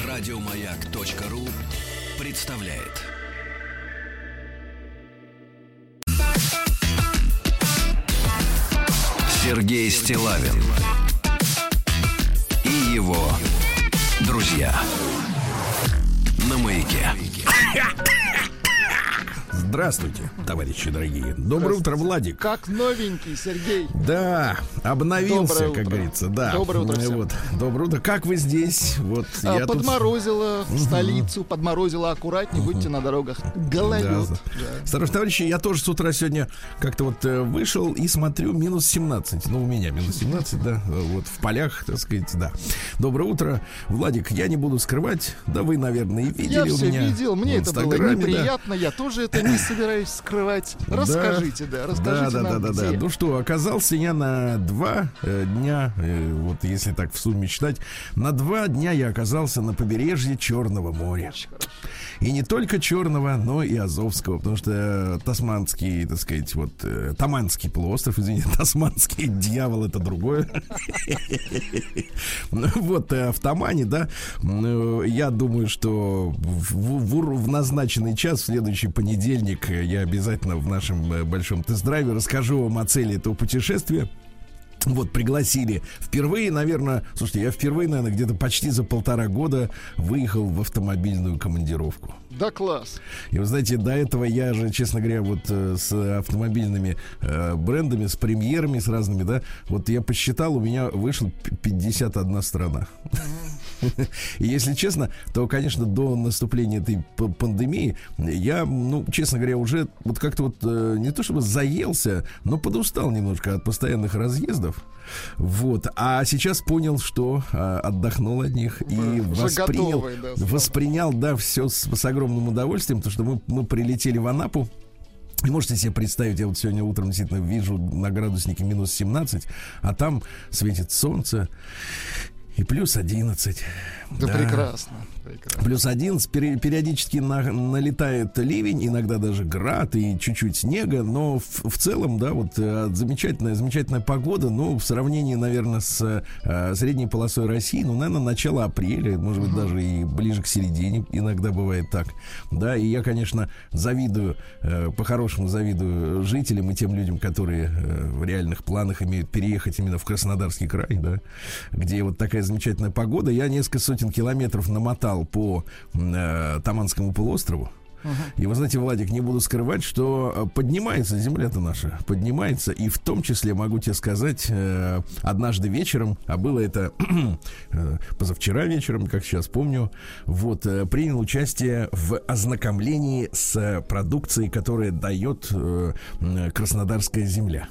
Радиомаяк.ру представляет. Сергей Стиллавин и его друзья на Маяке. Здравствуйте, товарищи дорогие. Доброе утро, Владик. Как новенький, Сергей. Да, обновился, как говорится. Да. Доброе утро всем. Вот. Доброе утро. Как вы здесь? Вот я подморозило в столицу, подморозило аккуратнее, будьте на дорогах. Гололед. Да. Осторожно, товарищи, я тоже с утра сегодня как-то вот вышел и смотрю, минус 17. Ну, у меня минус 17, да. Вот в полях, так сказать, да. Доброе утро. Владик, я не буду скрывать. Да вы, наверное, и видели я у меня. Я все видел, мне это было неприятно. Да. Я тоже это не собираюсь скрывать. Расскажите, расскажите нам. Да. Ну что, оказался я на 2 дня, вот если так в сумме считать, на 2 дня я оказался на побережье Черного моря. И не только Черного, но и Азовского, потому что Тасманский, так сказать, вот Таманский полуостров, извините, Тасманский дьявол — это другое. Вот в Тамане, да, я думаю, что в назначенный час, в следующий понедельник, я обязательно в нашем большом тест-драйве расскажу вам о цели этого путешествия. Вот, пригласили. Впервые, наверное, слушайте, я впервые, наверное, где-то почти за 1,5 года выехал в автомобильную командировку. Да, класс. И вы знаете, до этого я же, честно говоря, вот с автомобильными брендами, с премьерами, с разными, да, вот я посчитал, у меня вышла 51 страна. И если честно, то, конечно, до наступления этой пандемии я, ну, честно говоря, уже вот как-то вот не то чтобы заелся, но подустал немножко от постоянных разъездов. Вот. А сейчас понял, что отдохнул от них и воспринял, да, все с огромным удовольствием, потому что мы прилетели в Анапу. И можете себе представить, я вот сегодня утром действительно вижу на градуснике минус 17, а там светит солнце. И плюс 11. Да, прекрасно. Плюс 11. Периодически налетает ливень, иногда даже град и чуть-чуть снега. Но в целом, да, вот замечательная погода. Ну, в сравнении, наверное, с средней полосой России, ну, наверное, начало апреля, может быть, даже и ближе к середине. Иногда бывает так. Да, и я, конечно, завидую, по-хорошему завидую жителям и тем людям, которые в реальных планах имеют переехать именно в Краснодарский край, да, где вот такая замечательная погода. Я несколько сотен километров намотал по Таманскому полуострову. И вы знаете, Владик, не буду скрывать, что поднимается земля-то наша, поднимается, и в том числе, могу тебе сказать, однажды вечером, а было это позавчера вечером, как сейчас помню, вот, принял участие в ознакомлении с продукцией, которая дает краснодарская земля.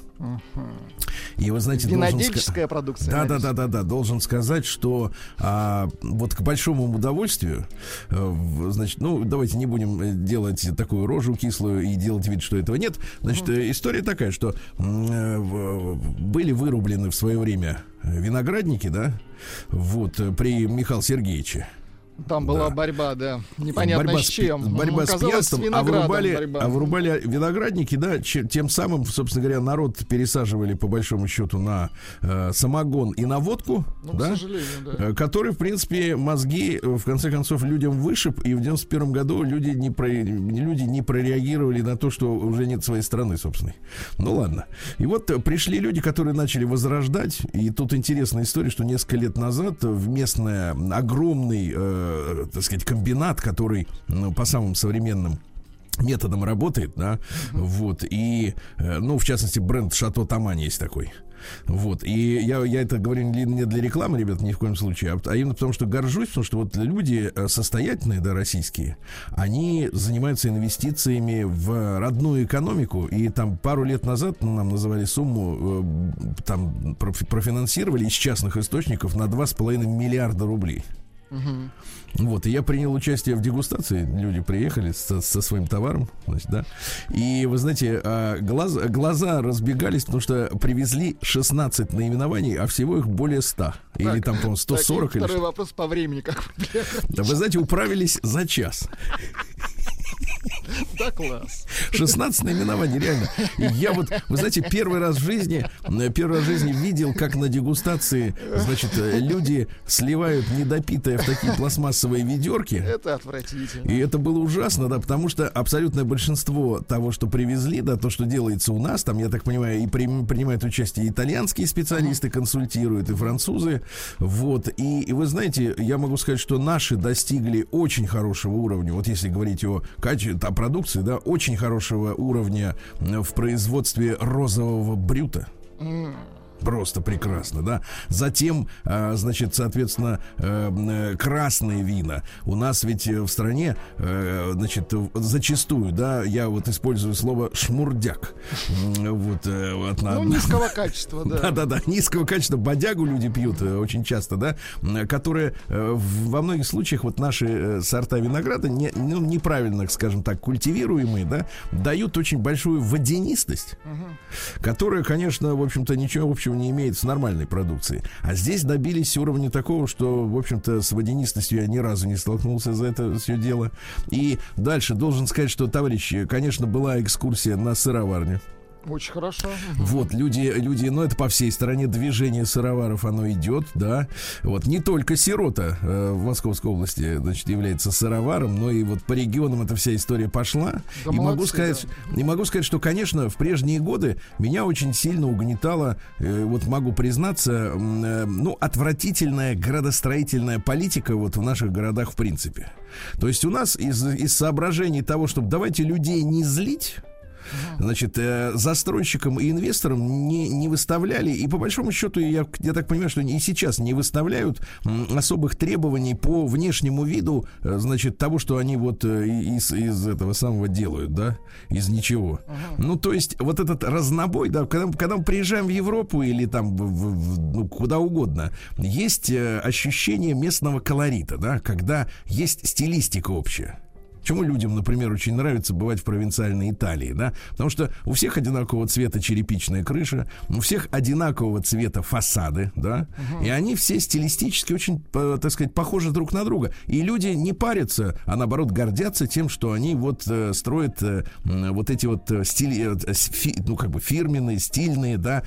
И вы знаете, винодельческая продукция. Да, должен сказать, что вот к большому удовольствию, значит, ну, давайте не будем делать такую рожу кислую и делать вид, что этого нет. Значит, история такая, что были вырублены в свое время виноградники, да, вот, при Михаиле Сергеевиче. Там была борьба, да, непонятно с чем. Борьба с пьянством, вырубали виноградники, да, тем самым, собственно говоря, народ пересаживали, по большому счету, на самогон и на водку, да, который, в принципе, мозги, в конце концов, людям вышиб, и в 91 году люди не прореагировали на то, что уже нет своей страны, собственной. Ну, ладно. И вот пришли люди, которые начали возрождать, и тут интересная история, что несколько лет назад в местный огромный так сказать, комбинат, который, ну, по самым современным методам работает, да, вот, и, ну, в частности, бренд Шато Тамань есть такой. Вот, и я это говорю не для рекламы, ребят, ни в коем случае, а именно потому, что горжусь, потому что вот люди состоятельные, да, российские, они занимаются инвестициями в родную экономику, и там пару лет назад нам называли сумму, там профинансировали из частных источников на 2,5 миллиарда рублей. Вот, и я принял участие в дегустации. Люди приехали со своим товаром, значит, да. И вы знаете, глаза разбегались, потому что привезли 16 наименований, а всего их более 100. Так, или там, по-моему, 140. Второй вопрос по времени, как вы приехали. Да, вы знаете, управились за час. Да, класс. 16 наименований, реально. И я вот, вы знаете, первый раз в жизни видел, как на дегустации, значит, люди сливают недопитое в такие пластмассовые ведерки. Это отвратительно. И это было ужасно, да, потому что абсолютное большинство того, что привезли, да, то, что делается у нас, там, я так понимаю, и принимают участие итальянские специалисты, консультируют, и французы, вот, и вы знаете, я могу сказать, что наши достигли очень хорошего уровня, вот если говорить о качестве, о продукции, да, очень хорошего уровня в производстве розового брюта. Просто прекрасно, да. Затем, значит, соответственно, красные вина. У нас ведь в стране, значит, зачастую, да, я вот использую слово шмурдяк. Вот, низкого качества, да. Да, низкого качества. Бодягу люди пьют очень часто, да, которые во многих случаях вот наши сорта винограда неправильно, скажем так, культивируемые, да, дают очень большую водянистость, которая, конечно, в общем-то, ничего общего не имеет с нормальной продукцией. А здесь добились уровня такого, что, в общем-то, с водянистостью я ни разу не столкнулся за это все дело. И дальше должен сказать, что, товарищи, конечно, была экскурсия на сыроварню. Очень хорошо. Вот, люди, ну, это по всей стране движение сыроваров, оно идет, да. Вот, не только Сирота в Московской области, значит, является сыроваром, но и вот по регионам эта вся история пошла. Да, и молодцы, могу сказать, что, конечно, в прежние годы меня очень сильно угнетала, вот могу признаться, ну, отвратительная градостроительная политика вот в наших городах в принципе. То есть у нас из соображений того, чтобы давайте людей не злить, значит, застройщикам и инвесторам не выставляли, и по большому счету, я так понимаю, что и сейчас не выставляют особых требований по внешнему виду, значит, того, что они вот из этого самого делают, да, из ничего. Ну, то есть, вот этот разнобой, да, когда мы приезжаем в Европу или там ну, куда угодно, есть ощущение местного колорита, да, когда есть стилистика общая. Почему людям, например, очень нравится бывать в провинциальной Италии, да? Потому что у всех одинакового цвета черепичная крыша, у всех одинакового цвета фасады, да? И они все стилистически очень, так сказать, похожи друг на друга. И люди не парятся, а наоборот гордятся тем, что они вот строят вот эти вот стили, ну, как бы фирменные, стильные, да,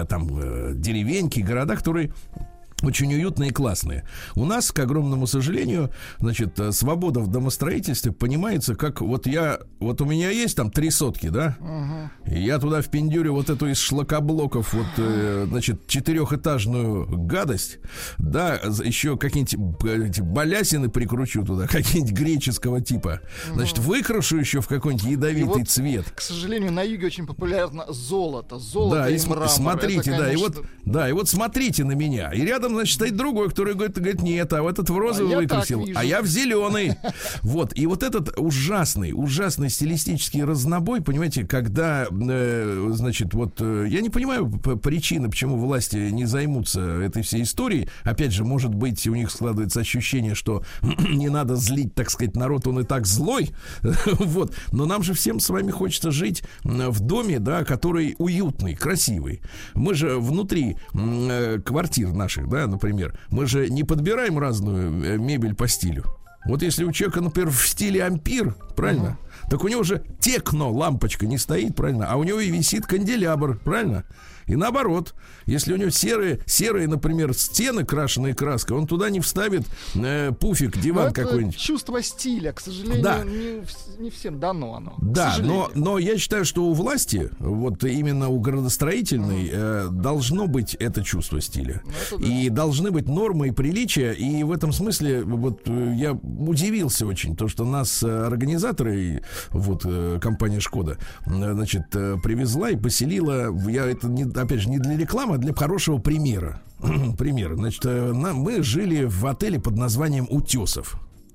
там деревеньки, города, которые очень уютные и классные. У нас, к огромному сожалению, значит, свобода в домостроительстве понимается как вот у меня есть там 3 сотки, да? И я туда впендюрю вот эту из шлакоблоков вот, значит, 4-этажную гадость, да, еще какие-нибудь балясины прикручу туда, какие-нибудь греческого типа, значит, выкрашу еще в какой-нибудь ядовитый цвет. К сожалению, на юге очень популярно золото да, и мрамор. Смотрите, это, конечно... и вот смотрите на меня. И рядом, значит, стоит другой, который говорит, нет, а этот в розовый выкрасил, а я в зеленый. Вот, и вот этот ужасный стилистический разнобой, понимаете, когда, значит, вот, я не понимаю причины, почему власти не займутся этой всей историей. Опять же, может быть, у них складывается ощущение, что не надо злить, так сказать, народ, он и так злой. Вот, но нам же всем с вами хочется жить в доме, да, который уютный, красивый. Мы же внутри квартир наших, да, например, мы же не подбираем разную мебель по стилю. Вот если у человека, например, в стиле ампир, правильно? Так у него же техно-лампочка не стоит, правильно? А у него и висит канделябр, правильно? И наоборот, если у него серые, например, стены, крашеные краской, он туда не вставит пуфик, диван какой-нибудь. Чувство стиля, к сожалению, да. не всем дано оно. Да, но я считаю, что у власти, вот именно у градостроительной, должно быть это чувство стиля. Да. И должны быть нормы и приличия. И в этом смысле вот я удивился очень, то, что нас организаторы, вот компания «Шкода», значит, привезла и поселила, опять же, не для рекламы, а для хорошего примера. Значит, мы жили в отеле под названием «Утесов».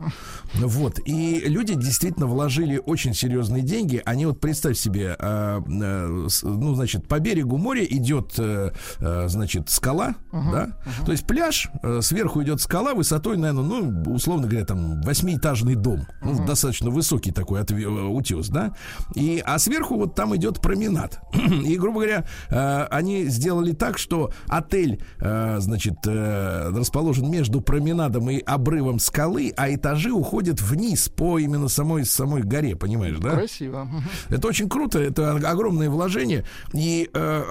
Вот, и люди действительно вложили очень серьезные деньги. Они вот, представь себе, ну, значит, по берегу моря идет, значит, скала, да, то есть пляж, сверху идет скала высотой, наверное, ну, условно говоря, там, 8-этажный дом, ну, достаточно высокий такой утес, да, а сверху вот там идет променад. И, грубо говоря, они сделали так, что отель, значит, расположен между променадом и обрывом скалы, а этажи этажи уходят вниз по именно самой горе, понимаешь, да? Красиво. Это очень круто, это огромное вложение. И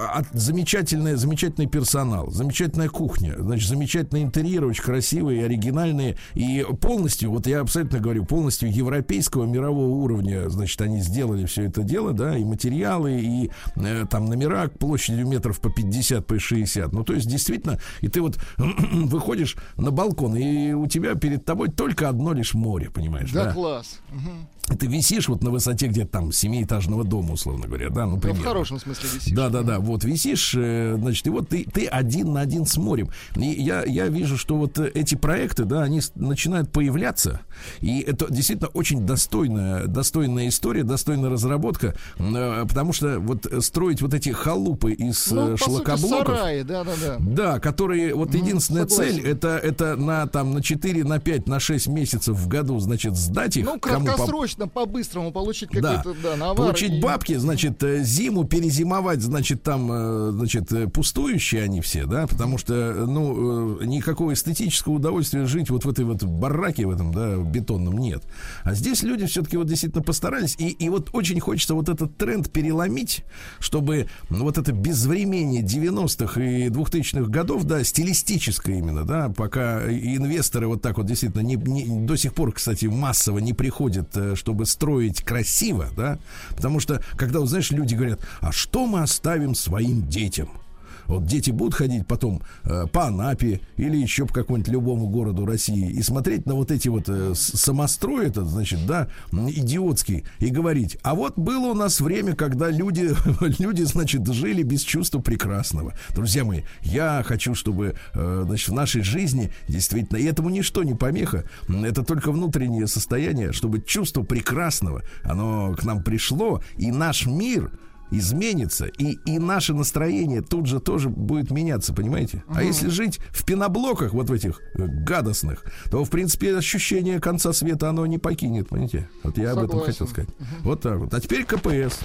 замечательный персонал, замечательная кухня, значит, замечательный интерьер, очень красивые, оригинальные. И полностью, вот я абсолютно говорю, полностью европейского, мирового уровня, значит, они сделали все это дело, да, и материалы, и там номера площадью метров по 50, по 60. Ну, то есть, действительно, и ты вот выходишь на балкон, и у тебя перед тобой только одно лишь море, понимаешь, да? Да, класс. И ты висишь вот на высоте где-то там 7-этажного дома, условно говоря, да, ну, примерно. В хорошем смысле висишь. Да, вот висишь, значит, и вот ты один на один с морем. И я вижу, что вот эти проекты, да, они начинают появляться, и это действительно очень достойная история, достойная разработка, потому что вот строить вот эти халупы из шлакоблоков, сараи, да. Да, которые, вот единственная цель, это на 4, на 5, на 6 месяцев в году, значит, сдать их. Ну, краткосрочно, по-быстрому получить какой-то, навар. Получить бабки, значит, зиму перезимовать, значит, там, значит, пустующие они все, да, потому что, ну, никакого эстетического удовольствия жить вот в этой вот бараке, в этом, да, бетонном нет. А здесь люди все-таки вот действительно постарались, и вот очень хочется вот этот тренд переломить, чтобы вот это безвременье 90-х и 2000-х годов, да, стилистическое именно, да, пока инвесторы вот так вот действительно до сих пор, кстати, массово не приходят, чтобы строить красиво, да, потому что, когда, вот, знаешь, люди говорят, а что мы оставим своим детям? Вот дети будут ходить потом по Анапе или еще по какому-нибудь любому городу России и смотреть на вот эти вот самострой этот, значит, да, идиотский, и говорить, а вот было у нас время, когда люди, значит, жили без чувства прекрасного. Друзья мои, я хочу, чтобы, значит, в нашей жизни действительно, и этому ничто не помеха, это только внутреннее состояние, чтобы чувство прекрасного, оно к нам пришло, и наш мир изменится, и наше настроение тут же тоже будет меняться, понимаете? А если жить в пеноблоках, вот в этих гадостных, то, в принципе, ощущение конца света, оно не покинет, понимаете? Вот я об этом хотел сказать. Вот так вот. А теперь КПС,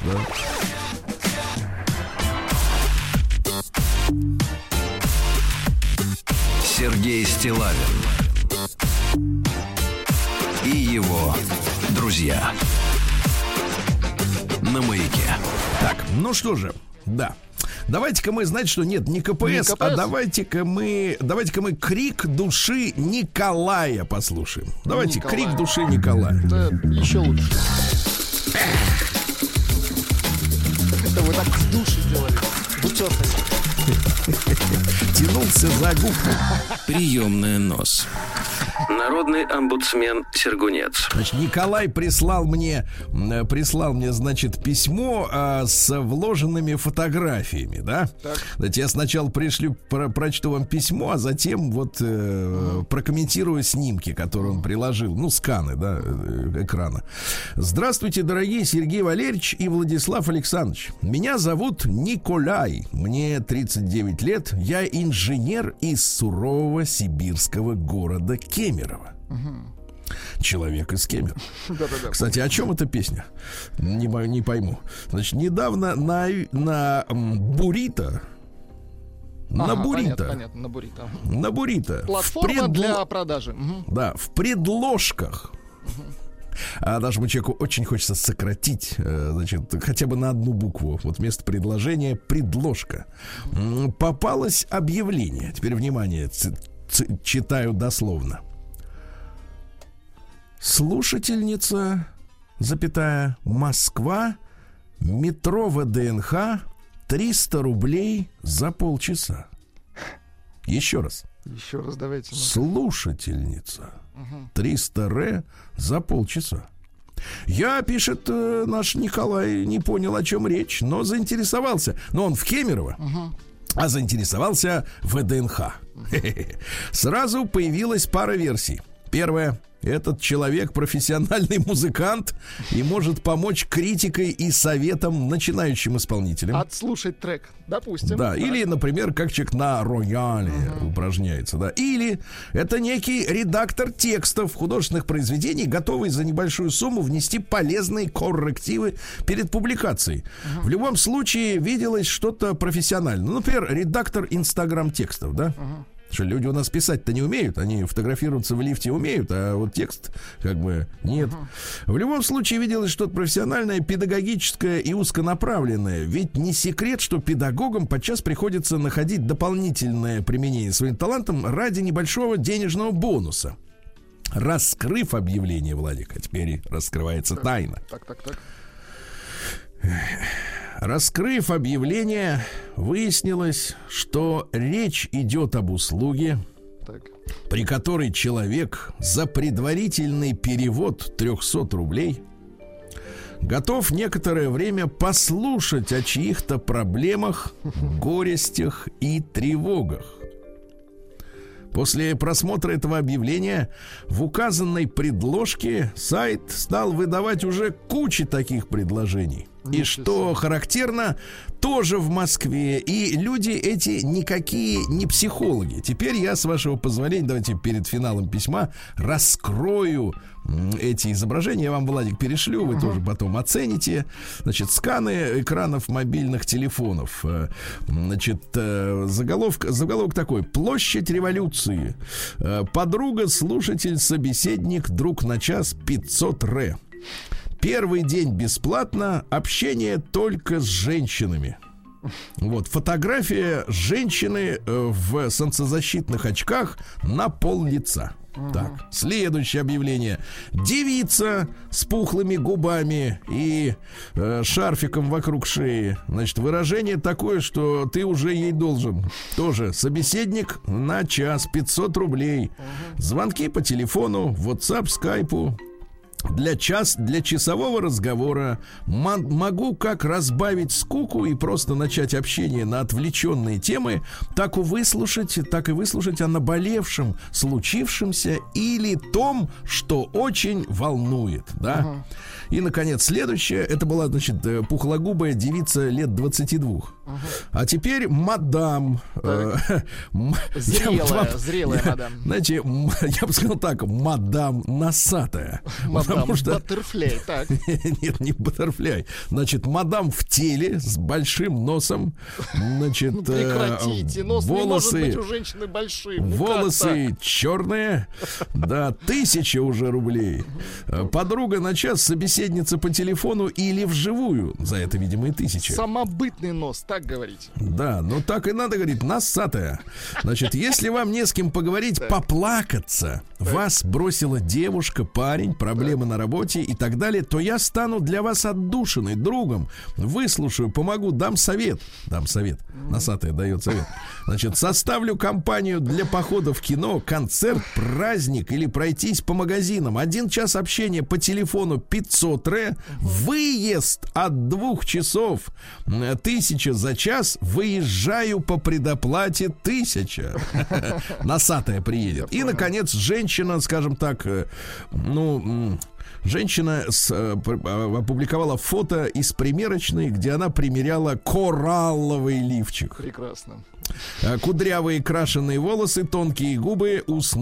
да. Сергей Стиллавин и его друзья на Маяке. Так, ну что же, да. Давайте-ка мы, знаете что, нет, не КПС, а давайте-ка мы крик души Николая послушаем. Давайте крик души Николая. Да, еще лучше. Это вы так в душе делали, в утёртость. Тянулся за губку. Приемная нос. Народный омбудсмен Сергунец. Значит, Николай прислал мне, значит, письмо с вложенными фотографиями, да? Знаете, я сначала прочту вам письмо, а затем вот прокомментирую снимки, которые он приложил, ну, сканы, да, экрана. Здравствуйте, дорогие Сергей Валерьевич и Владислав Александрович. Меня зовут Николай, мне 39 лет, я инженер из сурового сибирского города Кемерово. Человек из Кемерово. Кстати, о чем эта песня? Не пойму. Значит, недавно на Бурито. Понятно, на Бурито. Платформа для продажи. Да, в предложках. А нашему человеку очень хочется сократить, значит, хотя бы на одну букву. Вот вместо предложения предложка. Попалось объявление. Теперь внимание, читаю дословно. Слушательница, запятая, Москва, метро ВДНХ, 300 рублей за полчаса. Еще раз. Еще раз давайте. Слушательница, 300 ре за полчаса. Я, пишет наш Николай, не понял, о чем речь, но заинтересовался. Но он в Кемерово, а заинтересовался в ВДНХ. Сразу появилась пара версий. Первая. Этот человек профессиональный музыкант и может помочь критикой и советом начинающим исполнителям. Отслушать трек, допустим. Да, или, например, как человек на рояле упражняется, да. Или это некий редактор текстов художественных произведений, готовый за небольшую сумму внести полезные коррективы перед публикацией. В любом случае виделось что-то профессиональное. Ну, например, редактор инстаграм-текстов, да. Что люди у нас писать-то не умеют, они фотографироваться в лифте умеют, а вот текст как бы нет. В любом случае виделось что-то профессиональное, педагогическое и узконаправленное. Ведь не секрет, что педагогам подчас приходится находить дополнительное применение своим талантам ради небольшого денежного бонуса. Раскрыв объявление, Владик, а теперь раскрывается тайна. Так. Раскрыв объявление, выяснилось, что речь идет об услуге, при которой человек за предварительный перевод 300 рублей готов некоторое время послушать о чьих-то проблемах, горестях и тревогах. После просмотра этого объявления в указанной предложке сайт стал выдавать уже кучу таких предложений. И что характерно, тоже в Москве. И люди эти никакие не психологи. Теперь я, с вашего позволения, давайте перед финалом письма раскрою эти изображения. Я вам, Владик, перешлю, вы тоже потом оцените. Значит, сканы экранов мобильных телефонов. Значит, заголовок такой: площадь революции. Подруга, слушатель, собеседник, друг на час 500 ре. Первый день бесплатно, общение только с женщинами. Вот, фотография женщины в солнцезащитных очках на пол лица. Так, следующее объявление. Девица с пухлыми губами и шарфиком вокруг шеи. Значит, выражение такое, что ты уже ей должен. Тоже собеседник на час 500 рублей. Звонки по телефону, WhatsApp, скайпу. Для часового разговора могу как разбавить скуку и просто начать общение на отвлеченные темы, так и выслушать о наболевшем, случившемся или том, что очень волнует, да? И, наконец, следующее. Это была, значит, пухлогубая девица лет 22. А теперь мадам. Зрелая мадам. Знаете, я бы сказал так: мадам носатая. Мадам Баттерфляй, так. Нет, не Баттерфляй. Значит, мадам в теле с большим носом. Значит, прекратите, нос волосы, не может быть у женщины большим. Волосы черные. Да, 1000 уже рублей. Подруга на час, собеседница по телефону или вживую. За это, видимо, и 1000. Самобытный нос, так говорить. Да, ну так и надо говорить, носатая. Значит, если вам не с кем поговорить, поплакаться, вас бросила девушка, парень, проблемы на работе и так далее, то я стану для вас отдушиной, другом, выслушаю, помогу, дам совет. Носатая дает совет. Значит, составлю компанию для похода в кино, концерт, праздник или пройтись по магазинам. 1 час общения по телефону 500 ре, выезд от 2 часов 1000 за час, выезжаю по предоплате 1000. Носатая приедет. И, наконец, женщина, скажем так, женщина опубликовала фото из примерочной, где она примеряла коралловый лифчик. Прекрасно. Кудрявые крашеные волосы, тонкие губы,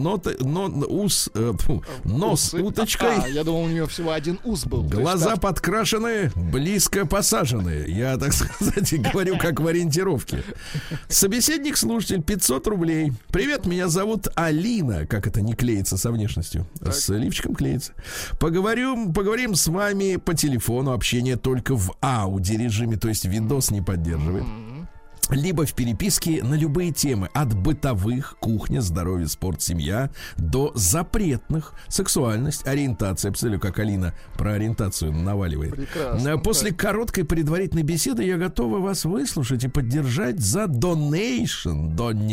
нос уточкой. Я думал, у нее всего 1 ус был. Глаза подкрашены, близко посажены. Я, так сказать, говорю как в ориентировке. Собеседник-слушатель 500 рублей. Привет, меня зовут Алина. Как это не клеится со внешностью? Так. С лифчиком клеится. Поговорим с вами по телефону. Общение только в аудиорежиме, то есть видос не поддерживает. Либо в переписке на любые темы, от бытовых, кухня, здоровье, спорт, семья, до запретных, сексуальность, ориентация. Абсолютно, как Алина про ориентацию наваливает. Прекрасно. После короткой предварительной беседы я готова вас выслушать и поддержать за donation.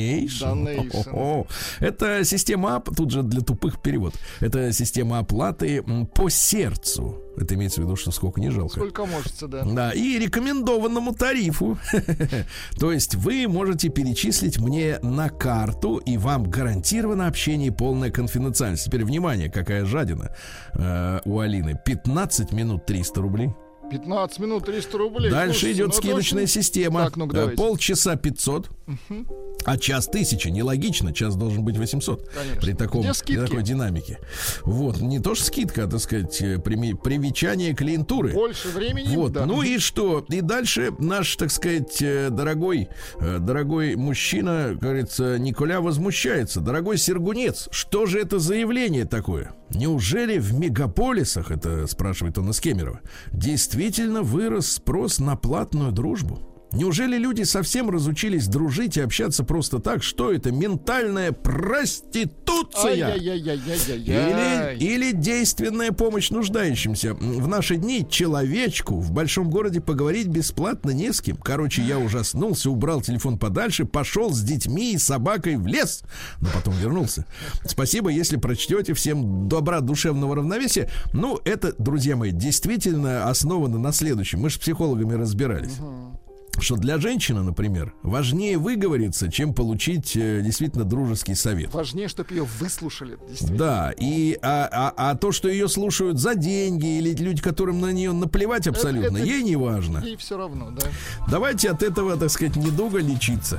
Это система, тут же для тупых перевод. Это система оплаты по сердцу. Это имеется в виду, что сколько не жалко. Сколько можете, да. Да, и рекомендованному тарифу. То есть вы можете перечислить мне на карту, и вам гарантировано общение и полная конфиденциальность. Теперь, внимание, какая жадина у Алины. 15 минут 300 рублей. 15 минут 300 рублей. Дальше идет скидочная система. Так, полчаса 500. А час 1000 нелогично, час должен быть 800. Конечно. При такой динамике. Вот, не то что скидка, а, так сказать, привечание клиентуры. Больше времени. Вот, да. ну и что? И дальше наш, так сказать, дорогой мужчина, говорится, Николя возмущается. Дорогой Сергунец, что же это за явление такое? Неужели в мегаполисах, это спрашивает он из Кемерово, действительно вырос спрос на платную дружбу? Неужели люди совсем разучились дружить и общаться просто так? Что это? Ментальная проституция? Или действенная помощь нуждающимся? В наши дни человечку в большом городе поговорить бесплатно не с кем. Короче, я ужаснулся, убрал телефон подальше, пошел с детьми и собакой в лес, но потом вернулся. Спасибо, если прочтете. Всем добра, душевного равновесия. Ну, это, друзья мои, действительно основано на следующем. Мы же с психологами разбирались. Что для женщины, например, важнее выговориться, чем получить действительно дружеский совет. Важнее, чтобы ее выслушали. Да, и то, что ее слушают за деньги, или люди, которым на нее наплевать абсолютно, ей не важно. Ей все равно, да. Давайте от этого, так сказать, недолго лечиться.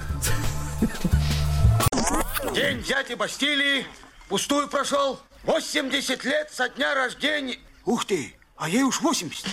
День дяди Бастилии пустую прошел. 80 лет со дня рождения. Ух ты, а ей уж 80.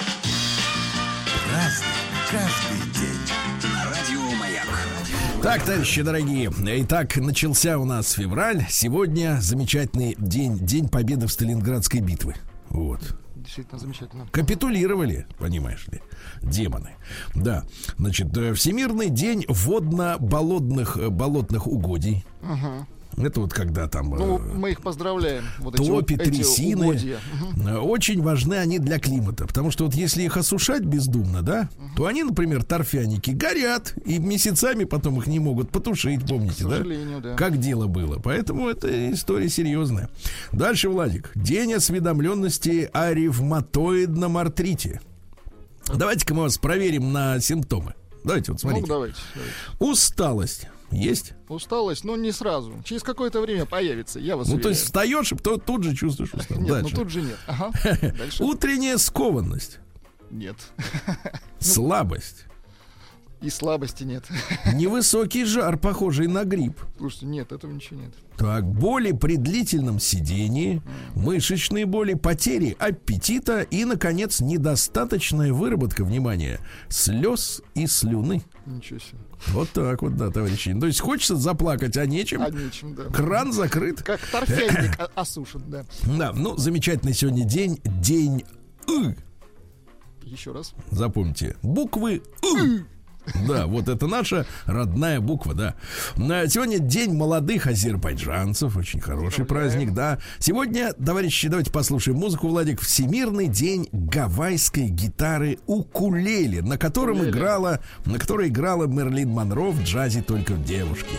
Разный, каждый день. Радио Маяк. Так, товарищи дорогие, итак, начался у нас февраль. Сегодня замечательный день победы в Сталинградской битве. Вот. Действительно замечательно. Капитулировали, понимаешь ли, демоны. Да, значит, Всемирный день водно-болотных угодий. Это вот когда там... Ну, мы их поздравляем. Вот топи, трясины. Угодья. Очень важны они для климата. Потому что вот если их осушать бездумно, да, то они, например, торфяники, горят. И месяцами потом их не могут потушить, помните, да? Да. Как дело было. Поэтому это история серьезная. Дальше, Владик. День осведомленности о ревматоидном артрите. Давайте-ка мы вас проверим на симптомы. Давайте, вот смотрите. Ну, давайте. Усталость. Есть? Усталость, но не сразу. Через какое-то время появится, я вас уверяю. То есть встаешь, и тут же чувствуешь усталость. Нет, ну тут же нет. Ага. Утренняя скованность. Нет. Слабость. И слабости нет. Невысокий жар, похожий на грипп. Слушайте, нет, этого ничего нет. Так, боли при длительном сидении, мышечные боли, потери аппетита и, наконец, недостаточная выработка, внимания, слез и слюны. Ничего себе. Вот так вот, да, товарищи. То есть хочется заплакать, а нечем. А нечем, да. Кран закрыт. Как торфяник осушен, да. Да, ну, замечательный сегодня день. День «ы». Еще раз. Запомните. Буквы «ы». Да, вот это наша родная буква, да. Сегодня день молодых азербайджанцев. Очень хороший праздник, да. Сегодня, товарищи, давайте послушаем музыку, Владик. Всемирный день гавайской гитары укулеле, на которой играла Мерлин Монро в «Джазе только в девушке».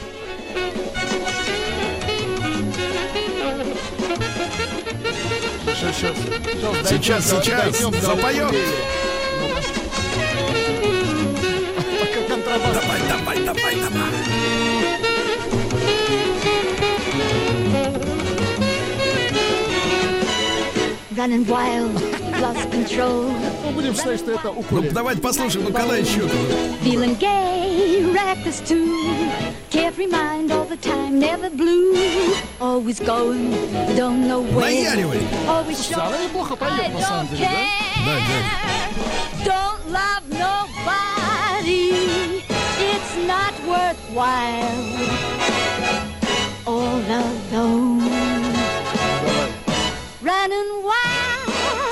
Сейчас запоем. Давай. Running wild, lost control. Мы будем считать, что это укулеле. Ну, давайте послушаем, ну когда еще? Feeling gay, reckless too. Carefree mind all the time, never blue. Always going, don't know where. Наяривай. Always Слушайте, она неплохо поет, на самом деле, да? Да. Don't love nobody. It's not worthwhile. All alone. Running wild.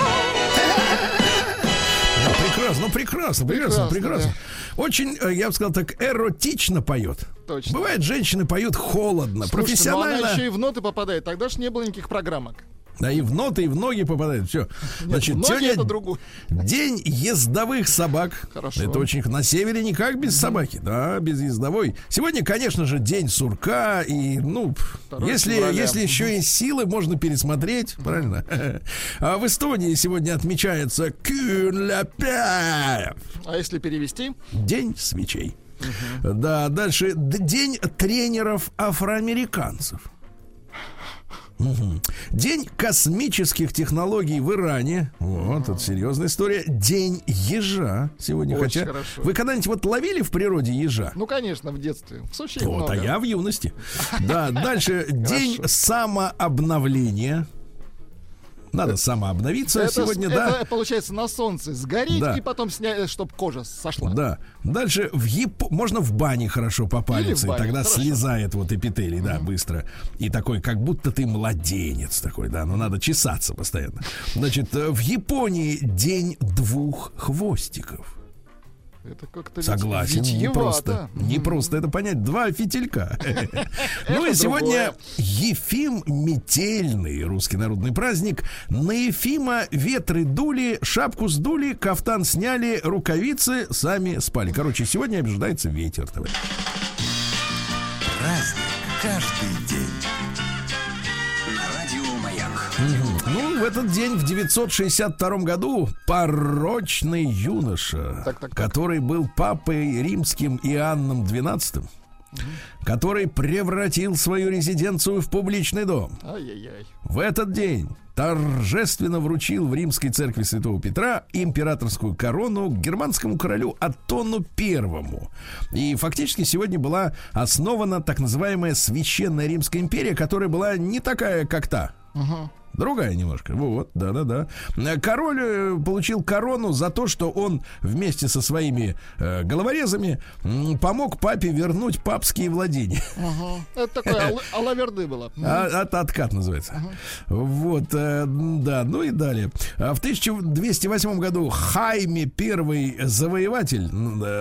Прекрасно. Да. Очень, я бы сказал так, эротично поет. Точно. Бывает, женщины поют холодно, Слушайте, профессионально. но она еще и в ноты попадает. Тогда же не было никаких программок. Да, и в ноты, и в ноги попадает. Все. Значит, ноги сегодня это другое. день ездовых собак. Хорошо. Это очень на севере никак без собаки. Да, без ездовой. Сегодня, конечно же, день сурка. И, если еще есть силы, можно пересмотреть. Правильно? А в Эстонии сегодня отмечается Кюнляпяев. А если перевести? День свечей. Да, дальше день тренеров афроамериканцев. День космических технологий в Иране. Вот, это серьезная история. День ежа сегодня. Очень хотя хорошо. Вы когда-нибудь вот ловили в природе ежа? Ну, конечно, в детстве. В Сочи Вот, много. а я в юности. Да, дальше день самообновления. Надо самообновиться сегодня, это, получается, на солнце сгореть Да. и потом снять, чтобы кожа сошла. Да. Дальше можно в бане хорошо попариться, Или в и бане, тогда хорошо. слезает вот эпителий, да, быстро. И такой, как будто ты младенец такой, да, но надо чесаться постоянно. Значит, в Японии день двух хвостиков. Это как-то Согласен, не просто это понять. Два фитилька. Ну и сегодня Ефим Метельный, русский народный праздник. На Ефима ветры дули, шапку сдули, кафтан сняли, рукавицы сами спали. Короче, сегодня обсуждается ветер. Праздник каждый день. На радио Маяк. Ну, в этот день, в 962 году, порочный юноша, который был папой римским Иоанном XII, который превратил свою резиденцию в публичный дом. Ай-яй-яй. В этот день торжественно вручил в римской церкви Святого Петра императорскую корону германскому королю Оттону I. И фактически сегодня была основана так называемая Священная Римская империя, которая была не такая, как та. Другая немножко. Вот, да. Король получил корону за то, что он вместе со своими головорезами помог папе вернуть папские владения. Это такое алаверды было. Это откат называется. Вот, да, ну и далее. В 1208 году Хайме I завоеватель,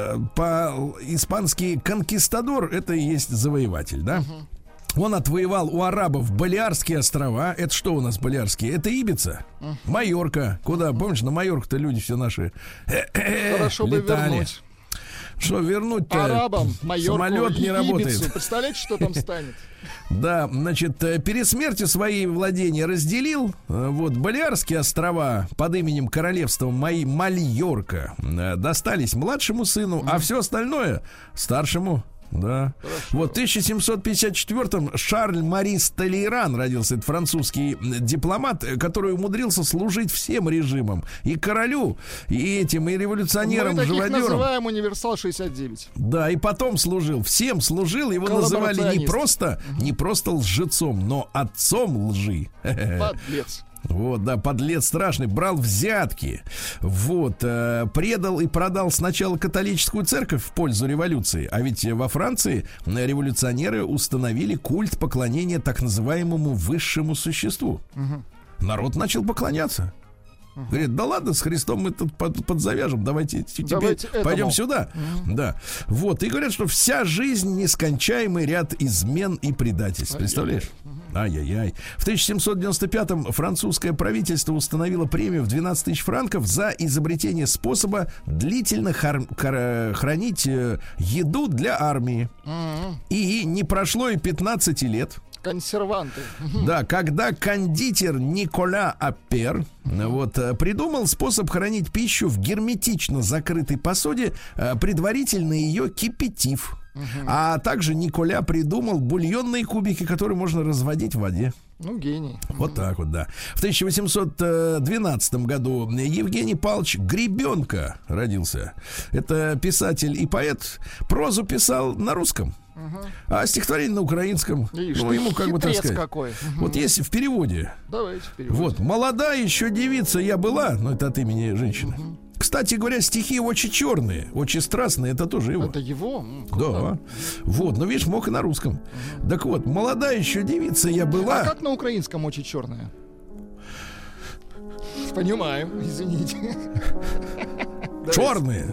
по-испански конкистадор, это и есть завоеватель, да? Он отвоевал у арабов Балиарские острова. Это что у нас Балиарские? Это Ибица, Майорка. Куда, помнишь, на Майорку-то люди все наши Хорошо бы летали. вернуть. Что вернуть-то? Арабам Майорку, самолет не Ибицу. работает. Представляете, что там станет? Да, значит, перед смертью свои владения разделил. Вот Балиарские острова под именем королевства Мальорка достались младшему сыну, а все остальное старшему. Да. Хорошо. Вот в 1754-м Шарль-Марис Толейран родился. Это французский дипломат, который умудрился служить всем режимам. И королю, и этим, и революционерам, Мы таких живодерам. называем универсал 69. Да, и потом служил. Всем служил. Его называли не просто лжецом, но отцом лжи. Подлец. Вот, да, подлец страшный, брал взятки. Вот, предал и продал сначала католическую церковь в пользу революции. А ведь во Франции революционеры установили культ поклонения так называемому высшему существу. Народ начал поклоняться. Говорит, да ладно, с Христом мы тут подзавяжем, давайте теперь пойдем сюда. Да. Вот, и говорят, что вся жизнь нескончаемый ряд измен и предательств. Представляешь? Ай-яй-яй. В 1795-м французское правительство установило премию в 12 тысяч франков за изобретение способа длительно хранить еду для армии. И не прошло и 15 лет. Консерванты. Да, когда кондитер Николя Аппер придумал способ хранить пищу в герметично закрытой посуде, предварительно ее кипятив. А также Николя придумал бульонные кубики, которые можно разводить в воде. Ну, гений. Вот так вот, да. В 1812 году Евгений Павлович Гребенко родился. Это писатель и поэт. Прозу писал на русском, а стихотворение на украинском. Ну, ему как бы так сказать. Какой. Вот есть в переводе. Давайте в переводе. Вот, молода еще девица я была, но это от имени женщины. Кстати говоря, стихи очень черные, очень страстные, это тоже его. Это его? Да. Вот, но видишь, мог и на русском. Так вот, молода еще девица я была. А как на украинском очень черная? Понимаем, извините. Черные.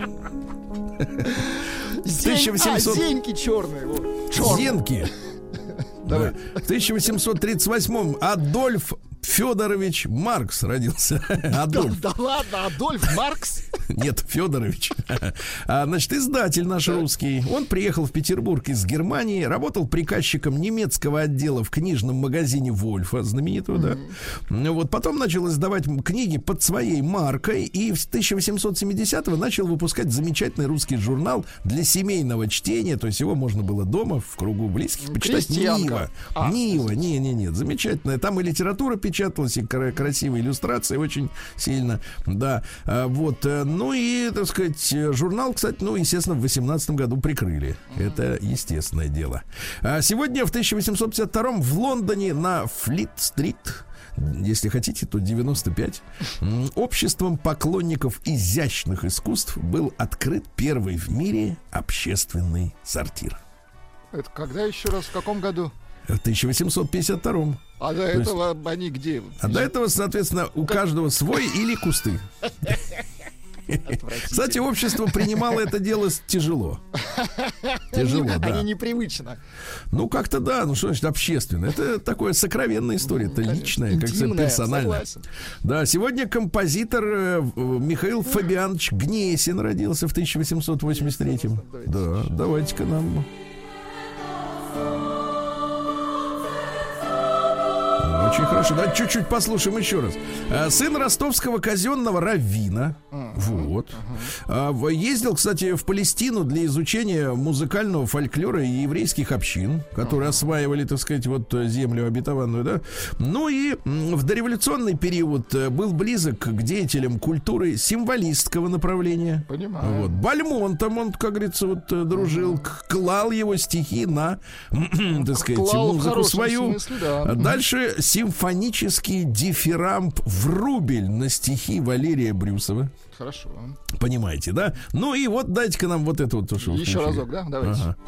1800... зеньки черные. Вот. Зенки. Да. В 1838-м Адольф Федорович Маркс родился. Адольф. Да ладно, Адольф Маркс? Нет, Федорович. Значит, издатель наш русский. Он приехал в Петербург из Германии, работал приказчиком немецкого отдела в книжном магазине Вольфа, знаменитого, да. Вот, потом начал издавать книги под своей маркой и в 1870-го начал выпускать замечательный русский журнал для семейного чтения, то есть его можно было дома в кругу близких почитать. Нива. Нет, замечательная. Там и литература печаталась, и красивые иллюстрации очень сильно, да. Вот, ну и, так сказать, журнал, кстати, ну, естественно, в 18 году прикрыли. Это естественное дело. Сегодня в 1852-м в Лондоне на Флит-стрит, если хотите, то 95, обществом поклонников изящных искусств был открыт первый в мире общественный сортир. Это когда еще раз, в каком году? В 1852-м. А до этого они где? А до этого, соответственно, у каждого свой или кусты. Кстати, общество принимало это дело тяжело. Тяжело, да. Они непривычно. Ну, как-то да, ну что значит общественно? Это такая сокровенная история, это личная, как сказать, персональная. Да, сегодня композитор Михаил Фабианович Гнесин родился в 1883-м. Да, давайте-ка нам... Очень хорошо. Да, чуть-чуть послушаем еще раз. Сын ростовского казенного раввина. Вот. Ездил, кстати, в Палестину для изучения музыкального фольклора и еврейских общин, которые осваивали, так сказать, вот землю обетованную, да. Ну и в дореволюционный период был близок к деятелям культуры символистского направления. Понимаю. Вот. Бальмонтом он, как говорится, вот дружил, клал его стихи на, так сказать, музыку свою. Смысле, да. Дальше симфонический дифирамб Врубель на стихи Валерия Брюсова. Хорошо. Понимаете, да? Ну и вот дайте-ка нам вот это вот. Еще разок, да? Давайте. Ага.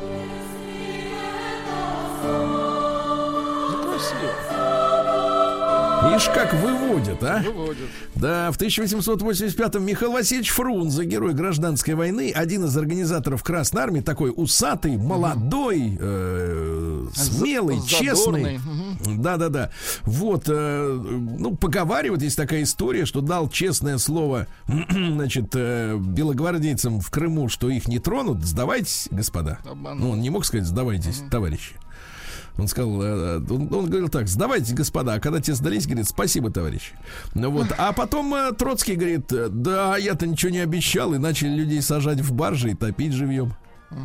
Ишь, как выводят, а? Выводят. Да, в 1885-м Михаил Васильевич Фрунзе, герой гражданской войны, один из организаторов Красной Армии, такой усатый, молодой, смелый, честный. Да-да-да. Вот, ну, поговаривают, есть такая история, что дал честное слово, значит, белогвардейцам в Крыму, что их не тронут. Сдавайтесь, господа. Ну, он не мог сказать, сдавайтесь, товарищи. Он сказал, он говорил так: сдавайтесь, господа. А когда те сдались, говорит, спасибо, товарищи. Вот. А потом Троцкий говорит, да, я-то ничего не обещал. И начали людей сажать в баржи и топить живьем.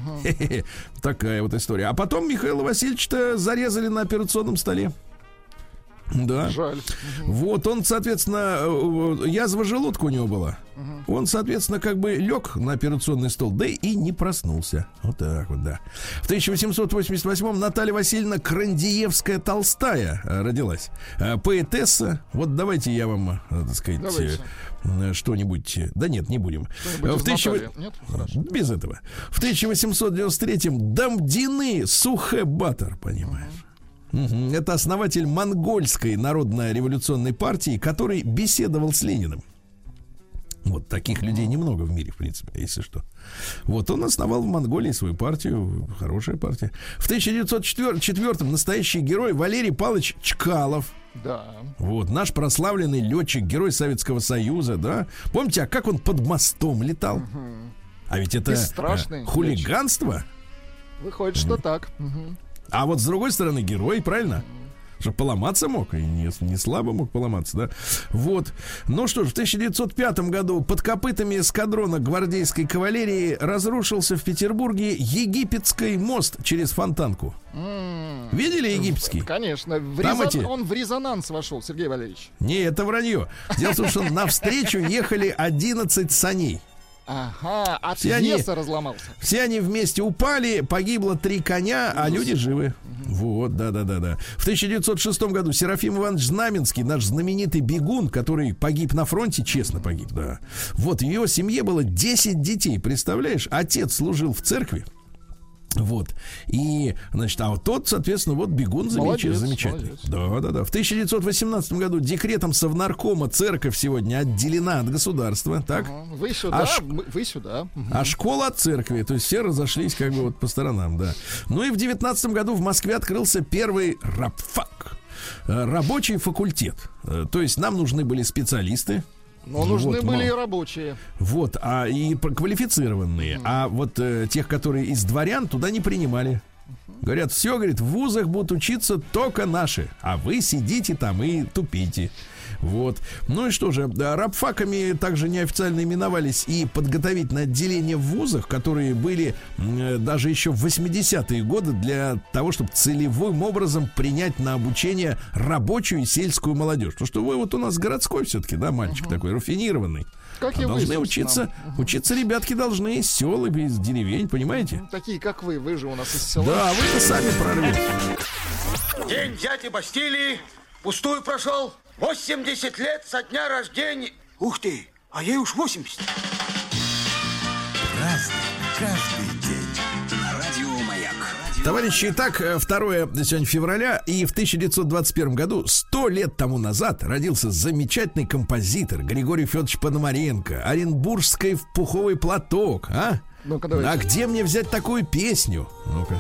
Такая вот история. А потом Михаила Васильевича зарезали на операционном столе. Да. Жаль. Вот он, соответственно, язва желудка у него была. Он, соответственно, как бы лег на операционный стол, да и не проснулся. Вот так вот, да. В 1888-м Наталья Васильевна Крандиевская-Толстая родилась. Поэтесса. Вот давайте я вам, так сказать, что-нибудь... Да нет, не будем. Нет? Без этого. В 1893-м Дамдины Сухэ-Батор, понимаешь? Это основатель монгольской народно-революционной партии, который беседовал с Лениным. Вот таких людей немного в мире, в принципе, если что. Вот он основал в Монголии свою партию, хорошая партия. В 1904-м настоящий герой Валерий Павлович Чкалов. Да. Вот, наш прославленный летчик, герой Советского Союза, да. Помните, а как он под мостом летал? А ведь это хулиганство. Летчик. Выходит, что так. А вот с другой стороны герой, правильно? Что поломаться мог, и не слабо мог поломаться, да? Вот. Ну что ж, в 1905 году под копытами эскадрона гвардейской кавалерии разрушился в Петербурге египетский мост через Фонтанку. Видели египетский? Конечно. Он в резонанс вошел, Сергей Валерьевич. Не, это вранье. Дело в том, что навстречу ехали 11 саней. Ага, от веса разломался. Все они вместе упали, погибло 3 коня, а люди живы. Вот, да. В 1906 году Серафим Иванович Знаменский, наш знаменитый бегун, который погиб на фронте, честно погиб, да. Вот, в его семье было 10 детей, представляешь? Отец служил в церкви. Вот. И, значит, а вот тот, соответственно, вот бегун замечательный. Да. В 1918 году декретом Совнаркома церковь сегодня отделена от государства. Так? Вы сюда, вы сюда. А школа от церкви. То есть все разошлись как бы вот по сторонам, да. Ну и в 19 году в Москве открылся первый рабфак. Рабочий факультет. То есть нам нужны были специалисты. Но нужны были и рабочие. Вот, и квалифицированные. А вот тех, которые из дворян, туда не принимали. Говорят, все, говорит, в вузах будут учиться только наши, а вы сидите там и тупите. Вот. Ну и что же, рабфаками также неофициально именовались и подготовительные отделения в вузах, которые были даже еще в 80-е годы для того, чтобы целевым образом принять на обучение рабочую и сельскую молодежь. Потому что вы вот у нас городской все-таки, да, мальчик такой рафинированный. Как и должны вы, учиться. Учиться ребятки должны из сел и из деревень, понимаете? Такие, как вы же у нас из села. Да, вы-то сами прорвете. День дяди Бастилии пустую прошел. 80 лет со дня рождения. Ух ты, а ей уж 80. Разный, каждый день. Радио Маяк. Товарищи, итак, 2 сегодня февраля, и в 1921 году, 100 лет тому назад, родился замечательный композитор Григорий Федорович Пономаренко. Оренбургский в пуховый платок, а? Ну-ка, давайте. А где мне взять такую песню? Ну-ка.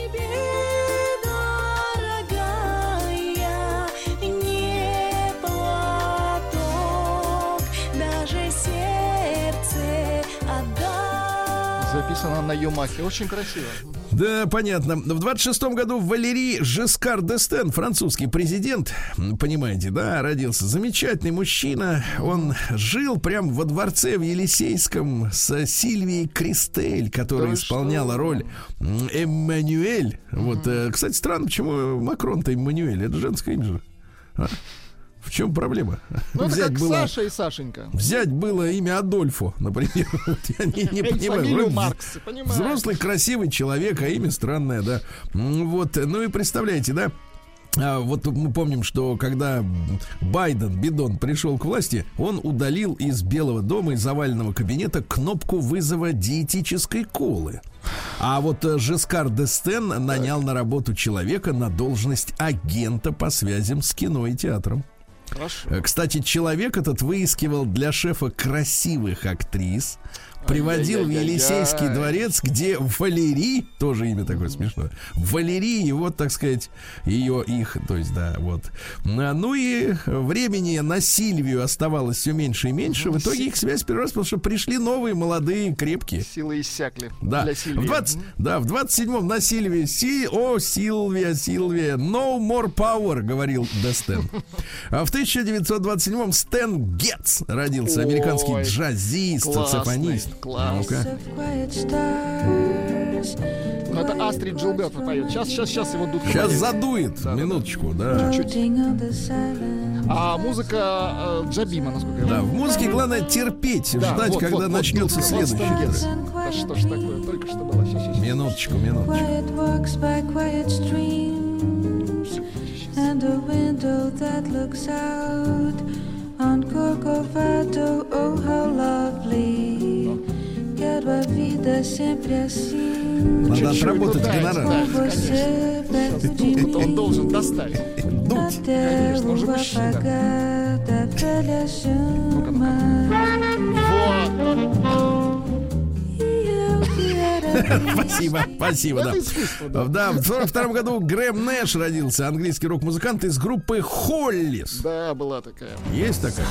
Записано на Юмахе. Очень красиво. Да, понятно. В 26-м году Валерий Жескар д'Эстен, французский президент, понимаете, да, родился. Замечательный мужчина. Он жил прямо во дворце в Елисейском с Сильвией Кристель, которая исполняла роль Эммануэль. Вот, кстати, странно, почему Макрон-то Эммануэль. Это женское имя же. В чем проблема? Ну, это как Саша и Сашенька. Взять было имя Адольфо, например. Я не понимаю. Фамилию Маркс, понимаю. Взрослый, красивый человек, а имя странное, да. Вот, ну и представляете, да? Вот мы помним, что когда Бидон пришел к власти, он удалил из Белого дома, из овального кабинета кнопку вызова диетической колы. А вот Жескар д'Эстен нанял на работу человека на должность агента по связям с кино и театром. Хорошо. Кстати, человек этот выискивал для шефа красивых актрис, приводил в Елисейский дворец, где Валерий, тоже имя такое смешное, Валерий, вот, так сказать, их, то есть, да, вот. Ну и времени на Сильвию оставалось все меньше и меньше. В итоге их связь прервалась, потому что пришли новые, молодые, крепкие. Силы иссякли да. для Сильвии. В 27-м на Сильвии Сильвия, no more power, говорил д'Эстен. А в 1927-м Стэн Гетц родился, американский джазист, саксофонист. Класс. Ну, это Астрид Джилберт поет. Сейчас его дудка. Сейчас задует. Да, минуточку, да. Чуть-чуть. А музыка Джабима, насколько я понимаю. Да, в музыке главное терпеть, ждать, когда начнется следующий трек. Да что ж такое, только что было. Сейчас. Минуточку. On Corcovado, oh how lovely. Quero a vida sempre assim. Надо отработать гонорар. Он должен достать. Конечно, он же мужчина. Спасибо, да. Да, в 42-м году Грэм Нэш родился, английский рок-музыкант из группы Холлис. Да, была такая. Есть такая.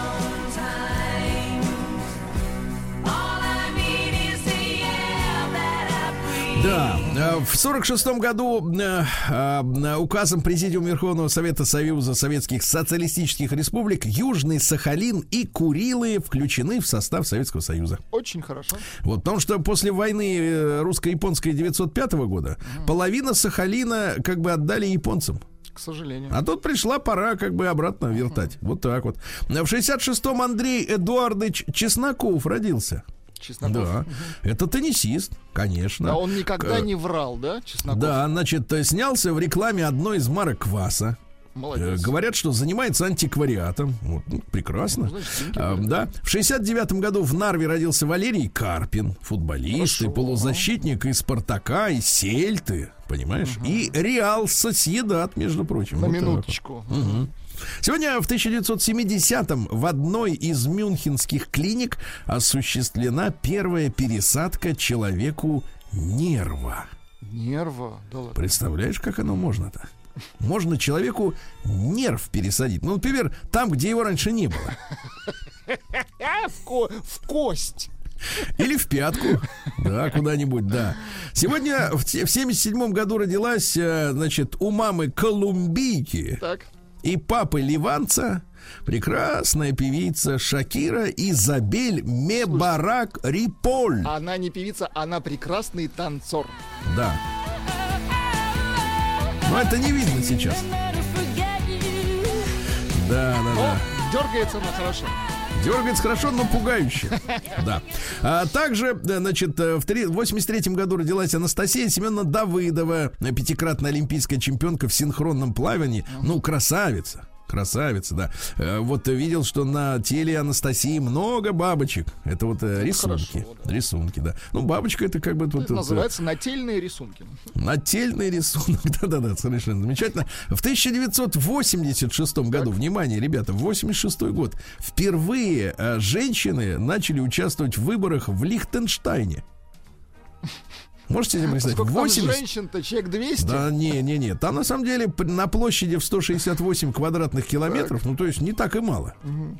Да, в 46-м году указом Президиума Верховного Совета Союза Советских Социалистических Республик Южный Сахалин и Курилы включены в состав Советского Союза. Очень хорошо. Вот, потому что после войны русско-японской 905 года половина Сахалина как бы отдали японцам. К сожалению. А тут пришла пора как бы обратно вертать. Вот так вот. В 66-м Андрей Эдуардович Чесноков родился. Чесноков. Да, это теннисист, конечно. А он никогда не врал, да, Чесноков? Да, значит, снялся в рекламе одной из марок кваса. Молодец. Говорят, что занимается антиквариатом. Вот, прекрасно. Да. В 69-м году в Нарве родился Валерий Карпин, футболист и полузащитник из Спартака, и Сельты, понимаешь? И Реал Сосьедад, между прочим. На минуточку. Сегодня в 1970-м в одной из мюнхенских клиник осуществлена первая пересадка человеку нерва. Нерва? Да ладно. Представляешь, как оно можно-то? Можно человеку нерв пересадить. Ну, например, там, где его раньше не было. В кость. Или в пятку. Да, куда-нибудь, да. Сегодня в 77 году родилась, значит, у мамы колумбийки и папы ливанца прекрасная певица Шакира Изабель Мебарак Риполь. Она не певица, она прекрасный танцор. Да. Но это не видно сейчас. Да. Дергается она хорошо. Дергается хорошо, но пугающе. Да. А также, значит, в 83 году родилась Анастасия Семеновна Давыдова, пятикратная олимпийская чемпионка в синхронном плавании. Ну, красавица. Красавица, да. Вот видел, что на теле Анастасии много бабочек. Это вот рисунки. Хорошо, да. Рисунки, да. Ну, бабочка это как бы... Это называется нательные рисунки. Нательный рисунок. Да-да-да, совершенно замечательно. В 1986 году, внимание, ребята, 86 год, впервые женщины начали участвовать в выборах в Лихтенштейне. Можете себе представить? Сколько 80... там женщин-то? Человек 200? Да, не. Там, на самом деле, на площади в 168 квадратных километров, ну, то есть не так и мало.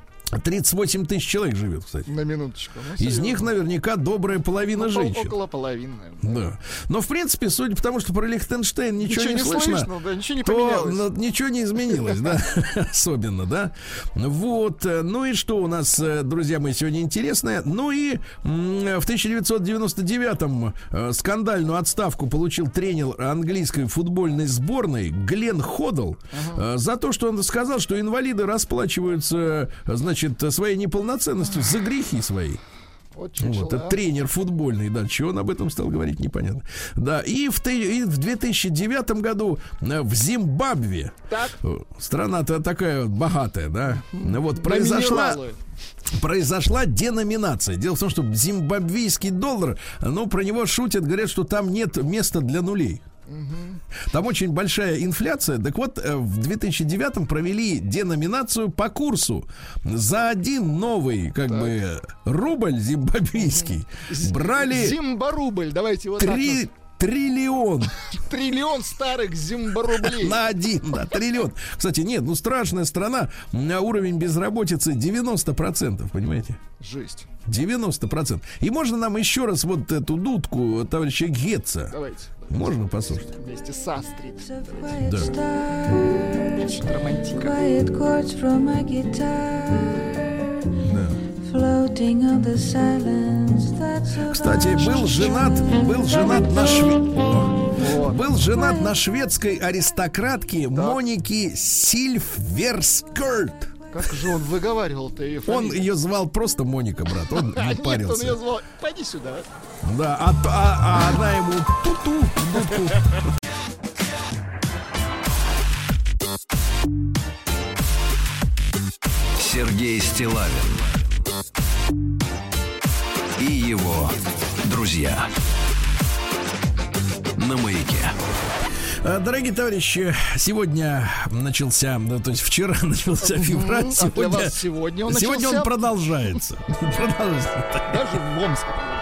38 тысяч человек живет, кстати. На минуточку. Из них наверняка добрая половина женщин. Около половины, наверное. Да. Но, в принципе, судя по тому, что про Лихтенштейн ничего не слышно, да, ничего не поменялось. Ничего не изменилось, да, особенно, да. Вот, ну и что у нас, друзья мои, сегодня интересное. Ну и в 1999-м скандальную отставку получил тренер английской футбольной сборной Глен Ходл за то, что он сказал, что инвалиды расплачиваются, значит, своей неполноценностью за грехи свои. Вот, это тренер футбольный, да, чего он об этом стал говорить, непонятно. Да, и в 2009 году в Зимбабве, страна-то такая богатая, да, вот произошла деноминация. Дело в том, что зимбабвийский доллар, ну, про него шутят, говорят, что там нет места для нулей. Там очень большая инфляция. Так вот, в 2009-м провели деноминацию по курсу. За один новый, как бы, рубль зимбабвийский брали... Зимбарубль, давайте вот 3 триллион. Триллион старых зимбарублей. На один, да, триллион. Кстати, нет, ну страшная страна. Уровень безработицы 90%, понимаете? Жесть. 90%. И можно нам еще раз вот эту дудку товарища Гетца? Давайте. Можно послушать? Вместе с Астрид. Да. Кстати, был женат на шведской аристократке Монике Сильфверскерт. Как же он выговаривал-то ее фамилию? Он ее звал просто Моника, брат. Он не парился. Нет, он ее звал, пойди сюда. Да, а она ему ту-ту. Сергей Стиллавин и его друзья на Маяке. Дорогие товарищи, сегодня начался, то есть вчера начался февраль, сегодня он продолжается. Даже в Омске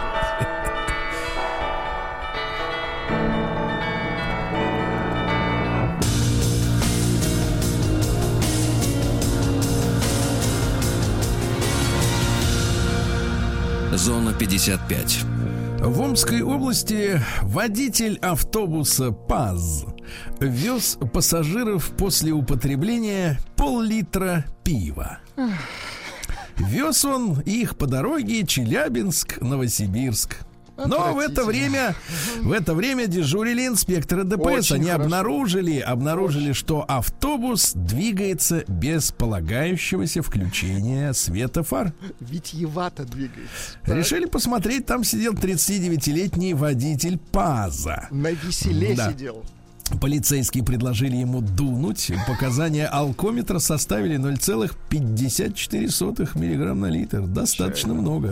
продолжается. Зона 55. В Омской области водитель автобуса ПАЗ вез пассажиров после употребления пол-литра пива. Вез он их по дороге Челябинск-Новосибирск. Но в это время дежурили инспекторы ДПС. Очень Они обнаружили, что автобус двигается без полагающегося включения света фар. Витьевато двигается. Решили посмотреть, там сидел 39-летний водитель ПАЗа. На веселе сидел. Полицейские предложили ему дунуть. Показания алкометра составили 0,54 миллиграмм на литр. Достаточно много.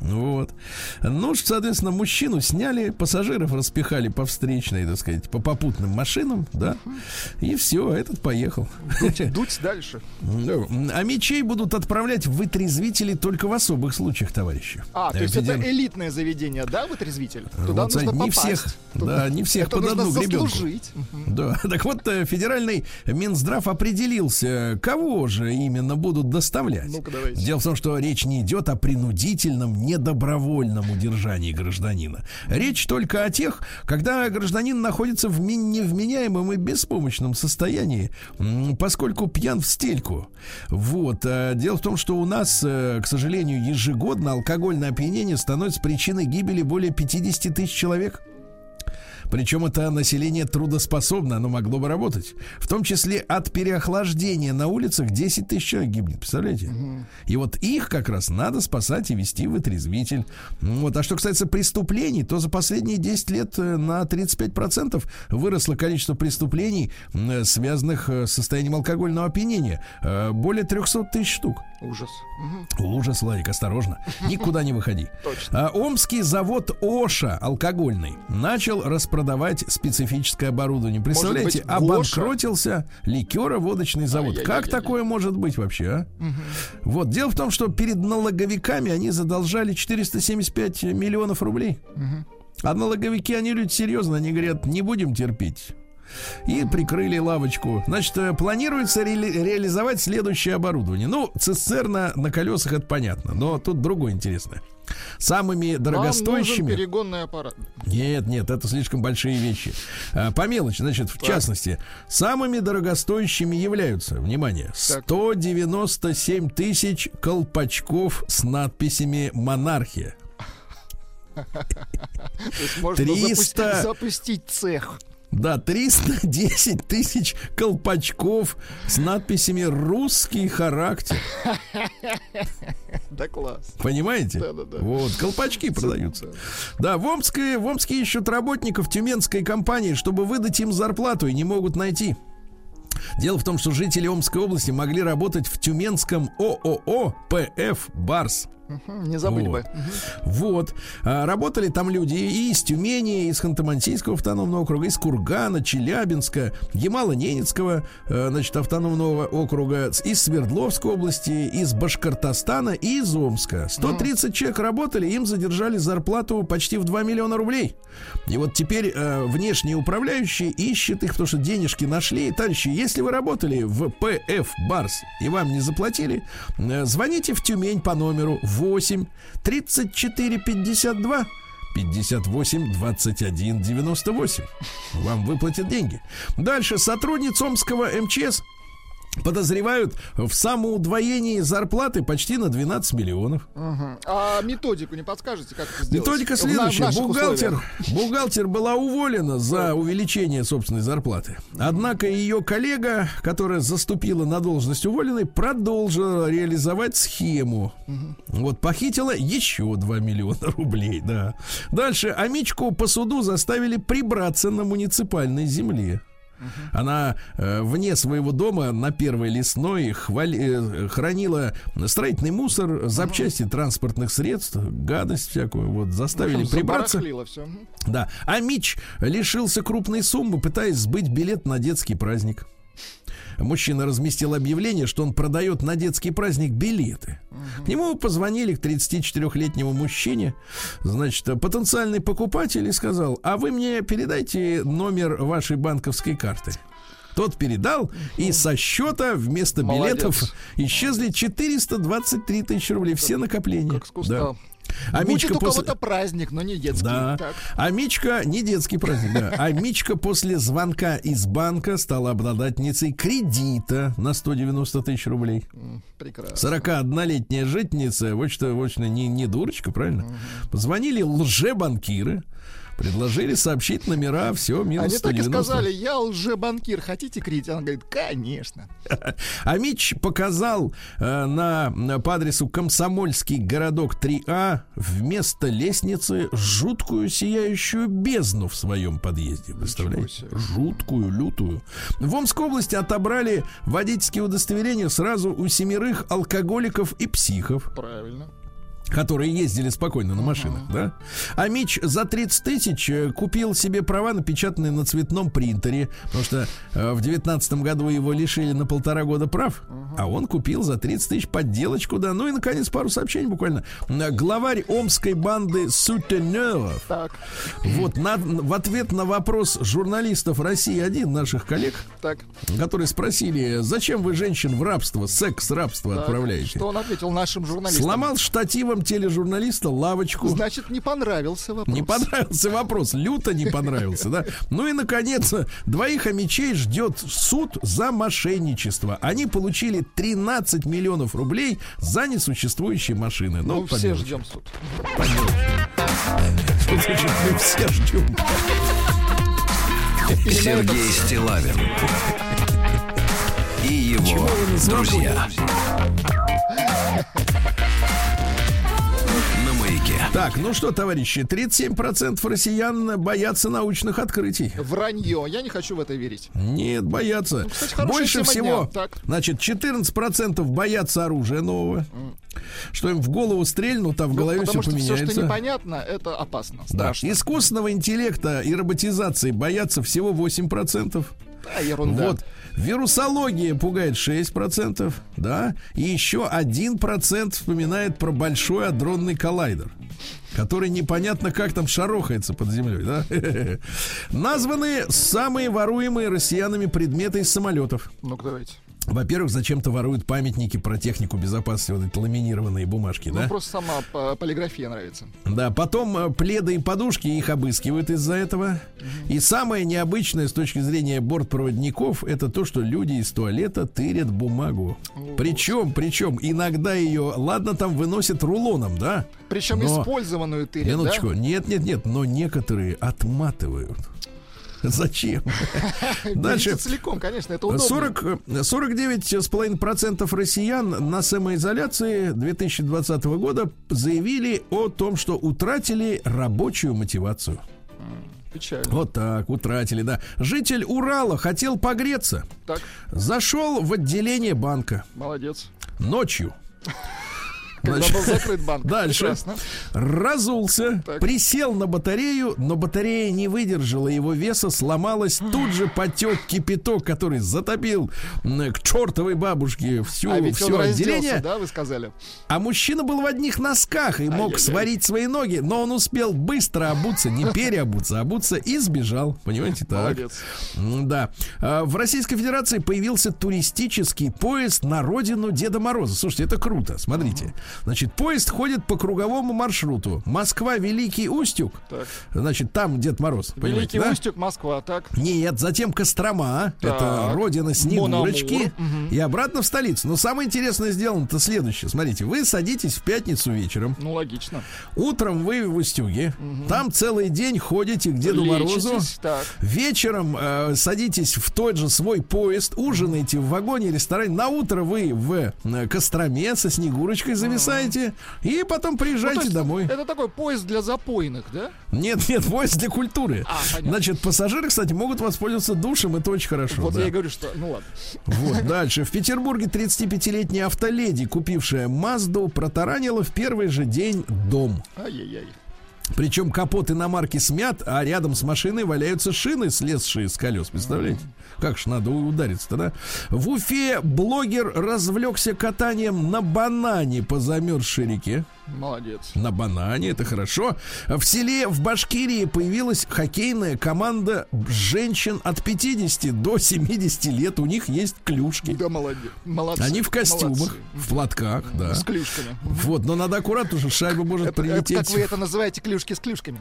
Вот. Ну, соответственно, мужчину сняли, пассажиров распихали по встречной, так сказать, по попутным машинам, да, и все, этот поехал. Дуть дальше. А мечей будут отправлять в вытрезвители только в особых случаях, товарищи. То есть это элитное заведение, да, вытрезвитель? Туда вот, нужно не попасть. Всех, да, не всех это под одну гребенку. Да, так вот, федеральный Минздрав определился, кого же именно будут доставлять. Ну-ка, давайте. Дело в том, что речь не идет о принудительном, недобровольном удержании гражданина. Речь только о тех, когда гражданин находится в невменяемом и беспомощном состоянии, поскольку пьян в стельку. Вот. Дело в том, что у нас, к сожалению, ежегодно алкогольное опьянение становится причиной гибели более 50 тысяч человек. Причем это население трудоспособно, оно могло бы работать. В том числе от переохлаждения на улицах 10 тысяч человек гибнет, представляете? И вот их как раз надо спасать и вести в вытрезвитель. Вот. А что касается преступлений, то за последние 10 лет на 35% выросло количество преступлений, связанных с состоянием алкогольного опьянения. Более 300 тысяч штук. Ужас. Ужас, Ларик, осторожно. Никуда не выходи. Омский завод Оша алкогольный начал распродавать специфическое оборудование. Представляете, обанкротился ликеро-водочный завод. Как такое может быть вообще, а? Вот, дело в том, что перед налоговиками они задолжали 475 миллионов рублей. А налоговики, они люди серьезно, они говорят, не будем терпеть. И прикрыли лавочку. Значит, планируется реализовать следующее оборудование. Ну, цистерна на колесах, это понятно. Но тут другое интересное. Самыми дорогостоящими... Вам нужен перегонный аппарат. Нет, это слишком большие вещи. По мелочи, значит, в частности, самыми дорогостоящими являются, внимание, 197 тысяч колпачков с надписями «Монархия». То есть можно запустить цех. Да, 310 тысяч колпачков с надписями «Русский характер». Да, класс. Понимаете? Да. Вот, колпачки продаются. Да, в Омске ищут работников тюменской компании, чтобы выдать им зарплату, и не могут найти. Дело в том, что жители Омской области могли работать в тюменском ООО «ПФ Барс». Не забыли бы. Вот. Работали там люди и из Тюмени, из Ханты-Мансийского автономного округа, из Кургана, Челябинска, Ямало-Ненецкого, значит, автономного округа, из Свердловской области, из Башкортостана и из Омска. 130 человек работали, им задержали зарплату почти в 2 миллиона рублей. И вот теперь внешние управляющие ищут их, потому что денежки нашли. Товарищи, если вы работали в ПФ Барс и вам не заплатили, звоните в Тюмень по номеру 8 34 52 58 21 98. Вам выплатят деньги. Дальше сотрудниц Омского МЧС подозревают в самоудвоении зарплаты почти на 12 миллионов. А методику не подскажете, как это сделать? Методика следующая. Бухгалтер была уволена за увеличение собственной зарплаты. Однако ее коллега, которая заступила на должность уволенной, продолжила реализовать схему. Вот, похитила еще 2 миллиона рублей. Да. Дальше Амичку по суду заставили прибраться на муниципальной земле. Она вне своего дома на Первой Лесной хранила строительный мусор, запчасти транспортных средств, гадость всякую. Вот, заставили прибраться. Да. А Мич лишился крупной суммы, пытаясь сбыть билет на детский праздник. Мужчина разместил объявление, что он продает на детский праздник билеты. К нему позвонили, к 34-летнему мужчине. Значит, потенциальный покупатель, и сказал: а вы мне передайте номер вашей банковской карты. Тот передал, и со счета вместо билетов исчезли 423 тысячи рублей. Все накопления. Как с куста. А будет у кого-то праздник, но не детский. Да. А Мичка, не детский праздник, да. А Мичка после звонка из банка стала обладательницей кредита на 190 тысяч рублей. Прекрасно. 41-летняя жительница, вот что, не дурочка, правильно? Позвонили лжебанкиры, предложили сообщить номера, все, минус они 190. Они так и сказали: я лжебанкир, хотите кредит? Она говорит: конечно. А Мич показал по адресу Комсомольский городок 3А вместо лестницы жуткую сияющую бездну в своем подъезде. Представляете? Жуткую, лютую. В Омской области отобрали водительские удостоверения сразу у 7 алкоголиков и психов. Правильно. которые ездили спокойно на машинах, да? А Мич за 30 тысяч купил себе права, напечатанные на цветном принтере, потому что в 19-м году его лишили на 1,5 года прав, а он купил за 30 тысяч подделочку, да. Ну и, наконец, пару сообщений буквально. Главарь омской банды сутенеров. Так. Вот, в ответ на вопрос журналистов России-1, наших коллег, так, которые спросили, зачем вы женщин в рабство, секс-рабство отправляете? Что он ответил нашим журналистам? Сломал штативом тележурналиста лавочку. Значит, не понравился вопрос. Не понравился вопрос, люто не понравился, да. Ну и, наконец, 2 хомячей ждет суд за мошенничество. Они получили 13 миллионов рублей за несуществующие машины. Ну, все ждем суд. Мы все ждем. Сергей Стиллавин и его друзья. Так, ну что, товарищи, 37% россиян боятся научных открытий. Вранье, я не хочу в это верить. Нет, боятся. Ну, кстати, больше всего, значит, 14% боятся оружия нового. Что им в голову стрельнут, а в голове все поменяется. Все, что непонятно, это опасно, страшно. Да. Искусственного интеллекта и роботизации боятся всего 8%. Да, ерунда. Вот. Вирусология пугает 6%, да, и еще 1% вспоминает про большой адронный коллайдер, который непонятно как там шарохается под землей, да. Названы самые воруемые россиянами предметы из самолетов. Ну-ка, давайте. Во-первых, зачем-то воруют памятники про технику безопасности, вот эти ламинированные бумажки, да? Ну, просто сама полиграфия нравится. Да, потом пледы и подушки, их обыскивают из-за этого. И самое необычное с точки зрения бортпроводников, это то, что люди из туалета тырят бумагу. Причем иногда ее, ладно, там выносят рулоном, да? Причем использованную тырят, минуточку, да? Нет, но некоторые отматывают. Зачем? Дальше. Целиком, конечно, это удобно. 49,5% россиян на самоизоляции 2020 года заявили о том, что утратили рабочую мотивацию. Печально. Вот так, утратили, да. Житель Урала хотел погреться. Так. Зашел в отделение банка. Молодец. Ночью. Когда был закрыт банк. Дальше. Прекрасно. Разулся, присел на батарею, но батарея не выдержала его веса, сломалась. Тут же потек кипяток, который затопил к чертовой бабушке все отделение. Да, вы сказали. А мужчина был в одних носках и мог сварить свои ноги, но он успел быстро обуться, не переобуться, обуться и сбежал. Понимаете, так? Молодец. Да. В Российской Федерации появился туристический поезд на родину Деда Мороза. Слушайте, это круто. Смотрите. Значит, поезд ходит по круговому маршруту. Москва, Великий Устюг. Так. Значит, там Дед Мороз. Великий Устюг, Москва, так. Нет, затем Кострома. Так. Это родина Снегурочки. И обратно в столицу. Но самое интересное сделано-то следующее. Смотрите, вы садитесь в пятницу вечером. Ну, логично. Утром вы в Устюге. Там целый день ходите к Деду Морозу. Так. Вечером садитесь в тот же свой поезд. Ужинаете в вагоне, ресторане. На утро вы в Костроме со Снегурочкой зависаете. И потом приезжайте домой. Это такой поезд для запойных, да? Нет, поезд для культуры. Значит, пассажиры, кстати, могут воспользоваться душем. Это очень хорошо. Вот я и говорю, что... Ну ладно. Вот, дальше. В Петербурге 35-летняя автоледи, купившая Мазду, протаранила в первый же день дом. Ай-яй-яй. Причем капот иномарки смят, а рядом с машиной валяются шины, слезшие с колес. Представляете? Как ж надо удариться-то, да? В Уфе блогер развлекся катанием на банане по замерзшей реке. Молодец. На банане, это хорошо. В селе в Башкирии появилась хоккейная команда женщин от 50 до 70 лет. У них есть клюшки. Да, молодцы. Они в костюмах, в платках, да. С клюшками. Вот, но надо аккуратно, что шайба может прилететь. Как вы это называете, клюшки с клюшками?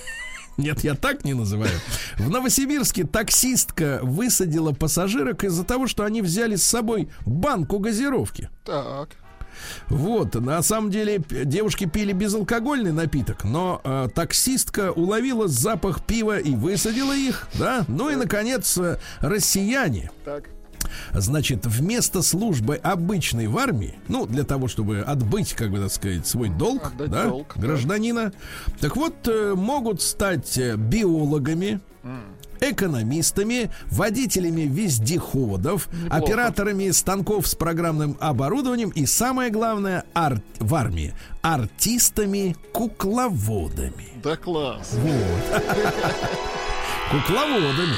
Нет, я так не называю. В Новосибирске таксистка высадила пассажирок из-за того, что они взяли с собой банку газировки. Так. Вот, на самом деле девушки пили безалкогольный напиток, но таксистка уловила запах пива и высадила их, да. Ну и, наконец, россияне. Так. Значит, вместо службы обычной в армии, ну, для того, чтобы отбыть, как бы так сказать, свой долг, да, гражданина, так вот, могут стать биологами, экономистами, водителями вездеходов, операторами станков с программным оборудованием и, самое главное, в армии, артистами-кукловодами. Да класс. Вот. Кукловодами.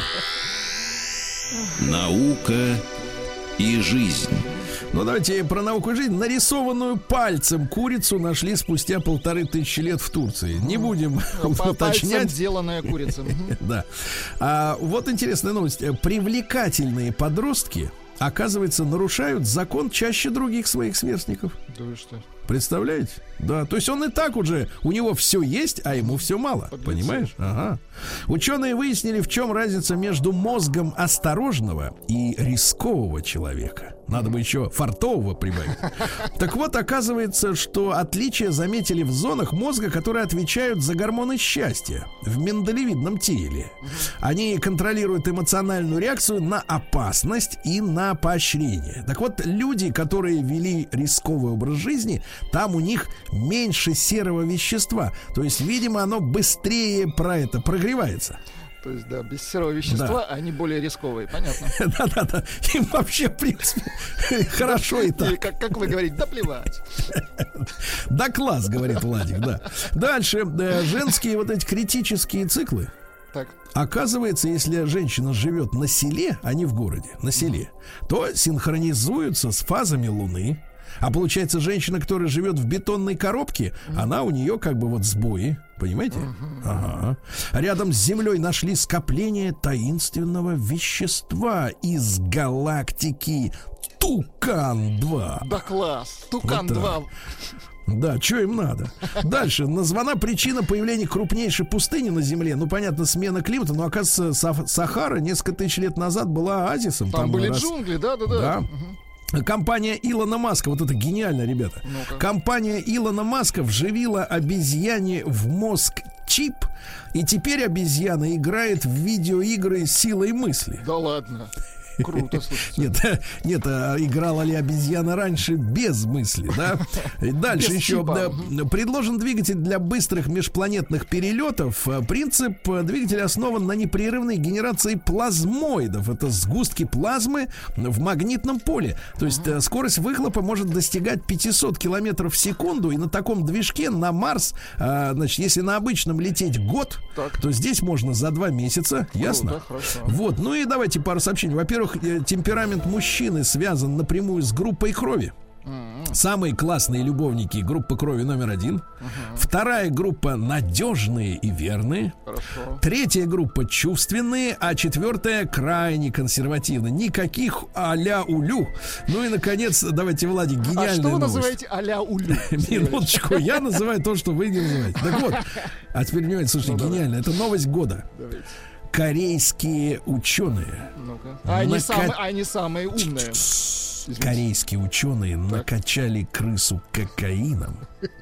Наука и жизнь. Ну, давайте про науку и жизнь. Нарисованную пальцем курицу нашли спустя 1500 лет в Турции. Не будем уточнять. Пальцем сделанная курица. Да. Вот интересная новость. Привлекательные подростки, оказывается, нарушают закон чаще других своих сверстников. Да вы что? Представляете? Да, то есть он и так уже, у него все есть, а ему все мало. Понимаешь? Ага. Ученые выяснили, в чем разница между мозгом осторожного и рискового человека. Надо бы еще фартового прибавить. Так вот, оказывается, что отличия заметили в зонах мозга, которые отвечают за гормоны счастья в миндалевидном теле. Они контролируют эмоциональную реакцию на опасность и на поощрение. Так вот, люди, которые вели рисковый образ жизни, там у них меньше серого вещества. То есть, видимо, оно быстрее прогревается. То есть, да, без серого вещества, да. Они более рисковые, понятно. Да-да-да, им вообще, в принципе, хорошо и так. Как вы говорите, да плевать. Да класс, говорит Владик, да. Дальше, женские вот эти критические циклы. Так. Оказывается, если женщина живет на селе, а не в городе, на селе, то синхронизуются с фазами Луны. А получается, женщина, которая живет в бетонной коробке, она у нее как бы вот сбои. Понимаете? Ага. Рядом с Землей нашли скопление таинственного вещества из галактики Тукан-2. Да класс! Тукан-2. Вот да, что им надо? Дальше. Названа причина появления крупнейшей пустыни на Земле. Ну, понятно, смена климата. Но, оказывается, Сахара несколько тысяч лет назад была оазисом. Там были джунгли, да. Компания Илона Маска, вот это гениально, ребята. Ну-ка. Компания Илона Маска вживила обезьяне в мозг чип, и теперь обезьяна играет в видеоигры силой мысли. Да ладно. Круто, слушайте. Нет, играла ли обезьяна раньше без мысли, да? Дальше еще предложен двигатель для быстрых межпланетных перелетов. Принцип двигателя основан на непрерывной генерации плазмоидов. Это сгустки плазмы в магнитном поле. То есть скорость выхлопа может достигать 500 километров в секунду. И на таком движке на Марс, значит, если на обычном лететь год, то здесь можно за 2 месяца. Ясно? Вот, ну и давайте пару сообщений. Во-первых, темперамент мужчины связан напрямую с группой крови. Самые классные любовники — группа крови номер 1. Вторая группа — надежные и верные. Хорошо. Третья группа — чувственные. А четвертая — крайне консервативные. Никаких а-ля улю. Ну и, наконец, давайте, Владик, гениальная новость. А что вы называете а-ля улю? Минуточку, я называю то, что вы не называете. Так вот, а теперь, внимание, слушайте, гениально. Это новость года. Давайте. Корейские ученые. Они самые умные. Корейские ученые накачали крысу кокаином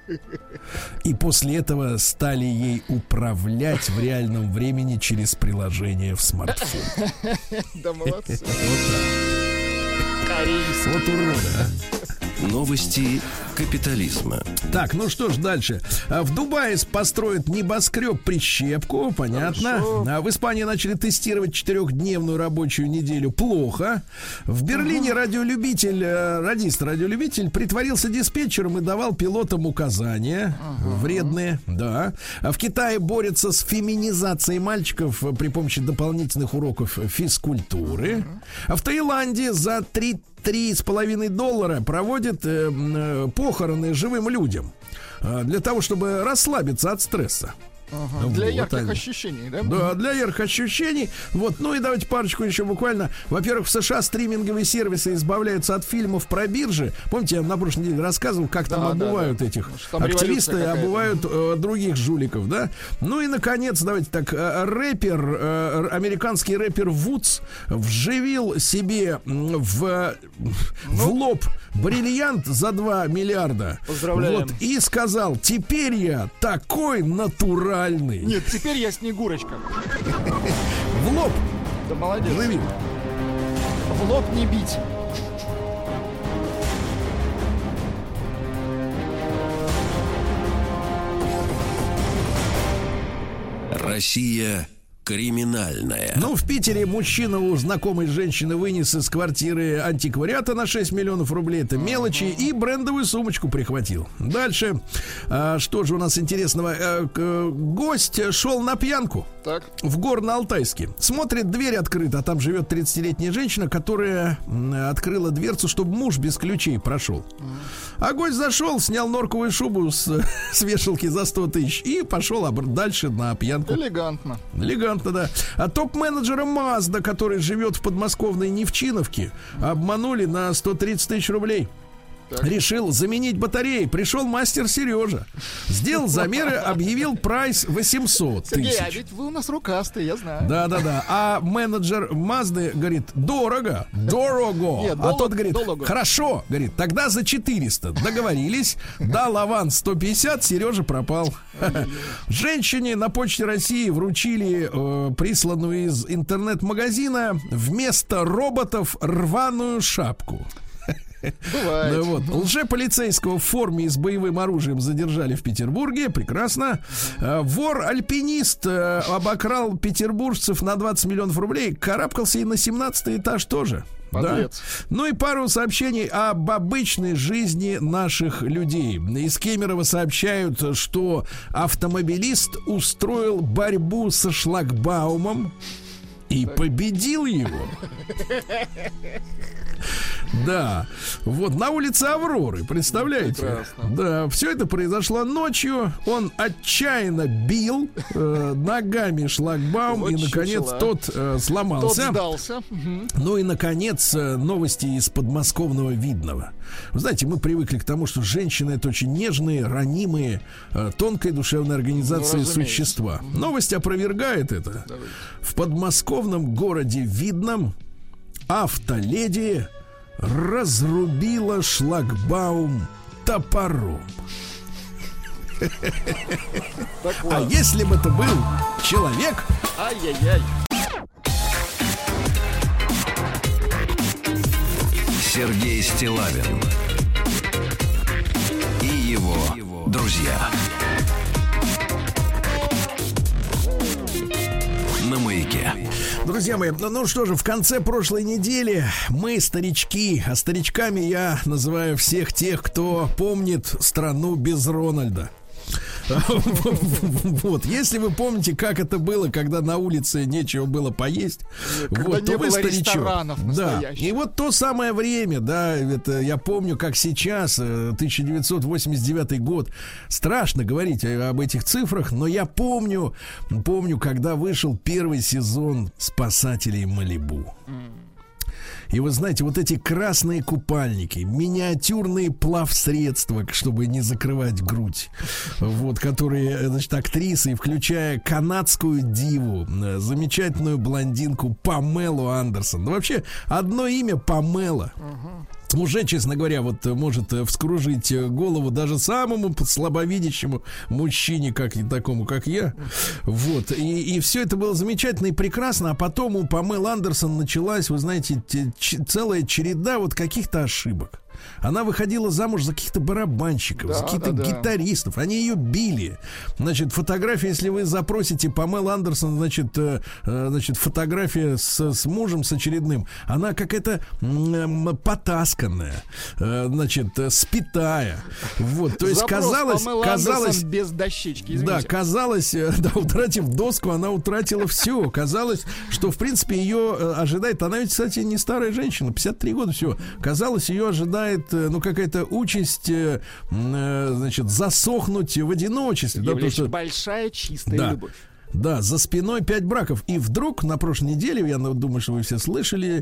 и после этого стали ей управлять в реальном времени через приложение в смартфон. Да молодцы. Вот уроды, а. Новости капитализма. Так, ну что ж, дальше. В Дубае построят небоскреб-прищепку, понятно. В Испании начали тестировать 4-дневную рабочую неделю. Плохо. В Берлине радист-радиолюбитель притворился диспетчером и давал пилотам указания. Вредные, да. В Китае борются с феминизацией мальчиков при помощи дополнительных уроков физкультуры. А в Таиланде за $3,5 проводят похороны живым людям для того, чтобы расслабиться от стресса. Для ярких ощущений, да? Да, для ярких ощущений. Вот, ну и давайте парочку еще буквально. Во-первых, в США стриминговые сервисы избавляются от фильмов про биржи. Помните, я на прошлой неделе рассказывал, как там обувают этих активисты, обувают других жуликов, да? Ну и, наконец, давайте так, американский рэпер Вудс вживил себе в лоб бриллиант за 2 миллиарда. Поздравляем. Вот, и сказал: теперь я такой натуральный. Нет, теперь я Снегурочка. В лоб. Да молодец. Живи. В лоб не бить. Россия Криминальное. Ну, в Питере мужчина у знакомой женщины вынес из квартиры антиквариата на 6 миллионов рублей. Это мелочи. И брендовую сумочку прихватил. Дальше. Что же у нас интересного? Гость шел на пьянку. Так. В Горно-Алтайске. Смотрит, дверь открыта, а там живет 30-летняя женщина, которая открыла дверцу, чтобы муж без ключей прошел. А гость зашел, снял норковую шубу с вешалки за 100 тысяч и пошел дальше на пьянку. Элегантно. Элегантно, да. А топ-менеджера Mazda, который живет в подмосковной Невчиновке, обманули на 130 тысяч рублей. Так. Решил заменить батареи. Пришел мастер Сережа. Сделал замеры, объявил прайс 800 тысяч. Сергей, а ведь вы у нас рукастые, я знаю. Да. А менеджер Мазды говорит: дорого. Нет, а тот говорит: хорошо. Говорит, тогда за 400. Договорились. Дал аванс 150, Сережа пропал. Женщине на Почте России вручили присланную из интернет-магазина вместо роботов рваную шапку. Бывает. Ну, вот. Лжеполицейского в форме и с боевым оружием задержали в Петербурге. Прекрасно. Вор-альпинист обокрал петербуржцев на 20 миллионов рублей. Карабкался и на 17-й этаж тоже. Да. Ну и пару сообщений об обычной жизни наших людей. Из Кемерово сообщают, что автомобилист устроил борьбу со шлагбаумом и победил его. Да, вот на улице Авроры, представляете? Прекрасно. Да, все это произошло ночью. Он отчаянно бил ногами шлагбаум, вот и, наконец, тот сломался. Тот сдался. Ну и, наконец, новости из подмосковного Видного. Вы знаете, мы привыкли к тому, что женщины — это очень нежные, ранимые, тонкой душевной организации существа. Новость опровергает это. Давайте. В подмосковном городе Видном автоледи разрубила шлагбаум топором. А если бы это был человек? Ай-яй-яй. Сергей Стиллавин и его друзья на Маяке. Друзья мои, ну что же, в конце прошлой недели мы старички, а старичками я называю всех тех, кто помнит страну без Рональда. Вот, если вы помните, как это было, когда на улице нечего было поесть, вот, то вы старичок. Да, и вот то самое время, да, это я помню, как сейчас, 1989 год. Страшно говорить об этих цифрах, но я помню, когда вышел первый сезон «Спасателей Малибу». И вы знаете, вот эти красные купальники, миниатюрные плавсредства, чтобы не закрывать грудь, вот, которые, значит, актрисы, включая канадскую диву, замечательную блондинку Памелу Андерсон. Ну, вообще, одно имя Памела уже, честно говоря, вот может вскружить голову даже самому слабовидящему мужчине, такому, как я. Вот. И все это было замечательно и прекрасно. А потом у Памелы Андерсон началась, вы знаете, целая череда вот каких-то ошибок. Она выходила замуж за каких-то барабанщиков, за каких-то гитаристов. Они ее били. Значит, фотография, если вы запросите Памела Андерсон, значит, фотография с мужем, с очередным, она какая-то потасканная, значит, спитая. Вот, то есть казалось без дощечки, извините. Да, казалось, да, утратив доску, она утратила все. Казалось, что, в принципе, ее ожидает. Она ведь, кстати, не старая женщина, 53 года всего. Казалось, ее ожидает, ну, какая-то участь, значит, засохнуть в одиночестве. Да, потому что большая чистая любовь. Да, за спиной 5 браков. И вдруг на прошлой неделе, я думаю, что вы все слышали,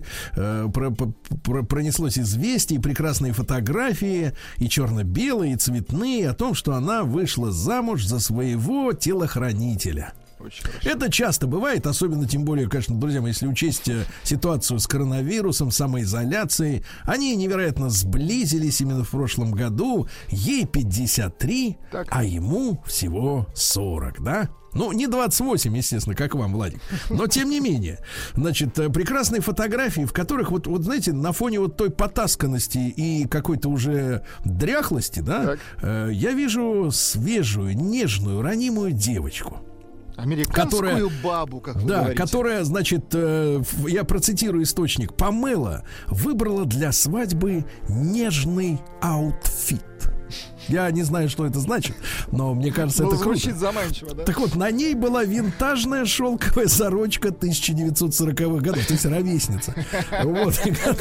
пронеслось известие, и прекрасные фотографии, и черно-белые, и цветные, о том, что она вышла замуж за своего телохранителя. Это часто бывает, особенно, тем более, конечно, друзья мои, если учесть ситуацию с коронавирусом, самоизоляцией. Они невероятно сблизились именно в прошлом году. Ей 53, а ему всего 40, да? Ну, не 28, естественно, как вам, Владик. Но, тем не менее, значит, прекрасные фотографии, в которых, вот знаете, на фоне вот той потасканности и какой-то уже дряхлости, да, я вижу свежую, нежную, ранимую девочку. Американскую бабу, как вы говорите. Которая, значит, я процитирую источник, Памела выбрала для свадьбы нежный аутфит. Я не знаю, что это значит, но мне кажется, это звучит круто. Заманчиво, да? Так вот, на ней была винтажная шелковая сорочка 1940-х годов, то есть ровесница. Вот,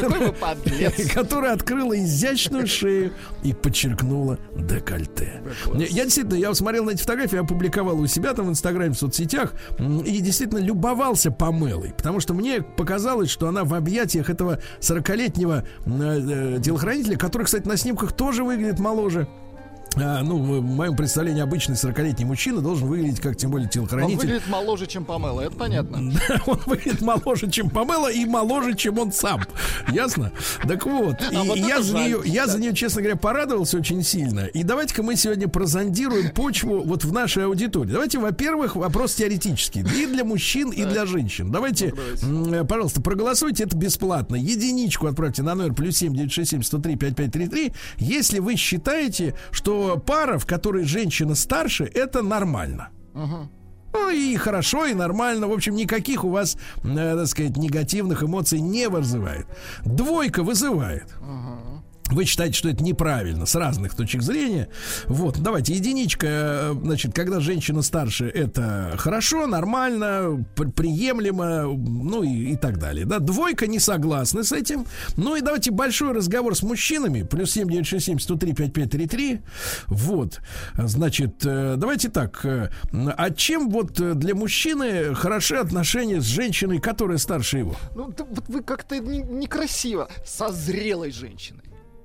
которая открыла изящную шею и подчеркнула декольте. Я действительно, я смотрел на эти фотографии, опубликовал у себя там в Инстаграме, в соцсетях, и действительно любовался Памелой, потому что мне показалось, что она в объятиях этого 40-летнего телохранителя, который, кстати, на снимках тоже выглядит моложе. В моем представлении обычный 40-летний мужчина должен выглядеть как, тем более, телохранитель. Он выглядит моложе, чем Памела, это понятно. Да, он выглядит моложе, чем Памела, и моложе, чем он сам. Ясно? Так вот, я за нее, честно говоря, порадовался очень сильно. И давайте-ка мы сегодня прозондируем почву вот в нашей аудитории. Давайте, во-первых, вопрос теоретический. И для мужчин, и для женщин. Давайте, пожалуйста, проголосуйте, это бесплатно. Единичку отправьте на номер +7 967 103 5533, если вы считаете, что пара, в которой женщина старше, это нормально. Ну и хорошо, и нормально. В общем, никаких у вас, так сказать, негативных эмоций не вызывает. Двойка вызывает. Вы считаете, что это неправильно с разных точек зрения. Вот, давайте, единичка, значит, когда женщина старше, это хорошо, нормально, приемлемо, ну и так далее. Да, двойка не согласны с этим. Ну и давайте большой разговор с мужчинами. +7 967 103 5533. Вот, значит, давайте так. А чем вот для мужчины хороши отношения с женщиной, которая старше его? Ну, вот вы как-то некрасиво. Со зрелой женщиной.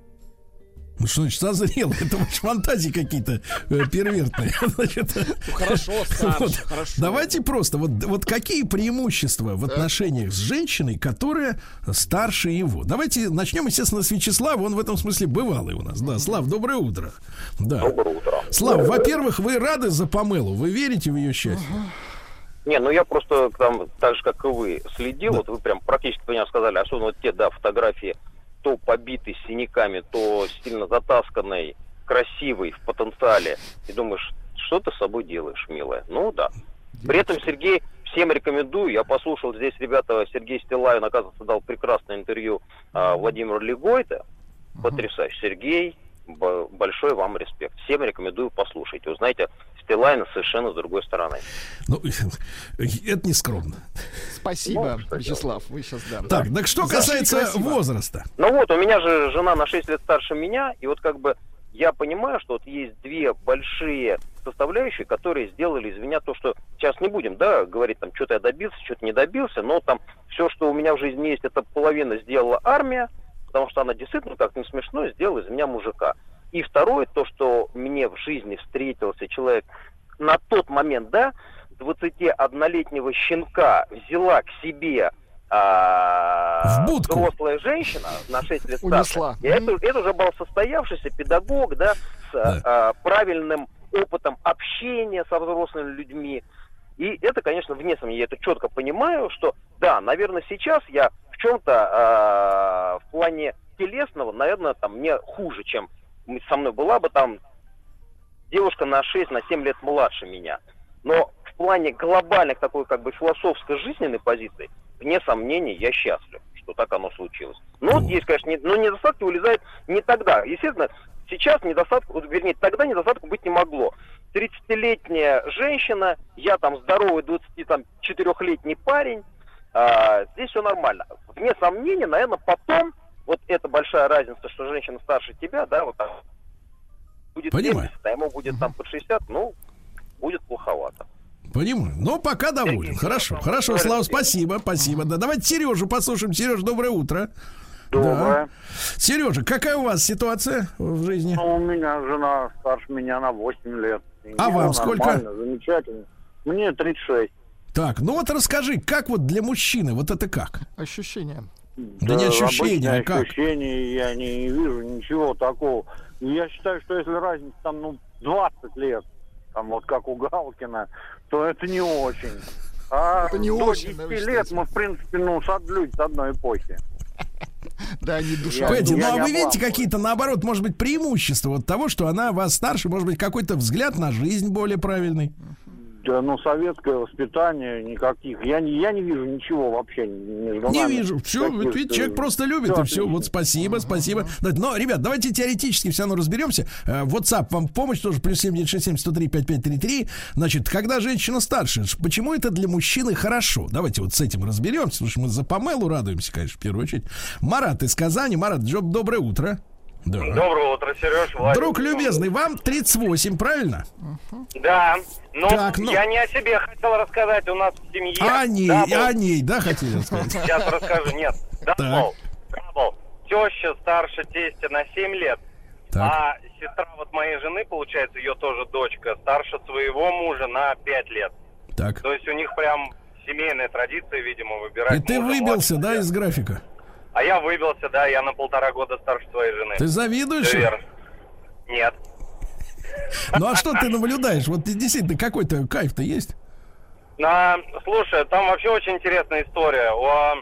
Ну что значит созрел? Это ваши фантазии какие-то первертные. Значит, хорошо, старше, хорошо. Давайте просто, вот какие преимущества в отношениях с женщиной, которая старше его? Давайте начнем, естественно, с Вячеслава. Он в этом смысле бывалый у нас. Да, Слав, доброе утро. Да. Доброе утро. Слав, во-первых, вы рады за Памелу? Вы верите в ее счастье? Не, ну я просто там, так же, как и вы, следил. Да. Вот вы прям практически по нему сказали, особенно вот те, да, фотографии, то побитый с синяками, то сильно затасканный, красивый в потенциале. И думаешь, что ты с собой делаешь, милая? Ну да. При этом Сергей, всем рекомендую. Я послушал здесь, ребята, Сергей Стиллавин, оказывается, дал прекрасное интервью Владимиру Легойте. Потрясающе. Сергей, большой вам респект. Всем рекомендую послушать. Вы знаете, Стиллавин совершенно с другой стороны. Ну, это не скромно. Спасибо, Вячеслав. Вы сейчас, да. Так что касается возраста. Ну вот, у меня же жена на 6 лет старше меня, и вот как бы я понимаю, что вот есть две большие составляющие, которые сделали из меня то, что сейчас не будем, да, говорить там, что-то я добился, что-то не добился, но там все, что у меня в жизни есть, это половина сделала армия, потому что она действительно, как не смешно, сделала из меня мужика. И второе, то, что мне в жизни встретился человек на тот момент, да, 21-летнего щенка взяла к себе взрослая женщина на 6 лет старше. И это уже был состоявшийся педагог, да, с правильным опытом общения со взрослыми людьми. И это, конечно, вне сомнения, я это четко понимаю, что, да, наверное, сейчас я в чем-то в плане телесного, наверное, там, мне хуже, чем со мной была бы там девушка на 6-7 лет младше меня. Но в плане глобальных такой как бы философской жизненной позиции, вне сомнений, я счастлив, что так оно случилось. Но есть, конечно, но недостатки вылезают не тогда. Естественно, сейчас недостатку, вернее, тогда недостатку быть не могло. 30-летняя женщина, я там здоровый 24-летний парень, здесь все нормально. Вне сомнения, наверное, потом, вот эта большая разница, что женщина старше тебя, да, вот там будет 70, а ему будет там под 60, ну, будет плоховато. Понимаю. Но пока доволен. Хорошо, Слава, спасибо. Да, давайте Сережу послушаем. Сереж, доброе утро. Доброе. Да. Сережа, какая у вас ситуация в жизни? Ну, у меня жена старше меня на 8 лет. А вам сколько? Замечательно. Мне 36. Так, ну вот расскажи, как вот для мужчины, вот это как? Ощущения. Да не ощущения, а как? Ощущения, я не вижу ничего такого. Я считаю, что если разница там, 20 лет, там вот как у Галкина, то это не очень. А это не до очень, 10 лет мы, в принципе, люди с одной эпохи. Да, не душа. Пэдди, ну а вы видите какие-то, наоборот, может быть, преимущества от того, что она вас старше, может быть, какой-то взгляд на жизнь более правильный? советское воспитание никаких. Я не вижу ничего вообще между нами. Не вижу. Все, ведь человек просто любит, и все. Вот спасибо. Но, ребят, давайте теоретически все равно разберемся. WhatsApp вам в помощь тоже, плюс 7967-103-5533. Значит, когда женщина старше, почему это для мужчины хорошо? Давайте вот с этим разберемся, потому что мы за Памелу радуемся, конечно, в первую очередь. Марат из Казани. Марат, доброе утро. Да. Доброе утро, Сереж. Друг любезный, вам 38, правильно? Да. Я не о себе хотел рассказать, у нас в семье. О ней, да, хотели рассказать? Сейчас расскажу, нет. Дабл. Теща старше тестя на 7 лет. Так. А сестра вот моей жены, получается, ее тоже дочка, старше своего мужа на 5 лет. Так. То есть у них прям семейная традиция, видимо, выбирать. И ты выбился, да, из графика? А я выбился, да, я на 1,5 года старше своей жены. Ты завидуешь? Нет. Ну а что ты наблюдаешь? Вот действительно, какой-то кайф-то есть? Слушай, там вообще очень интересная история.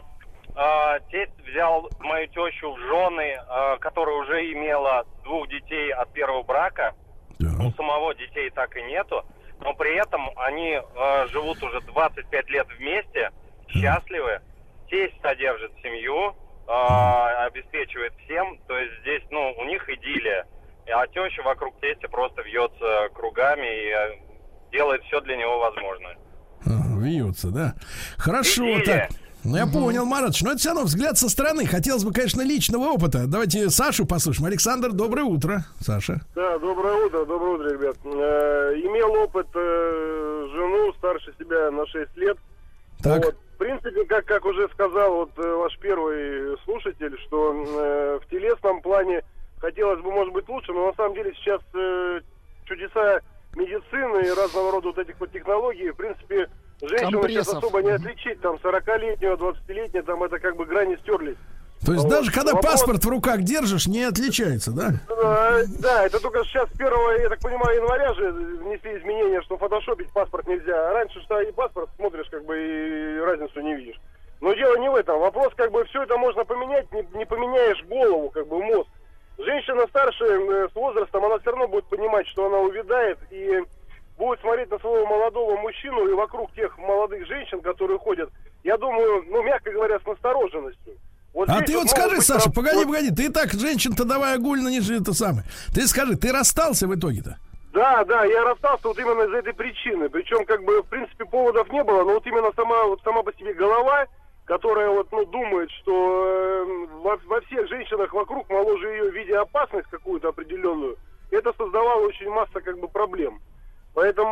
Тесть взял мою тещу в жены, которая уже имела 2 детей от первого брака. Да. У самого детей так и нету. Но при этом они живут уже 25 лет вместе, счастливы. Тесть содержит семью, обеспечивает всем. То есть здесь, у них идиллия. А теща вокруг тестя просто вьется кругами и делает все для него возможное. Вьется, да? Хорошо, идиллия. Так. Я понял, Маратович, но это все равно взгляд со стороны. Хотелось бы, конечно, личного опыта. Давайте Сашу послушаем. Александр, доброе утро. Саша. Да, доброе утро, ребят. Имел опыт жену старше себя на 6 лет. Так. Вот. В принципе, как уже сказал ваш первый слушатель, что в телесном плане хотелось бы, может быть, лучше, но на самом деле сейчас чудеса медицины и разного рода этих технологий, в принципе, женщину сейчас особо не отличить, там 40-летнего, 20-летнего, там это как бы грани стерлись. То есть даже когда паспорт в руках держишь, не отличается, да? Да, это только сейчас 1, я так понимаю, января же внесли изменения, что фотошопить паспорт нельзя. А раньше, что и паспорт смотришь, как бы и разницу не видишь. Но дело не в этом. Вопрос, как бы, все это можно поменять, не поменяешь голову, как бы мозг. Женщина старше с возрастом, она все равно будет понимать, что она увядает и будет смотреть на своего молодого мужчину и вокруг тех молодых женщин, которые ходят, я думаю, мягко говоря, с настороженностью. А ты скажи, Саша, погоди, ты так, женщин-то давай огульно, не же это самое. Ты скажи, ты расстался в итоге-то? Да, я расстался именно из этой причины. Причем, как бы, в принципе, поводов не было, но именно сама по себе голова, которая думает, что во всех женщинах вокруг моложе ее, видя опасность какую-то определенную, это создавало очень масса как бы проблем. Поэтому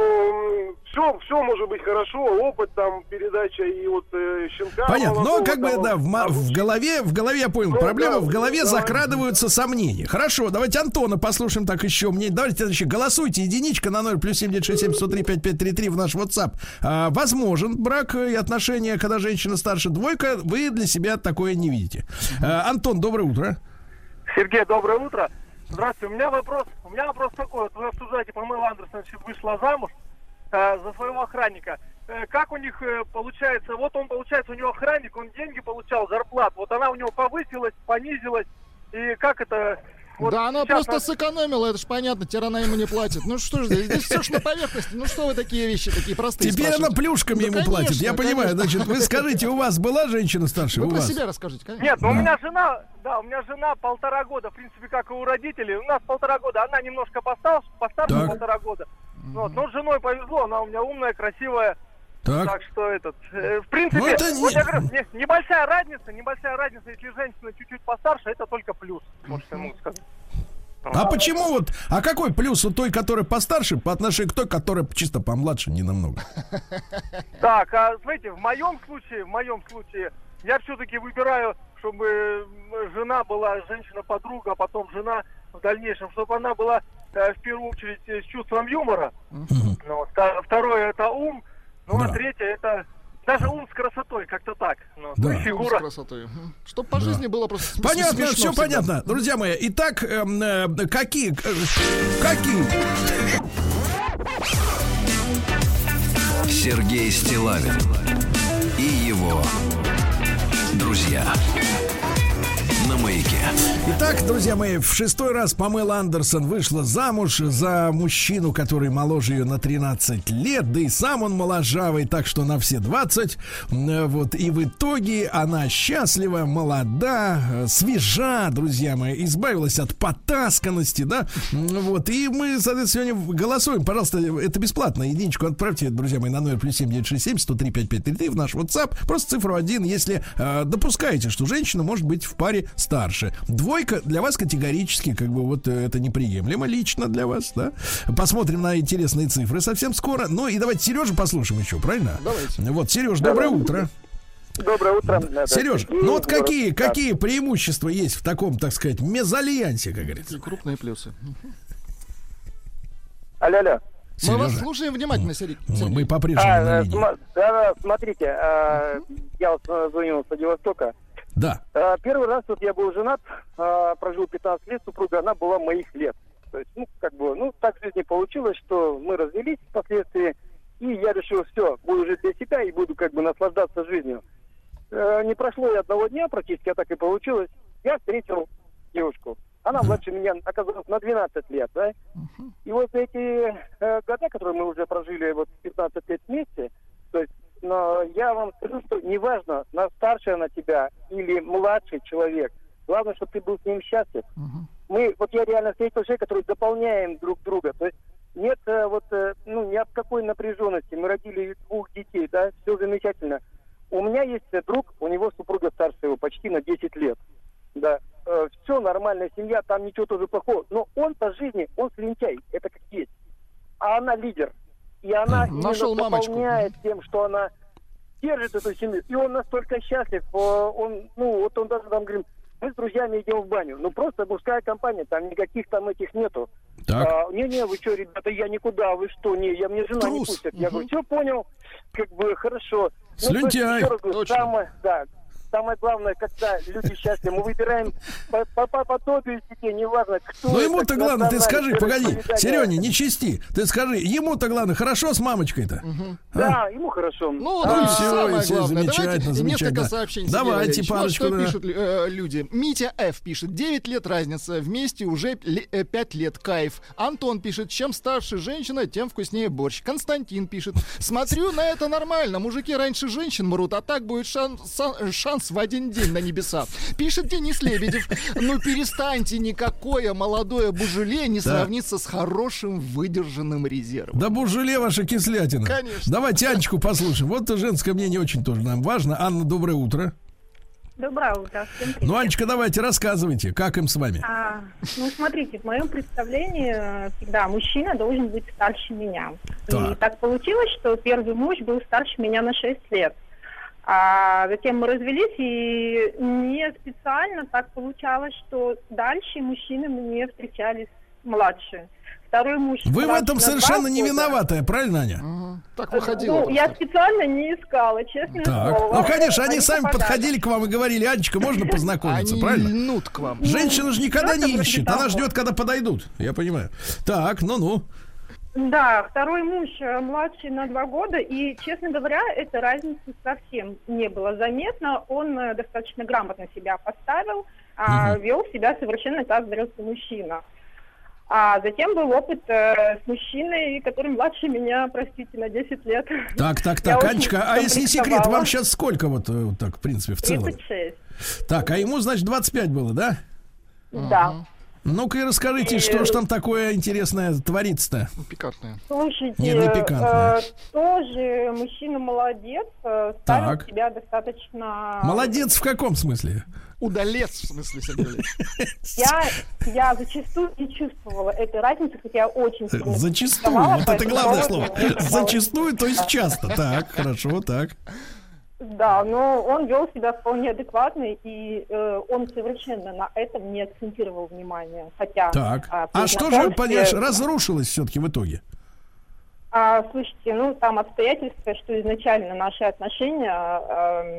все может быть хорошо, опыт там, передача и щенка. Понятно, но как бы, да, в голове, я понял, проблема, в голове закрадываются сомнения. Хорошо, давайте Антона послушаем так еще. Давайте еще голосуйте, единичка на 0, плюс 7967-103-5533 в наш WhatsApp. Возможен брак и отношения, когда женщина старше, 2, вы для себя такое не видите. Антон, доброе утро. Сергей, доброе утро. Здравствуйте, у меня вопрос такой. Вы обсуждаете, Памела Андерсон вышла замуж за своего охранника. Как у них получается, у него охранник, он деньги получал, зарплату. Она у него повысилась, понизилась. И как это... Да, она просто сэкономила, это ж понятно, тирана ему не платит. Ну что ж, здесь все ж на поверхности. Ну что вы такие вещи такие простые Теперь спрашиваете? Она плюшками ему платит, я понимаю. Значит, вы скажите, у вас была женщина старше? Вы про себя расскажите, конечно. Нет, у меня жена 1,5 года, в принципе, как и у родителей. У нас 1,5 года, она немножко постарше 1,5 года. Но с женой повезло, она у меня умная, красивая. Так что в принципе, я говорю, небольшая разница, если женщина чуть-чуть постарше, это только плюс, может, я могу сказать. А почему а какой плюс у той, которая постарше, по отношению к той, которая чисто помладше, не намного? Так, смотрите, в моем случае, я все-таки выбираю, чтобы жена была женщина-подруга, а потом жена в дальнейшем, чтобы она была, в первую очередь, с чувством юмора. Второе, это ум. А третье, это даже ум с красотой, как-то так. Да. Фигура. С красотой. Чтобы по жизни было просто понятно, все понятно. Друзья мои, итак, какие? Сергей Стиллавин и его друзья на Маяке. Итак, друзья мои, в 6-й раз Памела Андерсон вышла замуж за мужчину, который моложе ее на 13 лет, да и сам он моложавый, так что на все 20. Вот, и в итоге она счастлива, молода, свежа, друзья мои, избавилась от потасканности, да. Вот, и мы, соответственно, сегодня голосуем. Пожалуйста, это бесплатно. Единичку отправьте, друзья мои, на номер +7 967 103 5533 в наш WhatsApp. Просто цифру 1, если допускаете, что женщина может быть в паре старше. Двойка для вас категорически, как бы, вот это неприемлемо лично для вас, да? Посмотрим на интересные цифры совсем скоро. Ну и давайте Сережу послушаем еще, правильно? Давайте. Вот, Сереж, доброе утро. Доброе утро. Сереж, ну вот какие преимущества есть в таком, так сказать, мезальянсе, как говорится? И крупные плюсы. Алло. Мы вас слушаем внимательно, Сергей. Мы по-прежнему на линии. Смотрите, я вот звонил с Владивостока. Да. Первый раз вот я был женат, прожил 15 лет, супруга, она была моих лет. То есть, так в жизни получилось, что мы развелись впоследствии, и я решил, все, буду жить для себя и буду как бы наслаждаться жизнью. Не прошло и одного дня, практически, а так и получилось, я встретил девушку. Она младше меня оказалась на 12 лет, да? И вот эти года, которые мы уже прожили, вот 15 лет вместе, то есть, но я вам скажу, что неважно, старший она тебя или младший человек, главное, чтобы ты был с ним счастлив. Я реально встретил человека, который дополняем друг друга, то есть нет ни от какой напряженности. Мы родили 2 детей, да, все замечательно. У меня есть друг, у него супруга старше его почти на 10 лет, да. Все нормальная семья, там ничего тоже плохого. Но он по жизни, он слюнтяй, это как есть. А она лидер. И она дополняет тем, что она держит эту семью. И он настолько счастлив. Он даже там говорит, мы с друзьями идем в баню. Ну просто мужская компания, там никаких там этих нету. Не, вы что, ребята, я никуда, вы что, мне жена не пустит. Я говорю, все понял, как бы хорошо. Слюнтяй. Самое главное, когда люди счастливы, мы выбираем по подобию детей, неважно, кто. Ну ему-то главное, ты скажи, погоди, Серёня, не чисти, ты скажи, ему-то главное, хорошо с мамочкой-то? Да, ему хорошо. Все, замечательно, несколько сообщений. Давайте парочку. Что пишут люди? Митя Ф. пишет, 9 лет разница, вместе уже 5 лет, кайф. Антон пишет, чем старше женщина, тем вкуснее борщ. Константин пишет, смотрю на это нормально, мужики раньше женщин мрут, а так будет шанс в один день на небеса. Пишет Денис Лебедев, ну перестаньте, никакое молодое бужеле не сравнится с хорошим выдержанным резервом. Да бужеле ваша кислятина. Конечно. Давайте Анечку послушаем. Вот женское мнение очень тоже нам важно. Анна, доброе утро. Доброе утро. Всем привет. Ну, Анечка, давайте рассказывайте, как им с вами. Смотрите, в моем представлении всегда мужчина должен быть старше меня. И так получилось, что первый муж был старше меня на 6 лет. А затем мы развелись, и не специально так получалось, что дальше мужчины мне встречались младше. Второй муж... Вы в этом совершенно не виноватая, правильно, Аня? Так выходило. Я специально не искала, честно слово. Ну, конечно, они сами подходили к вам и говорили, Анечка, можно познакомиться, они правильно? льнут к вам. Женщина же никогда не ищет, она ждет, когда подойдут, я понимаю. Так, ну-ну. Да, второй муж младший на 2 года, и, честно говоря, этой разницы совсем не было заметно. Он достаточно грамотно себя поставил, вел себя совершенно как взрослый мужчина. А затем был опыт с мужчиной, который младше меня, простите, на 10 лет. Так, Анечка, а если не секрет, вам сейчас сколько вот так, в принципе, в целом? 36. Так, а ему, значит, 25 было, да? Да. Ну-ка и расскажите, что же там такое интересное творится-то? Пикантное. Слушайте, не пикантное. Тоже мужчина молодец, ставил себя достаточно... Молодец в каком смысле? Удалец, в смысле, Сергей. Я зачастую не чувствовала этой разницы, хотя я очень... Зачастую, вот это главное слово. Зачастую, то есть часто. Так, хорошо, так. Да, но он вел себя вполне адекватно, и он совершенно на этом не акцентировал внимание. Хотя, так, а что же, понимаешь, разрушилось все-таки в итоге? Слушайте, там обстоятельства, что изначально наши отношения...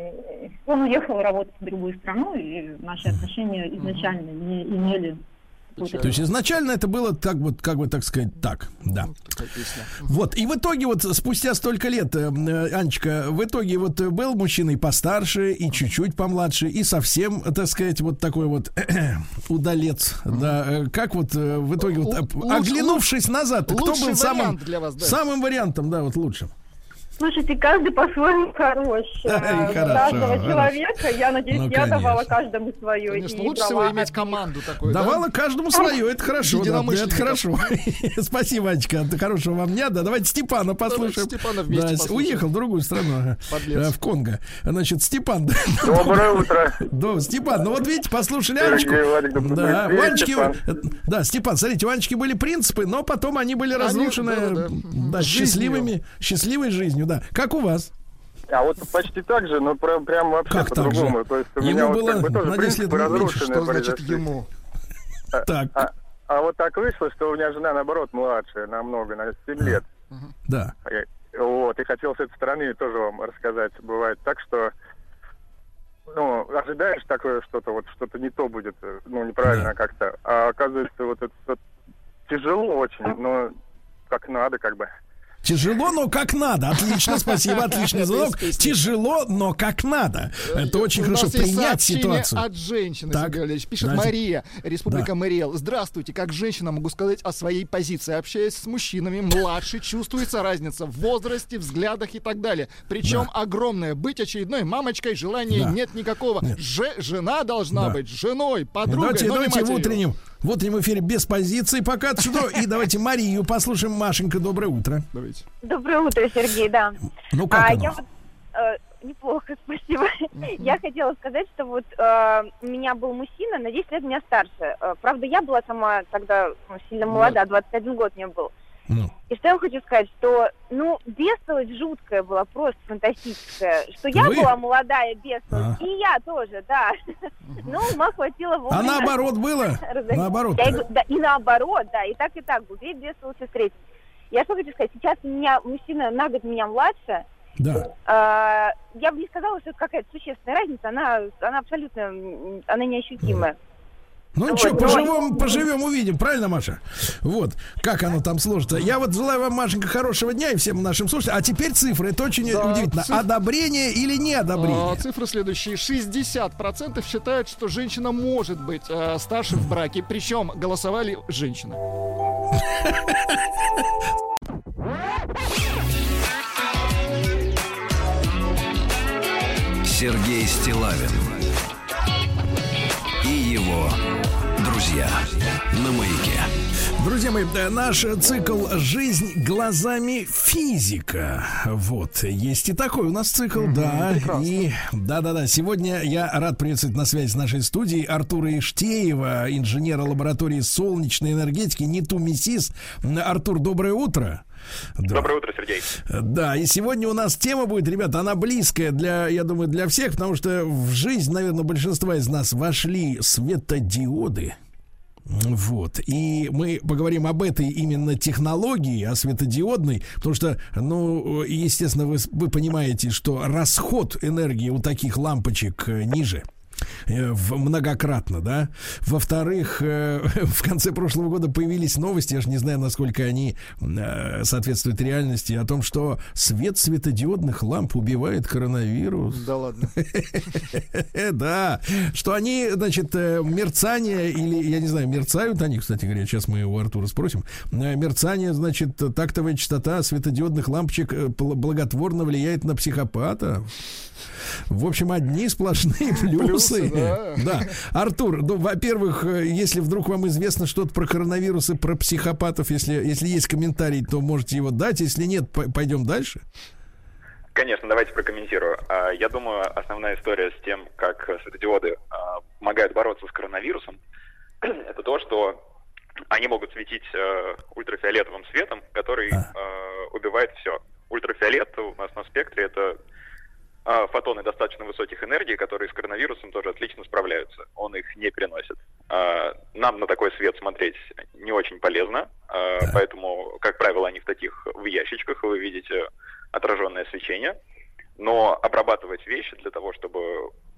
он уехал работать в другую страну, и наши отношения изначально не имели То есть изначально это было так вот, как бы так сказать, так, да. Вот, и в итоге вот спустя столько лет, Анечка, в итоге вот был мужчиной постарше и чуть-чуть помладше, и совсем, так сказать, вот такой вот удалец, да. Как вот в итоге, вот, оглянувшись назад, кто был самым вариантом, да, вот лучшим? Слушайте, каждый по-своему хорош. Каждого человека, я надеюсь, я давала каждому свое. Конечно, лучше всего иметь команду такую. Давала каждому свое, это хорошо. Это хорошо. Спасибо, Анечка, хорошего вам дня. Да, давайте Степана послушаем. Степана вместе послушаем. Уехал в другую страну, в Конго. Значит, Степан. Доброе утро. Степан, ну вот видите, послушали Анечку. Да, у Анечки, да, Степан, смотрите, у Анечки были принципы, но потом они были разрушены счастливой жизнью. Да. Как у вас? А вот почти так же, но прям вообще по-другому. То есть у меня ему вот было как бы тоже на 10 лет разрушенные. Что значит ему? Так. А вот так вышло, что у меня жена, наоборот, младшая намного, на 7 лет. Да. Вот, и хотел с этой стороны тоже вам рассказать. Бывает так, что ожидаешь такое что-то, вот что-то не то будет, неправильно как-то. А оказывается, вот это тяжело очень, но как надо, как бы. Тяжело, но как надо. Отлично, спасибо, отличный звонок. Тяжело, но как надо. Это очень хорошо принять ситуацию. От женщины, Сергей Валерьевич. Пишет Мария, Республика Мариэл. Здравствуйте, как женщина могу сказать о своей позиции. Общаясь с мужчинами младше, чувствуется разница в возрасте, взглядах и так далее. Причем огромная. Быть очередной мамочкой желания нет никакого. Жена должна быть женой, подругой, давайте в утреннем эфире без позиции пока отсюда. И давайте Марию послушаем. Машенька, доброе утро. Давайте. Доброе утро, Сергей, да. Ну, как оно? Неплохо, спасибо. Я хотела сказать, что вот у меня был мужчина на 10 лет меня старше. Правда, я была сама тогда сильно молода, 21 год мне был. И что я вам хочу сказать, что, бестолочь жуткая была, просто фантастическая. Что я была молодая бестолочь, и я тоже, да. Но ума хватило вовремя. А наоборот было? Наоборот. И наоборот, да, и так был. Две бестолочи встретились. Я что хочу сказать, сейчас у меня мужчина на год меня младше. Да. Я бы не сказала, что это какая-то существенная разница, она абсолютно, она неощутимая. Ну что, поживем, увидим, правильно, Маша? Вот, как оно там сложится. Я вот желаю вам, Машенька, хорошего дня и всем нашим слушателям. А теперь цифры, это очень удивительно. Одобрение или не одобрение? Цифры следующие. 60% считают, что женщина может быть старше в браке. Причем голосовали женщины. Сергей Стиллавин и его друзья на Маяке. Друзья мои, наш цикл «Жизнь глазами физика». Вот, есть и такой у нас цикл, да. Прекрасно. И да. Сегодня я рад приветствовать на связи с нашей студией Артура Иштеева, инженера лаборатории солнечной энергетики НИТУ МИСИС. Артур, доброе утро. Доброе утро, Сергей. Да, и сегодня у нас тема будет, ребята, она близкая я думаю, для всех, потому что в жизнь, наверное, большинства из нас вошли светодиоды. Вот, и мы поговорим об этой именно технологии, о светодиодной, потому что, естественно, вы понимаете, что расход энергии у таких лампочек ниже. Многократно, да. Во-вторых, в конце прошлого года появились новости, я же не знаю, насколько они соответствуют реальности, о том, что свет светодиодных ламп убивает коронавирус. Да ладно. Да, что они, значит, мерцание, или, я не знаю, мерцают они, кстати говоря, сейчас мы у Артура спросим, мерцание, значит, тактовая частота светодиодных лампочек благотворно влияет на психопата. В общем, одни сплошные плюсы. Да. Артур, во-первых, если вдруг вам известно что-то про коронавирус и про психопатов, если есть комментарий, то можете его дать. Если нет, пойдем дальше. Конечно, давайте прокомментирую. Я думаю, основная история с тем, как светодиоды помогают бороться с коронавирусом, это то, что они могут светить ультрафиолетовым светом, который убивает все. Ультрафиолет у нас на спектре — это фотоны достаточно высоких энергий, которые с коронавирусом тоже отлично справляются. Он их не переносит. Нам на такой свет смотреть не очень полезно, поэтому, как правило, они в ящичках, и вы видите отраженное свечение. Но обрабатывать вещи для того, чтобы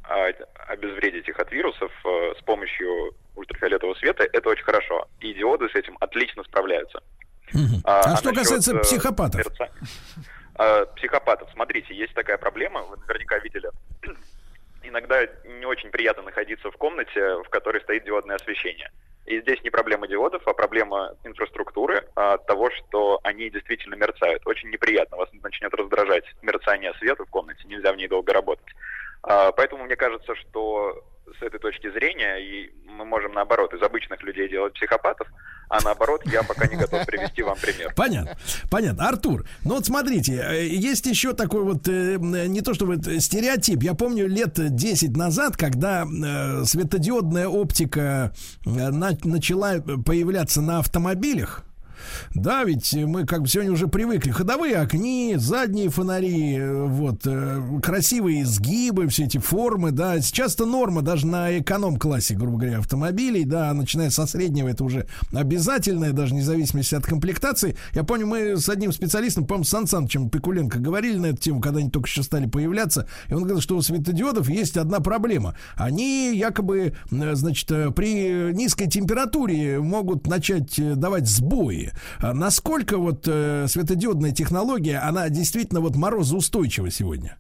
обезвредить их от вирусов с помощью ультрафиолетового света, это очень хорошо. И диоды с этим отлично справляются. А что касается психопатов? Психопатов, смотрите, есть такая проблема, вы наверняка видели. Иногда не очень приятно находиться в комнате, в которой стоит диодное освещение. И здесь не проблема диодов, а проблема инфраструктуры, от того, что они действительно мерцают. Очень неприятно, вас начнет раздражать мерцание света в комнате, нельзя в ней долго работать. Поэтому мне кажется, что с этой точки зрения и мы можем, наоборот, из обычных людей делать психопатов, а наоборот, я пока не готов привести вам пример. Понятно. Артур, ну вот смотрите, есть еще такой вот, не то чтобы стереотип, я помню лет 10 назад, когда светодиодная оптика начала появляться на автомобилях. Да, ведь мы как бы сегодня уже привыкли. Ходовые окни, задние фонари, вот, красивые изгибы, все эти формы, да. Сейчас это норма даже на эконом-классе, грубо говоря, автомобилей, да, начиная со среднего, это уже обязательное, даже вне зависимости от комплектации. Я помню, мы с одним специалистом, по-моему, с Сан Санычем Пикуленко говорили на эту тему, когда они только еще стали появляться, и он говорил, что у светодиодов есть одна проблема. Они якобы, значит, при низкой температуре могут начать давать сбои. Насколько вот светодиодная технология, она действительно вот морозоустойчива сегодня?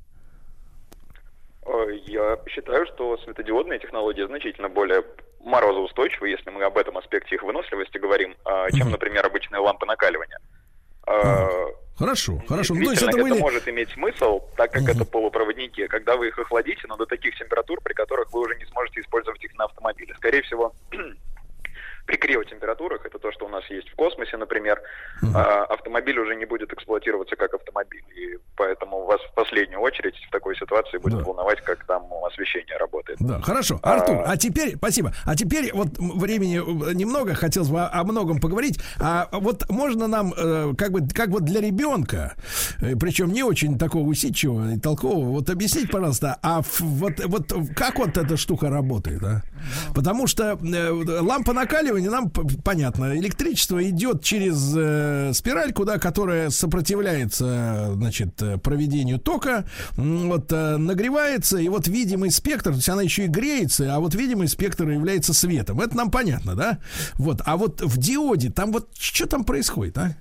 Я считаю, что светодиодные технологии значительно более морозоустойчивы, если мы об этом аспекте их выносливости говорим, чем, например, обычные лампы накаливания. Хорошо. Ну, то есть это может иметь смысл, так как это полупроводники, когда вы их охладите, но до таких температур, при которых вы уже не сможете использовать их на автомобиле. Скорее всего, при криотемпературах, это то, что у нас есть в космосе, например, автомобиль уже не будет эксплуатироваться как автомобиль. И поэтому вас в последнюю очередь в такой ситуации будет волновать, как там освещение работает. Да, хорошо. Артур, а теперь, спасибо. А теперь вот времени немного, хотелось бы о многом поговорить. А вот можно нам, как вот для ребенка, причем не очень такого усидчивого и толкового, вот объяснить, пожалуйста, а вот как вот эта штука работает, а? Потому что лампа накаливания, нам понятно, электричество идет через спиральку, да, которая сопротивляется, значит, проведению тока, вот, нагревается, и вот видимый спектр, то есть она еще и греется, а вот видимый спектр является светом. Это нам понятно, да? Вот, а вот в диоде, там вот, что там происходит, а?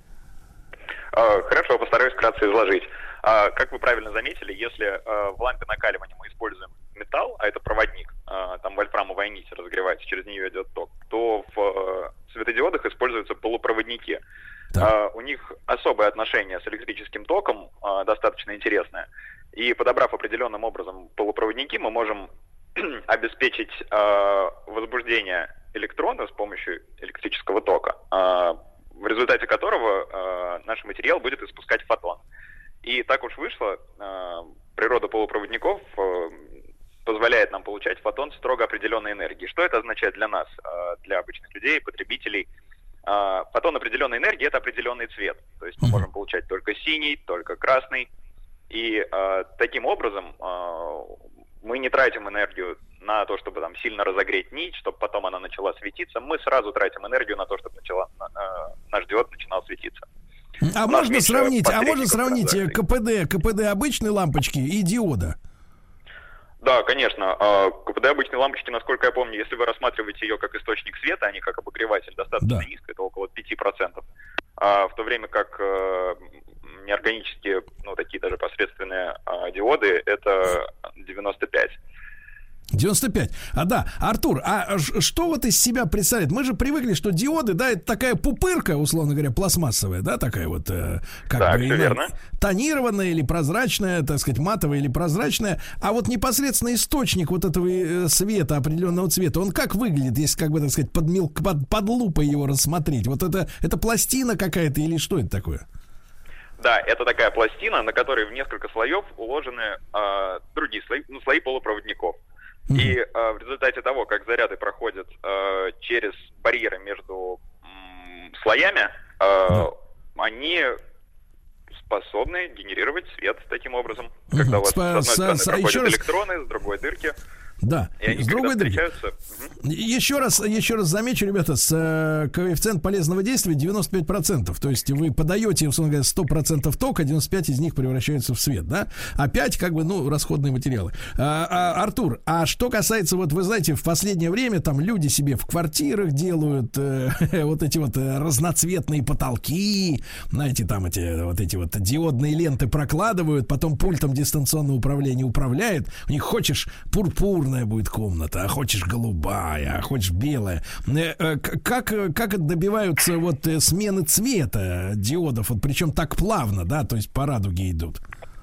Хорошо, постараюсь вкратце изложить. Как вы правильно заметили, если в лампе накаливания мы используем металл, а это проводник, там вольфрамовая нить разогревается, через нее идет ток, то в светодиодах используются полупроводники. У них особое отношение с электрическим током, достаточно интересное. И подобрав определенным образом полупроводники, мы можем обеспечить возбуждение электрона с помощью электрического тока, в результате которого наш материал будет испускать фотон. И так уж вышло, природа полупроводников позволяет нам получать фотон строго определенной энергии. Что это означает для нас, для обычных людей, потребителей? Фотон определенной энергии — это определенный цвет. То есть мы можем получать только синий, только красный. И таким образом мы не тратим энергию на то, чтобы там сильно разогреть нить, чтобы потом она начала светиться. Мы сразу тратим энергию на то, чтобы наш диод начинал светиться. А можно сравнить КПД обычной лампочки и диода? Да, конечно. КПД обычной лампочки, насколько я помню, если вы рассматриваете ее как источник света, а не как обогреватель, достаточно низко, это около 5%. В то время как неорганические, ну, такие даже посредственные диоды, это 95%. 95. Да, Артур, а что вот из себя представляет? Мы же привыкли, что диоды, да, это такая пупырка, условно говоря, пластмассовая, да, такая вот, как бы тонированная или прозрачная, так сказать, матовая или прозрачная. А вот непосредственно источник вот этого света, определенного цвета, он как выглядит, если, как бы, так сказать, под лупой его рассмотреть? Вот это пластина какая-то или что это такое? Да, это такая пластина, на которой в несколько слоев уложены другие слои, слои полупроводников. И в результате того, как заряды проходят через барьеры между слоями, они способны генерировать свет таким образом. Когда у вас с одной стороны проходят электроны, с другой дырки. Да. С другой стороны, еще раз замечу, ребята, с коэффициент полезного действия 95%. То есть вы подаете, условно говоря, 100% тока, 95% из них превращаются в свет, да? А 5% расходные материалы. Артур, а что касается, вот вы знаете, в последнее время там люди себе в квартирах делают вот эти вот разноцветные потолки, знаете, там эти вот диодные ленты прокладывают, потом пультом дистанционного управления управляют. У них хочешь пурпурная будет комната, а хочешь голубая, а хочешь белая. Как добиваются вот смены цвета диодов, вот причем так плавно, да, то есть по радуге идут?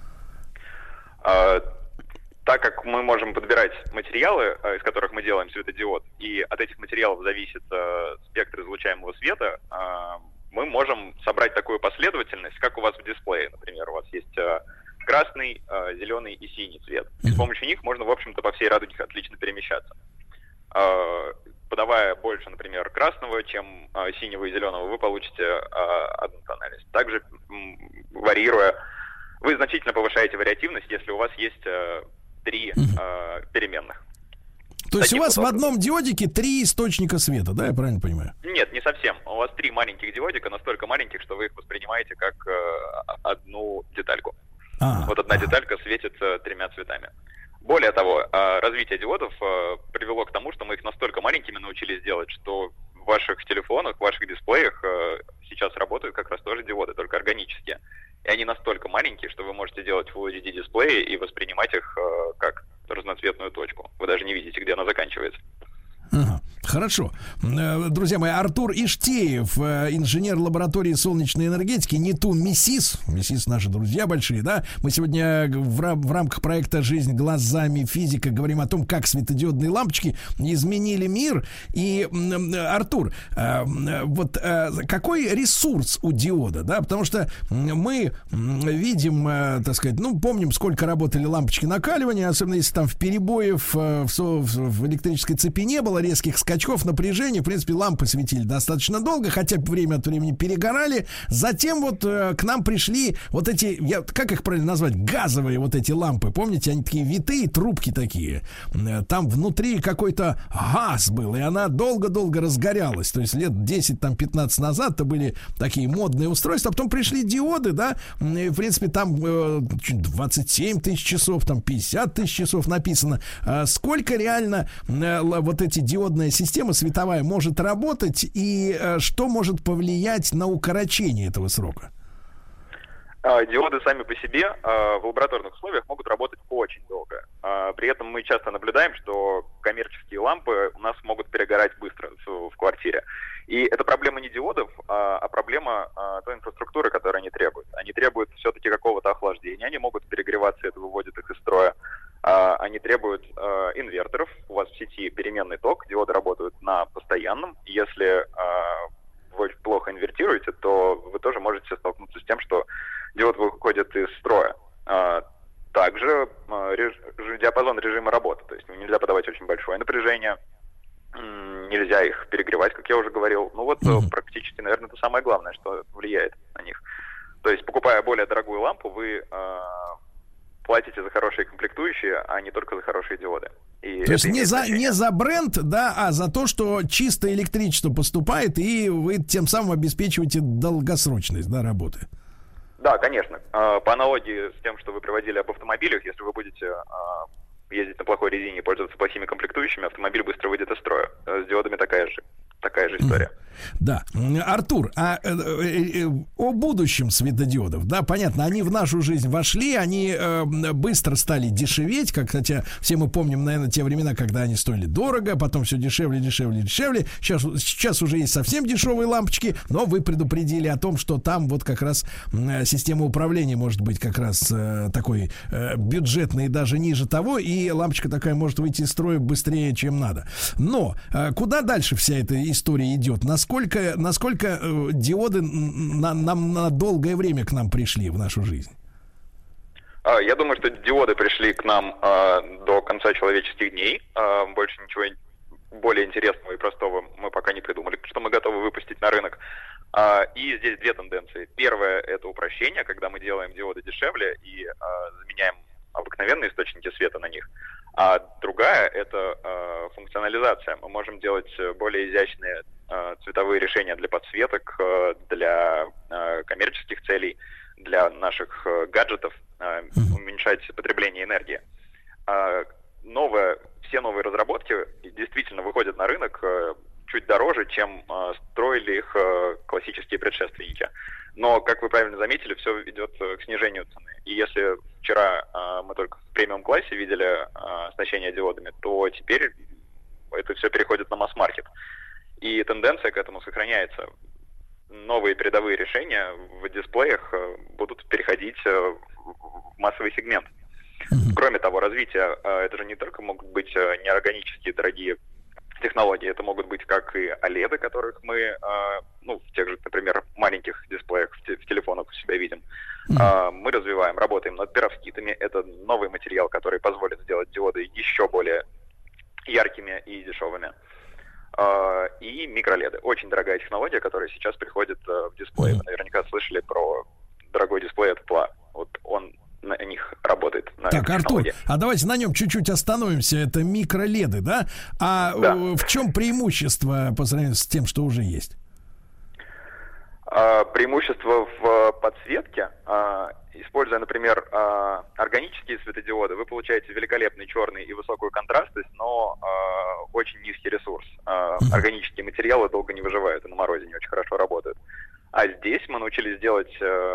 Так как мы можем подбирать материалы, из которых мы делаем светодиод, и от этих материалов зависит спектр излучаемого света, мы можем собрать такую последовательность, как у вас в дисплее. Например, у вас есть красный, зеленый и синий цвет. И с помощью них можно, в общем-то, по всей радуге отлично перемещаться. Подавая больше, например, красного, чем синего и зеленого, вы получите одну тональность. Также варьируя, вы значительно повышаете вариативность, если у вас есть 3 переменных. То есть у вас в одном диодике 3 источника света, да, я правильно понимаю? Нет, не совсем. У вас 3 маленьких диодика, настолько маленьких, что вы их воспринимаете как одну детальку. Вот одна деталька светит 3 цветами. Более того, развитие диодов привело к тому, что мы их настолько маленькими научились делать, что в ваших телефонах, в ваших дисплеях сейчас работают как раз тоже диоды, только органические. И они настолько маленькие, что вы можете делать Full HD дисплеи и воспринимать их как разноцветную точку. Вы даже не видите, где она заканчивается. Ага. Хорошо. Друзья мои, Артур Иштеев, инженер лаборатории солнечной энергетики, НИТУ МИСИС. МИСИС наши друзья большие, да? Мы сегодня в рамках проекта «Жизнь глазами физика» говорим о том, как светодиодные лампочки изменили мир. И, Артур, вот какой ресурс у диода, да? Потому что мы видим, так сказать, помним, сколько работали лампочки накаливания, особенно если там в перебоев в электрической цепи не было резких скачков напряжения, в принципе, лампы светили достаточно долго, хотя время от времени перегорали. Затем вот к нам пришли вот эти, как их правильно назвать, газовые вот эти лампы. Помните, они такие витые, трубки такие. Там внутри какой-то газ был, и она долго-долго разгорялась. То есть лет 10-15 назад это были такие модные устройства. А потом пришли диоды, да, и, в принципе, там 27 тысяч часов, там 50 тысяч часов написано. Сколько реально вот эти диодные система световая может работать, и что может повлиять на укорочение этого срока? Диоды сами по себе в лабораторных условиях могут работать очень долго. При этом мы часто наблюдаем, что коммерческие лампы у нас могут перегорать быстро в квартире. И это проблема не диодов, а проблема той инфраструктуры, которую они требуют. Они требуют все-таки какого-то охлаждения, они могут перегреваться, это выводит их из строя. Они требуют инверторов. У вас в сети переменный ток, диоды работают на постоянном. Если вы плохо инвертируете, то вы тоже можете столкнуться с тем, что диод выходит из строя. Также диапазон режима работы. То есть нельзя подавать очень большое напряжение, нельзя их перегревать, как я уже говорил. Практически, наверное, это самое главное, что влияет на них. То есть, покупая более дорогую лампу, вы платите за хорошие комплектующие, а не только за хорошие диоды. И то есть не за бренд, да, а за то, что чистое электричество поступает, и вы тем самым обеспечиваете долгосрочность, да, работы. Да, конечно. По аналогии с тем, что вы приводили об автомобилях, если вы будете ездить на плохой резине и пользоваться плохими комплектующими, автомобиль быстро выйдет из строя. С диодами такая же история. Да. Артур, о будущем светодиодов, да, понятно, они в нашу жизнь вошли, они быстро стали дешеветь, хотя все мы помним, наверное, те времена, когда они стоили дорого, потом все дешевле. Сейчас уже есть совсем дешевые лампочки, но вы предупредили о том, что там вот как раз система управления может быть как раз такой бюджетной, даже ниже того, и лампочка такая может выйти из строя быстрее, чем надо. Но куда дальше вся эта история идет? Насколько диоды нам на долгое время к нам пришли в нашу жизнь? Я думаю, что диоды пришли к нам до конца человеческих дней. Больше ничего более интересного и простого мы пока не придумали, что мы готовы выпустить на рынок. И здесь 2 тенденции. Первая — это упрощение, когда мы делаем диоды дешевле и заменяем обыкновенные источники света на них. А другая — это персонализация. Мы можем делать более изящные цветовые решения для подсветок, для коммерческих целей, для наших гаджетов, уменьшать потребление энергии. Все новые разработки действительно выходят на рынок чуть дороже, чем строили их классические предшественники. Но, как вы правильно заметили, все идет к снижению цены. И если вчера мы только в премиум-классе видели оснащение диодами, то теперь это все переходит на масс-маркет. И тенденция к этому сохраняется. Новые передовые решения в дисплеях будут переходить в массовый сегмент. Кроме того, развитие, это же не только могут быть неорганические дорогие технологии, это могут быть как и OLED, которых мы, в тех же, например, маленьких дисплеях в телефонах у себя видим. Мы развиваем, работаем над перовскитами. Это новый материал, который позволит сделать диоды еще более яркими и дешевыми. И микроледы. Очень дорогая технология, которая сейчас приходит в дисплей. Вы наверняка слышали про дорогой дисплей от Pla. Вот он на них работает. Так, Артур, а давайте на нем чуть-чуть остановимся. Это микроледы, да? Да. В чем преимущество по сравнению с тем, что уже есть? Преимущество в подсветке. Используя, например, органические светодиоды, вы получаете великолепный черный и высокую контрастность, но очень низкий ресурс. Органические материалы долго не выживают и на морозе не очень хорошо работают. А здесь мы научились делать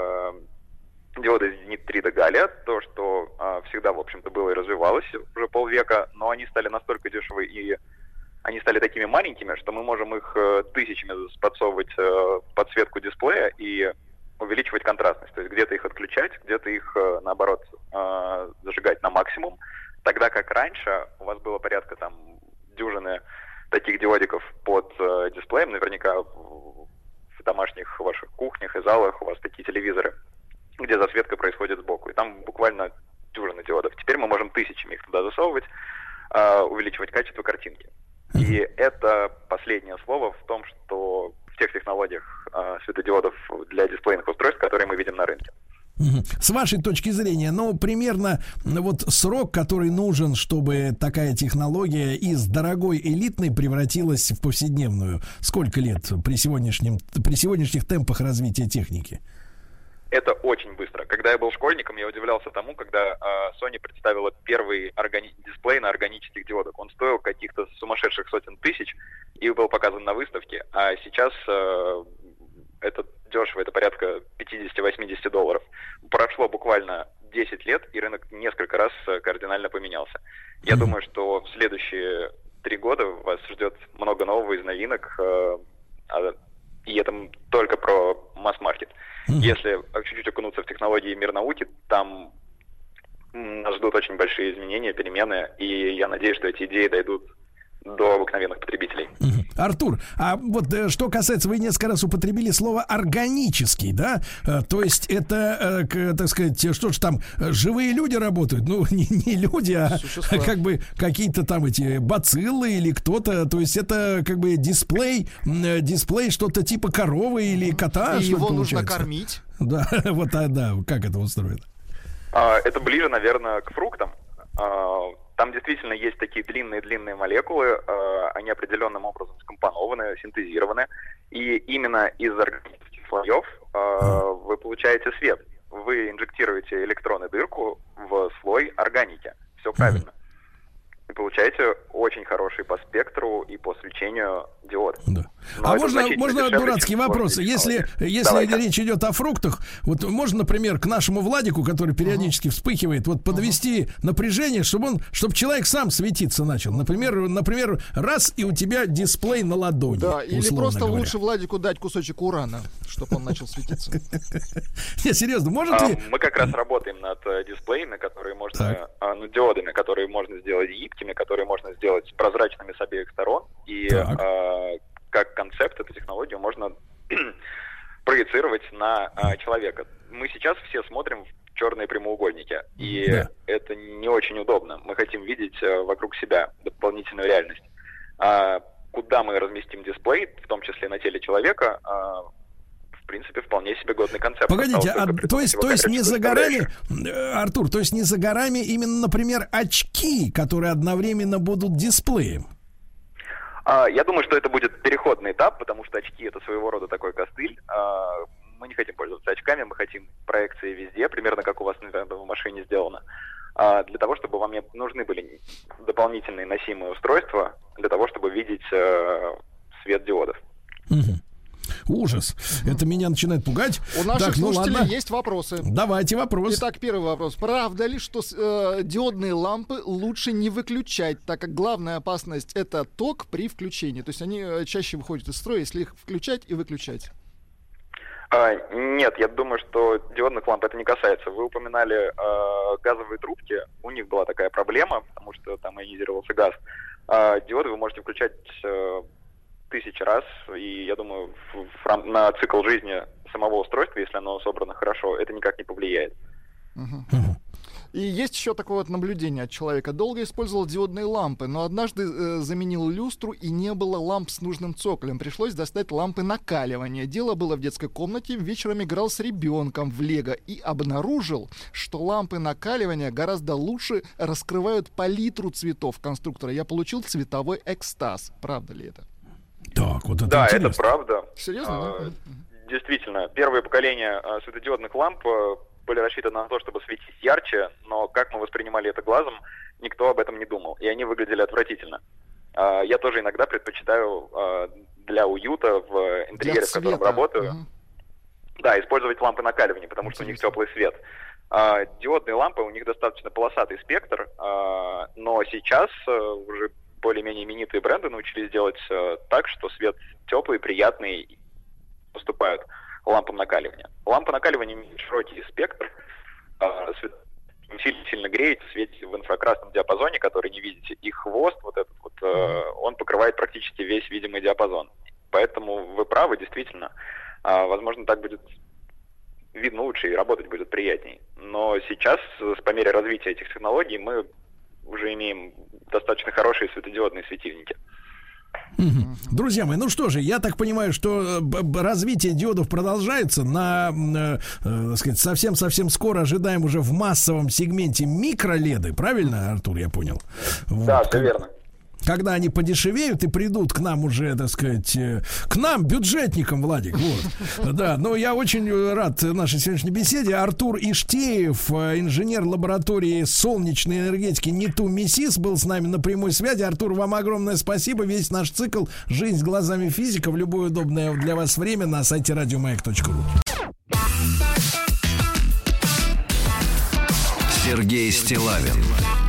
диоды из нитрида галлия, то, что всегда, в общем-то, было и развивалось уже полвека, но они стали настолько дешевы и они стали такими маленькими, что мы можем их тысячами подсовывать в подсветку дисплея и увеличивать контрастность. То есть где-то их отключать, где-то их, наоборот, зажигать на максимум. Тогда как раньше у вас было порядка там дюжины таких диодиков под дисплеем, наверняка в домашних ваших кухнях и залах у вас такие телевизоры, где засветка происходит сбоку. И там буквально дюжина диодов. Теперь мы можем тысячами их туда засовывать, увеличивать качество картинки. И это последнее слово в том, что в тех технологиях светодиодов для дисплейных устройств, которые мы видим на рынке. С вашей точки зрения, примерно вот срок, который нужен, чтобы такая технология из дорогой элитной превратилась в повседневную, сколько лет при сегодняшних темпах развития техники? Это очень быстро. Когда я был школьником, я удивлялся тому, когда Sony представила первый дисплей на органических диодах. Он стоил каких-то сумасшедших сотен тысяч и был показан на выставке. А сейчас это дешево, это порядка $50-80. Прошло буквально 10 лет, и рынок несколько раз кардинально поменялся. Я думаю, что в следующие 3 года вас ждет много нового из новинок, и это только про масс-маркет. Если чуть-чуть окунуться в технологии мир науки, там нас ждут очень большие изменения, перемены, и я надеюсь, что эти идеи дойдут до обыкновенных потребителей. Артур, а вот что касается, вы несколько раз употребили слово органический, да? То есть это, так сказать, что же там, живые люди работают? Не люди, а как бы какие-то там эти бациллы или кто-то. То есть это как бы дисплей что-то типа коровы или кота. И его нужно кормить. Да, да, как это устроено? Это ближе, наверное, к фруктам. Там действительно есть такие длинные молекулы, они определенным образом скомпонованы, синтезированы, и именно из органических слоев вы получаете свет. Вы инжектируете электроны дырку в слой органики. Все правильно. И получаете очень хороший по спектру и по свечению диод. Да. А можно дурацкий вопрос? Если речь идет о фруктах, вот можно, например, к нашему Владику, который периодически вспыхивает, вот подвести напряжение, чтобы человек сам светиться начал. Например, раз, и у тебя дисплей на ладони. Да, или просто лучше Владику дать кусочек урана, чтобы он начал светиться. Не, серьезно, может ли... Мы как раз работаем над дисплеями, которые можно... диодами, которые можно сделать гибкими, которые можно сделать прозрачными с обеих сторон. И как концепт эту технологию можно проецировать на человека. Мы сейчас все смотрим в черные прямоугольники, и это не очень удобно. Мы хотим видеть вокруг себя дополнительную реальность. Куда мы разместим дисплей, в том числе на теле человека, в принципе, вполне себе годный концепт. Погодите, то есть не за горами, Артур, то есть не за горами именно, например, очки, которые одновременно будут дисплеем? Я думаю, что это будет переходный этап, потому что очки — это своего рода такой костыль. Мы не хотим пользоваться очками, мы хотим проекции везде, примерно как у вас, наверное, в машине сделано. Для того, чтобы вам не нужны были дополнительные носимые устройства, для того, чтобы видеть свет диодов. Ужас. Это меня начинает пугать. У наших слушателей есть вопросы. Давайте вопрос. Итак, первый вопрос. Правда ли, что диодные лампы лучше не выключать, так как главная опасность — это ток при включении? То есть они чаще выходят из строя, если их включать и выключать. Нет, я думаю, что диодных ламп это не касается. Вы упоминали газовые трубки. У них была такая проблема, потому что там ионизировался газ. Диоды вы можете включать 1000 раз, и я думаю, на цикл жизни самого устройства, если оно собрано хорошо, это никак не повлияет. И есть еще такое вот наблюдение от человека. Долго использовал диодные лампы, но однажды заменил люстру, и не было ламп с нужным цоколем. Пришлось достать лампы накаливания. Дело было в детской комнате. Вечером играл с ребенком в лего и обнаружил, что лампы накаливания гораздо лучше раскрывают палитру цветов конструктора. Я получил цветовой экстаз. Правда ли это? Так, вот это да, интересно. Это правда. Серьезно? Действительно, первое поколение светодиодных ламп были рассчитаны на то, чтобы светить ярче, но как мы воспринимали это глазом, никто об этом не думал, и они выглядели отвратительно. Я тоже иногда предпочитаю для уюта в интерьере, в котором работаю, да, использовать лампы накаливания, потому что у них теплый свет. Диодные лампы, у них достаточно полосатый спектр, но сейчас уже более-менее именитые бренды научились делать так, что свет теплый, приятный, и поступают лампам накаливания. Лампа накаливания имеет широкий спектр, свет сильно греет, светит в инфракрасном диапазоне, который не видите, и хвост вот этот вот, он покрывает практически весь видимый диапазон. Поэтому вы правы, действительно, возможно, так будет видно лучше и работать будет приятней. Но сейчас, по мере развития этих технологий, мы уже имеем достаточно хорошие светодиодные светильники. Друзья мои, ну что же, я так понимаю, что развитие диодов продолжается. Так сказать, совсем скоро ожидаем уже в массовом сегменте микроледы. Правильно, Артур, я понял? Да, все верно. Когда они подешевеют и придут к нам уже, так сказать, к нам, бюджетникам, Владик, вот. Да, но я очень рад нашей сегодняшней беседе. Артур Иштеев, инженер лаборатории солнечной энергетики НИТУ МИСИС, был с нами на прямой связи. Артур, вам огромное спасибо. Весь наш цикл «Жизнь глазами физика» в любое удобное для вас время на сайте radiomayak.ru. Сергей Стиллавин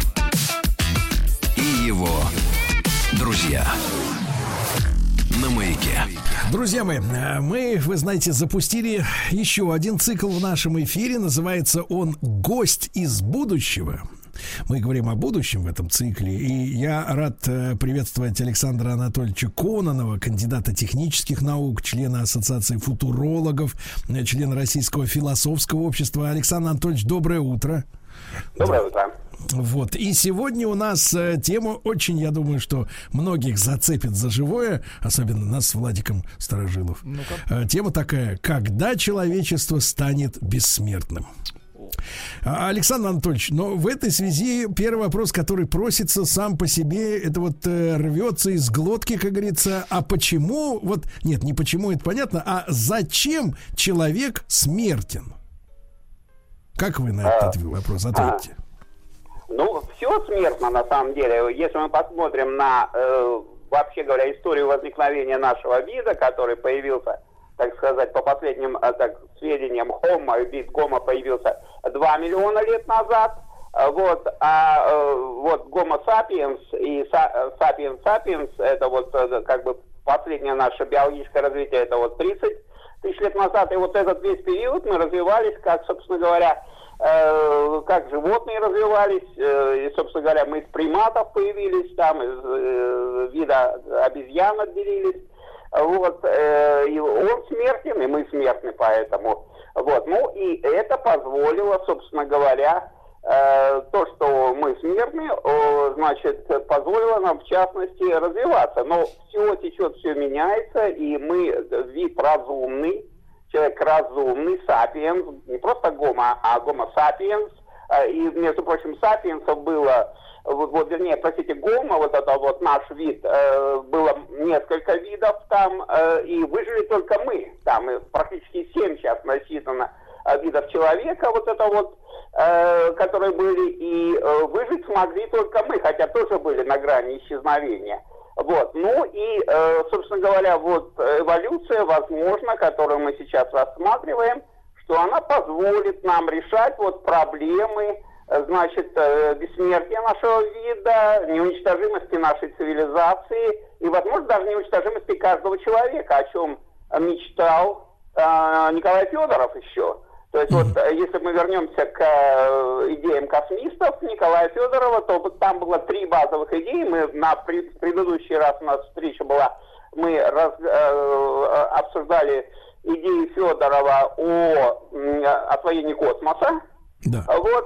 и его друзья на Маяке. Друзья мои, мы, вы знаете, запустили еще один цикл в нашем эфире. Называется он «Гость из будущего». Мы говорим о будущем в этом цикле, и я рад приветствовать Александра Анатольевича Кононова, кандидата технических наук, члена Ассоциации футурологов, члена Российского философского общества. Александр Анатольевич, доброе утро. Доброе утро. Вот. И сегодня у нас тема очень, я думаю, что многих зацепит за живое, особенно нас с Владиком Старожилов. Тема такая: когда человечество станет бессмертным? Александр Анатольевич, но в этой связи первый вопрос, который просится сам по себе, это вот рвется из глотки, как говорится. А почему, вот, нет, не почему, это понятно, а зачем человек смертен? Как вы на этот вопрос ответите? Ну, все смертно, на самом деле. Если мы посмотрим на, вообще говоря, историю возникновения нашего вида, который появился, так сказать, по последним сведениям, Homo появился 2 миллиона лет назад. Вот, вот Homo sapiens и sapiens sapiens, это вот как бы последнее наше биологическое развитие, это вот 30 тысяч лет назад. И вот этот весь период мы развивались, как, собственно говоря, как животные развивались, и, собственно говоря, мы из приматов появились, там из вида обезьян отделились, вот, и он смертен, и мы смертны поэтому, вот, ну, и это позволило, собственно говоря, то, что мы смертны, значит, позволило нам, в частности, развиваться, но все течет, все меняется, и мы вид разумный, человек разумный, сапиенс, не просто гомо, а гомо сапиенс, и, между прочим, сапиенсов было, вернее, простите, гомо, вот это вот наш вид, было несколько видов там, и выжили только мы. Там практически 7 сейчас насчитано видов человека, вот это вот, которые были, и выжить смогли только мы, хотя тоже были на грани исчезновения. Вот, ну и, собственно говоря, вот эволюция, возможно, которую мы сейчас рассматриваем, что она позволит нам решать вот проблемы, значит, бессмертия нашего вида, неуничтожимости нашей цивилизации и, возможно, даже неуничтожимости каждого человека, о чем мечтал Николай Федоров еще. То есть вот если мы вернемся к идеям космистов Николая Федорова, то там было 3 базовых идеи. Мы на предыдущий раз у нас встреча была, мы обсуждали идеи Федорова о освоении космоса. Да. Вот.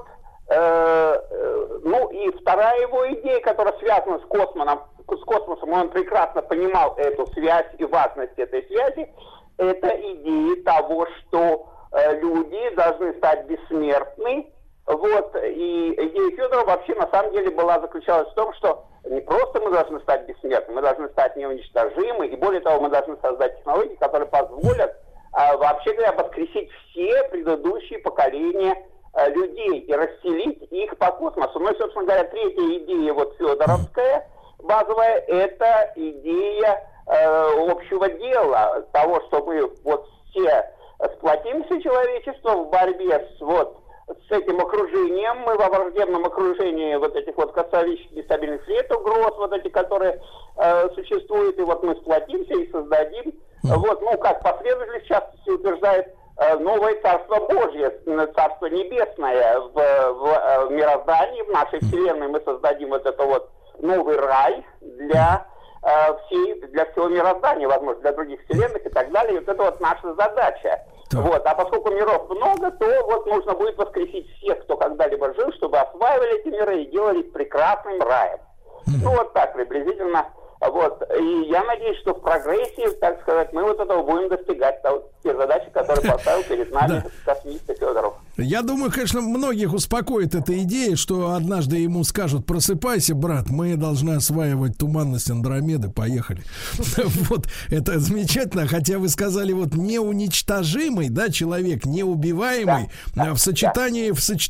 Ну и вторая его идея, которая связана с космосом, он прекрасно понимал эту связь и важность этой связи, это идея того, что люди должны стать бессмертны. Вот. И идея Федорова вообще на самом деле заключалась в том, что не просто мы должны стать бессмертны, мы должны стать неуничтожимы, и более того, мы должны создать технологии, которые позволят вообще говоря воскресить все предыдущие поколения людей и расселить их по космосу. Ну и, собственно говоря, третья идея, вот федоровская, базовая, это идея общего дела, того, что мы вот все сплотимся, человечество, в борьбе с этим окружением, мы во враждебном окружении вот этих вот космических нестабильных сред, угроз, вот эти, которые существуют, и вот мы сплотимся и создадим, вот, ну, как последователи в частности утверждают, новое Царство Божье, Царство Небесное в мироздании, в нашей Вселенной мы создадим вот это вот новый рай для всего мироздания, возможно, для других вселенных и так далее. И вот это вот наша задача. Да. Вот. А поскольку миров много, то вот нужно будет воскресить всех, кто когда-либо жил, чтобы осваивали эти миры и делали их прекрасным раем. Ну вот так приблизительно. Вот. И я надеюсь, что в прогрессии, так сказать, мы вот этого будем достигать, те задачи, которые поставил перед нами космист Федоров. Я думаю, конечно, многих успокоит эта идея, что однажды ему скажут: просыпайся, брат, мы должны осваивать туманность Андромеды, поехали. Вот, это замечательно, хотя вы сказали вот неуничтожимый, да, человек, неубиваемый, в сочетании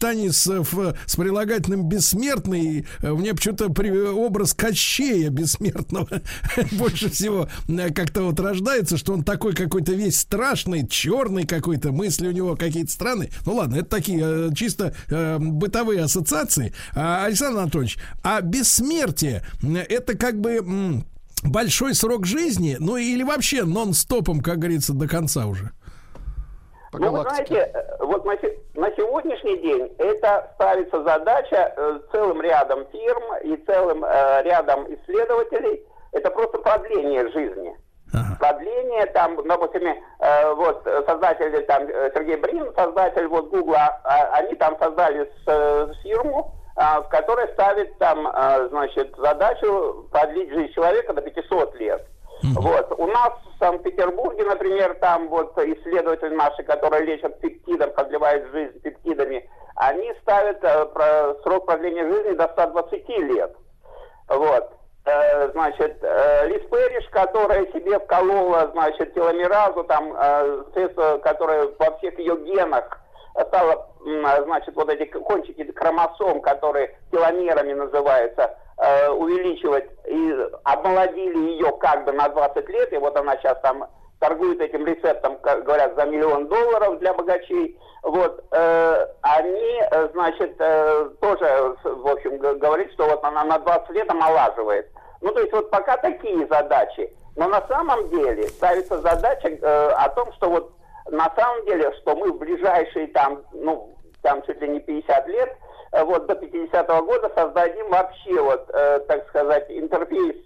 с прилагательным бессмертный, мне почему-то образ Кощея бессмертного больше всего как-то вот рождается, что он такой какой-то весь страшный, черный какой-то, мысли у него какие-то странные. Ну ладно, это такие чисто бытовые ассоциации. Александр Анатольевич, а бессмертие это как бы большой срок жизни, ну или вообще нон-стопом, как говорится, до конца уже? Ну, вы знаете, вот на сегодняшний день это ставится задача целым рядом фирм и целым рядом исследователей. Это просто продление жизни. Продление, там, допустим, вот создатели, там, Сергей Брин, создатель вот Гугла, они там создали фирму, в которой ставит там, значит, задачу продлить жизнь человека до 500 лет. Вот. У нас в Санкт-Петербурге, например, там вот исследователи наши, которые лечат пептидом, продлевают жизнь пептидами, они ставят срок продления жизни до 120 лет. Вот. Значит, Лиз Перриш, которая себе вколола, значит, теломеразу, там, средство, которое во всех ее генах стало, значит, вот эти кончики хромосом, которые теломерами называются, увеличивать, и обмолодили ее как бы на 20 лет, и вот она сейчас там торгует этим рецептом, как говорят, за $1 миллион для богачей. Вот, они, значит, тоже, в общем, говорят, что вот она на 20 лет омолаживает. Ну, то есть вот пока такие задачи. Но на самом деле ставится задача о том, что вот на самом деле, что мы в ближайшие там, ну, там чуть ли не 50 лет, вот до 50-го года создадим вообще вот, так сказать, интерфейс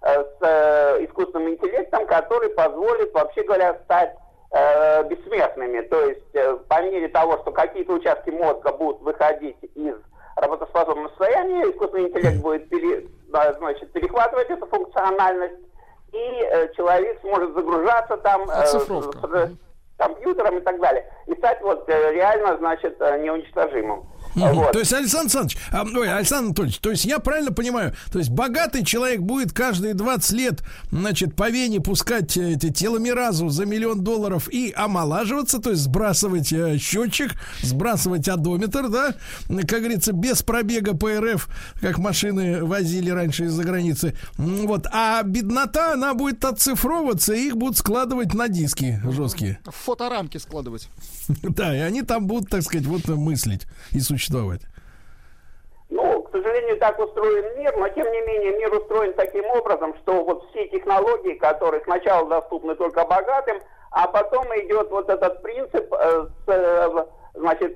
с искусственным интеллектом, который позволит, вообще говоря, стать бессмертными. То есть по мере того, что какие-то участки мозга будут выходить из работоспособного состояния, искусственный интеллект будет значит, перехватывать эту функциональность, и человек сможет загружаться там с компьютером и так далее, и стать вот реально, значит, неуничтожимым. Вот. То есть, Александр Анатольевич, то есть я правильно понимаю, то есть богатый человек будет каждые 20 лет, значит, по вене пускать теломеразу за $1 миллион и омолаживаться, то есть сбрасывать счетчик, сбрасывать одометр, да, как говорится, без пробега по РФ, как машины возили раньше из-за границы. Вот. А беднота, она будет оцифровываться, и их будут складывать на диски жесткие. В фоторамки складывать. Да, и они там будут, так сказать, вот мыслить и существовать. Ну, к сожалению, так устроен мир, но тем не менее мир устроен таким образом, что вот все технологии, которые сначала доступны только богатым, а потом идет вот этот принцип, значит,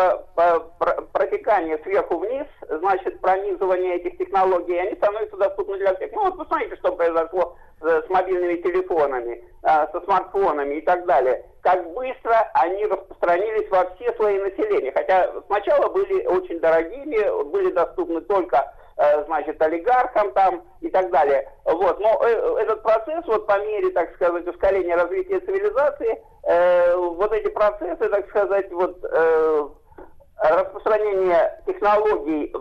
протекание сверху вниз, значит, пронизывание этих технологий, они становятся доступны для всех. Ну вот посмотрите, что произошло с мобильными телефонами, со смартфонами и так далее. Как быстро они распространились во все слои населения. Хотя сначала были очень дорогими, были доступны только, значит, олигархам там и так далее. Вот. Но этот процесс, вот по мере, так сказать, ускорения развития цивилизации, вот эти процессы, так сказать, вот распространение технологий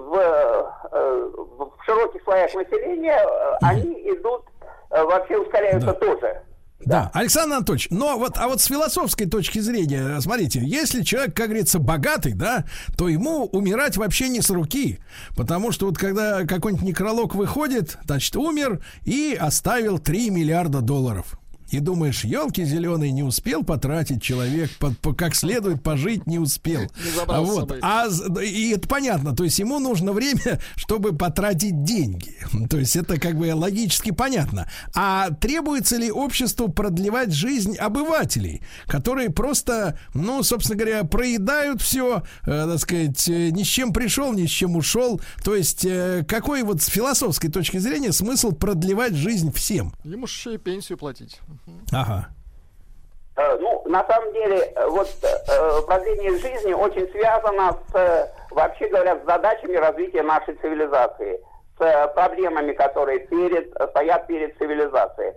в широких слоях населения, они идут, вообще ускоряются тоже. Да, Александр Анатольевич, но вот с философской точки зрения, смотрите, если человек, как говорится, богатый, да, то ему умирать вообще не с руки, потому что вот когда какой-нибудь некролог выходит, значит, умер и оставил $3 миллиарда. И думаешь, елки зеленые, не успел потратить человек, как следует пожить не успел. Вот. И это понятно, то есть ему нужно время, чтобы потратить деньги. То есть это как бы логически понятно. А требуется ли обществу продлевать жизнь обывателей, которые просто, ну, собственно говоря, проедают все, так сказать, ни с чем пришел, ни с чем ушел. То есть какой вот с философской точки зрения смысл продлевать жизнь всем? Ему же еще и пенсию платить. Ага. Ну, на самом деле, вот продление жизни очень связано с, вообще говоря, с задачами развития нашей цивилизации, с проблемами, которые стоят перед цивилизацией.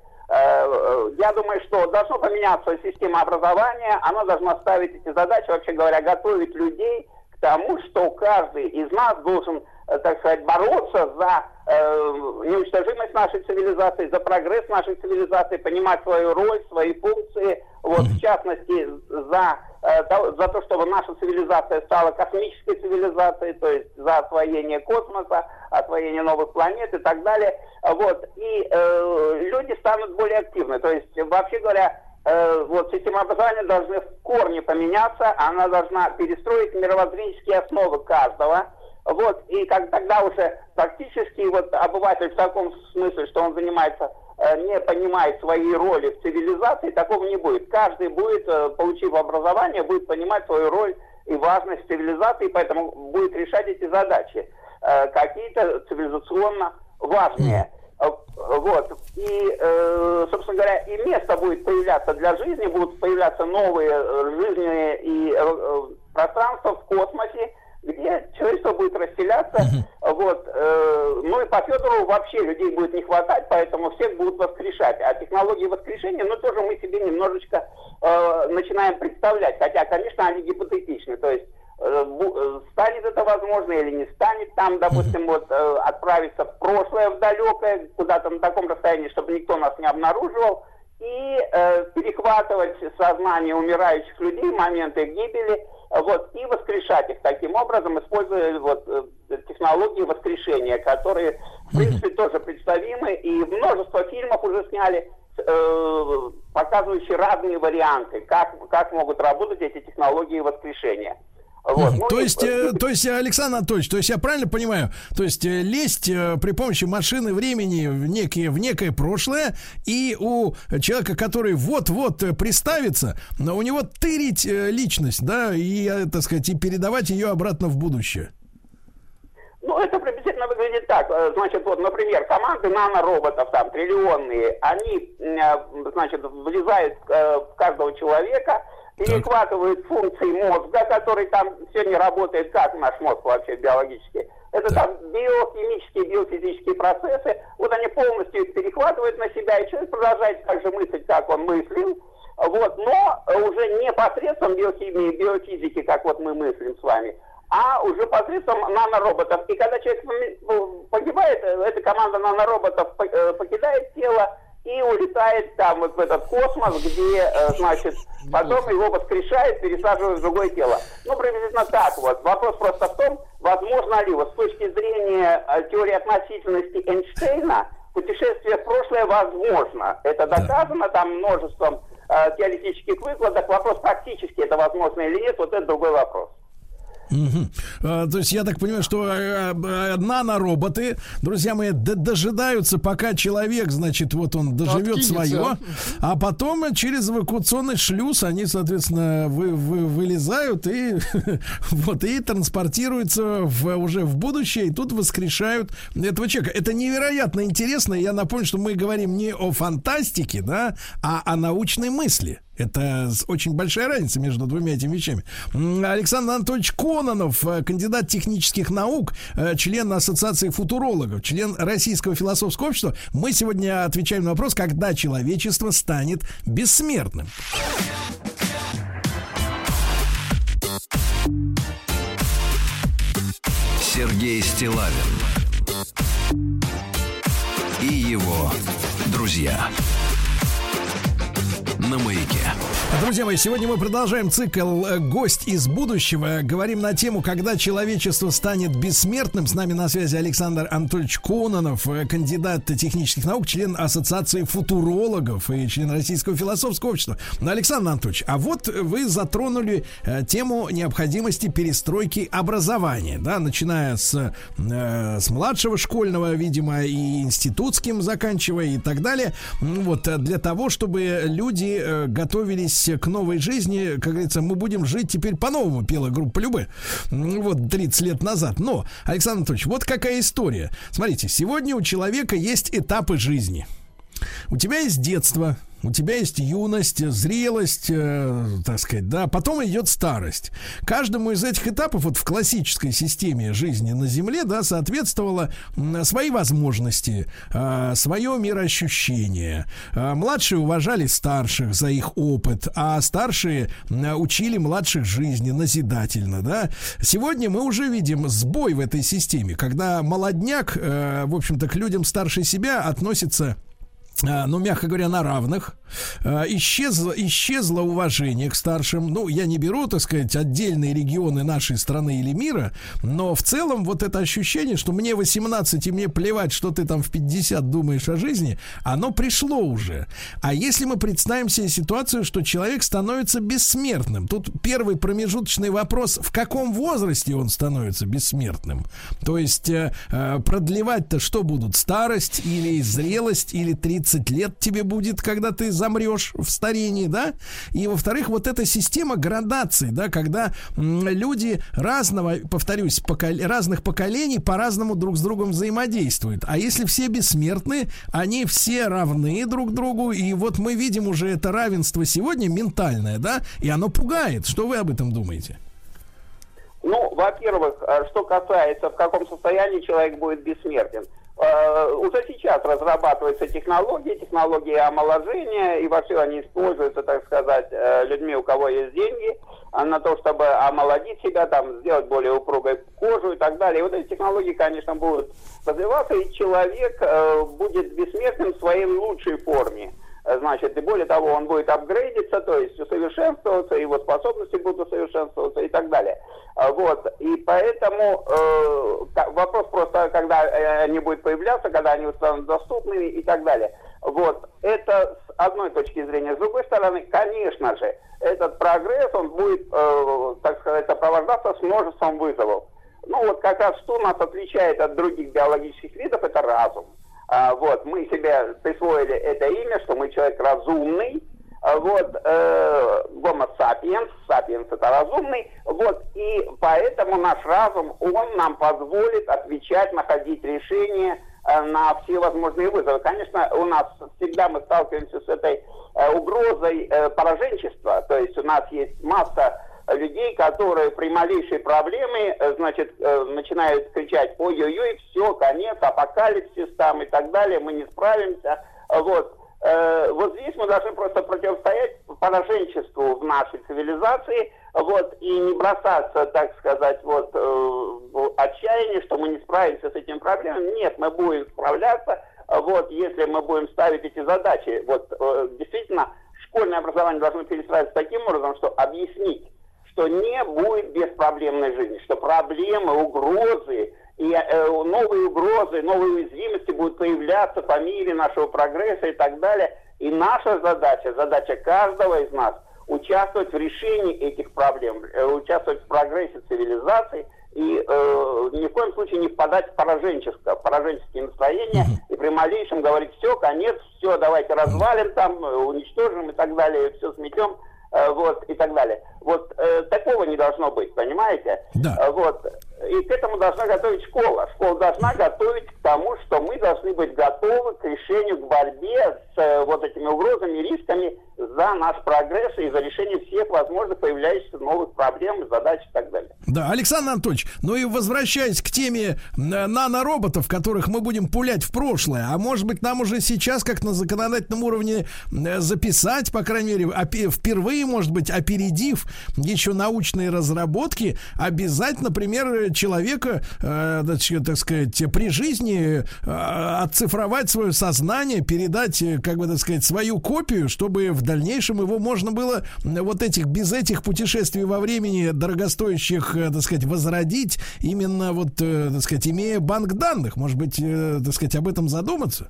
Я думаю, что должна поменяться система образования, она должна ставить эти задачи, вообще говоря, готовить людей к тому, что каждый из нас должен, так сказать, бороться за неуничтожимость нашей цивилизации, за прогресс нашей цивилизации, понимать свою роль, свои функции, вот, в частности, за то, чтобы наша цивилизация стала космической цивилизацией, то есть за освоение космоса, освоение новых планет и так далее. Вот, и люди станут более активны. То есть, вообще говоря, вот система образования должна в корне поменяться, она должна перестроить мировоззренческие основы каждого. Вот, и тогда уже практически вот обыватель в таком смысле, что он занимается, не понимает своей роли в цивилизации, такого не будет. Каждый будет, получив образование, будет понимать свою роль и важность цивилизации, поэтому будет решать эти задачи, какие-то цивилизационно важные. Вот, и, собственно говоря, и место будет появляться для жизни, будут появляться новые жизненные и пространства в космосе, где человечество будет расселяться, вот, ну и по Федору вообще людей будет не хватать, поэтому всех будут воскрешать. А технологии воскрешения, ну, тоже мы себе немножечко начинаем представлять, хотя, конечно, они гипотетичны, то есть станет это возможно или не станет, там, допустим, вот отправиться в прошлое, в далекое, куда-то на таком расстоянии, чтобы никто нас не обнаруживал, и перехватывать сознание умирающих людей, моменты гибели, вот, и воскрешать их таким образом, используя вот технологии воскрешения, которые, в принципе, тоже представимы, и множество фильмов уже сняли, показывающие разные варианты, как могут работать эти технологии воскрешения. Вот. То есть, Александр Анатольевич, то есть я правильно понимаю, то есть лезть при помощи машины времени в некое прошлое, и у человека, который вот-вот приставится, у него тырить личность, да, и, так сказать, и передавать ее обратно в будущее. Ну, это приблизительно выглядит так. Значит, вот, например, команды нанороботов, там, триллионные, они, значит, влезают в каждого человека, перехватывают функции мозга, который там сегодня работает, как наш мозг вообще биологически. Это там биохимические, биофизические процессы. Вот они полностью их перехватывают на себя, и человек продолжает так же мыслить, как он мыслил. Вот, но уже не посредством биохимии, биофизики, как вот мы мыслим с вами, а уже посредством нанороботов. И когда человек погибает, эта команда нанороботов покидает тело и улетает там вот в этот космос, где, значит, потом его воскрешает, пересаживает в другое тело. Ну, приблизительно так вот. Вопрос просто в том, возможно ли, вот с точки зрения теории относительности Эйнштейна, путешествие в прошлое возможно. Это доказано там множеством теоретических выкладок. Вопрос, практически это возможно или нет, вот это другой вопрос. То есть я так понимаю, что нанороботы, друзья мои, дожидаются, пока человек, значит, вот он доживет свое, а потом через эвакуационный шлюз они, соответственно, вылезают и вот и транспортируются уже в будущее, и тут воскрешают этого человека. Это невероятно интересно. Я напомню, что мы говорим не о фантастике, да, а о научной мысли. Это очень большая разница между двумя этими вещами. Александр Анатольевич Кононов, кандидат технических наук, член Ассоциации футурологов, член Российского философского общества. Мы сегодня отвечаем на вопрос, когда человечество станет бессмертным. Сергей Стиллавин и его друзья на Маяке. Друзья мои, сегодня мы продолжаем цикл «Гость из будущего». Говорим на тему, когда человечество станет бессмертным. С нами на связи Александр Анатольевич Кононов, кандидат технических наук, член Ассоциации футурологов и член Российского философского общества. Александр Анатольевич, а вот вы затронули тему необходимости перестройки образования, да, начиная с младшего школьного, видимо, и институтским заканчивая и так далее. Вот, для того, чтобы люди готовились к новой жизни, как говорится, мы будем жить теперь по-новому, пела группа Любэ, вот 30 лет назад. Но, Александр Анатольевич, вот какая история. Смотрите, сегодня у человека есть этапы жизни. У тебя есть детство, у тебя есть юность, зрелость, так сказать, да, потом идет старость. Каждому из этих этапов вот в классической системе жизни на Земле, да, соответствовало свои возможности, свое мироощущение. Младшие уважали старших за их опыт, а старшие учили младших жизни назидательно, да. Сегодня мы уже видим сбой в этой системе, когда молодняк, в общем-то, к людям старше себя относится, ну, мягко говоря, на равных. Исчезло уважение к старшим. Ну, я не беру, так сказать, отдельные регионы нашей страны или мира, но в целом вот это ощущение, что мне 18 и мне плевать, что ты там в 50 думаешь о жизни, оно пришло уже. А если мы представим себе ситуацию, что человек становится бессмертным, тут первый промежуточный вопрос, в каком возрасте он становится бессмертным? То есть продлевать-то что будут? Старость или зрелость, или 30 лет тебе будет, когда ты замрешь в старении, да? И, во-вторых, вот эта система градаций, да, когда люди разного, повторюсь, разных поколений по-разному друг с другом взаимодействуют. А если все бессмертны, они все равны друг другу, и вот мы видим уже это равенство сегодня ментальное, да, и оно пугает. Что вы об этом думаете? Ну, во-первых, что касается, в каком состоянии человек будет бессмертен. Уже сейчас разрабатываются технологии омоложения, и вообще они используются, так сказать, людьми, у кого есть деньги, на то, чтобы омолодить себя, там, сделать более упругой кожу и так далее. И вот эти технологии, конечно, будут развиваться, и человек будет бессмертным в своей лучшей форме. Значит, и более того, он будет апгрейдиться, то есть усовершенствоваться, его способности будут усовершенствоваться и так далее. Вот, и поэтому вопрос просто, когда они будут появляться, когда они станут доступными и так далее. Вот, это с одной точки зрения. С другой стороны, конечно же, этот прогресс, он будет, так сказать, сопровождаться с множеством вызовов. Ну вот как раз что нас отличает от других биологических видов, это разум. Вот, мы себе присвоили это имя, что мы человек разумный, вот, Homo sapiens, sapiens это разумный, вот, и поэтому наш разум, он нам позволит отвечать, находить решения на все возможные вызовы. Конечно, у нас всегда мы сталкиваемся с этой угрозой пораженчества, то есть у нас есть масса людей, которые при малейшей проблеме, значит, начинают кричать: ой-ой-ой, все, конец, апокалипсис там и так далее, мы не справимся. Вот. Вот здесь мы должны просто противостоять пораженчеству в нашей цивилизации, вот, и не бросаться, так сказать, вот, в отчаяние, что мы не справимся с этими проблемами. Нет, мы будем справляться, вот, если мы будем ставить эти задачи. Вот, действительно, школьное образование должно перестраиваться таким образом, что объяснить, что не будет беспроблемной жизни, что проблемы, угрозы и новые угрозы, новые уязвимости будут появляться по мере нашего прогресса и так далее. И наша задача, задача каждого из нас, участвовать в решении этих проблем, участвовать в прогрессе цивилизации и ни в коем случае не впадать в пораженческие настроения и при малейшем говорить: все, конец, все, давайте развалим там, уничтожим и так далее, все сметем, вот, и так далее. Вот такого не должно быть, понимаете? Да. Вот. И к этому должна готовить школа. Школа должна готовить к тому, что мы должны быть готовы к решению, к борьбе с вот этими угрозами, рисками за наш прогресс и за решение всех возможных появляющихся новых проблем, задач и так далее. Да, Александр Анатольевич, ну и возвращаясь к теме нанороботов, которых мы будем пулять в прошлое, а может быть нам уже сейчас, как на законодательном уровне, записать, по крайней мере, впервые, может быть, опередив еще научные разработки, обязать, например, человека, так сказать, при жизни оцифровать свое сознание, передать, как бы, так сказать, свою копию, чтобы в дальнейшем его можно было вот без этих путешествий во времени дорогостоящих, так сказать, возродить, именно вот, так сказать, имея банк данных. Может быть, так сказать, об этом задуматься?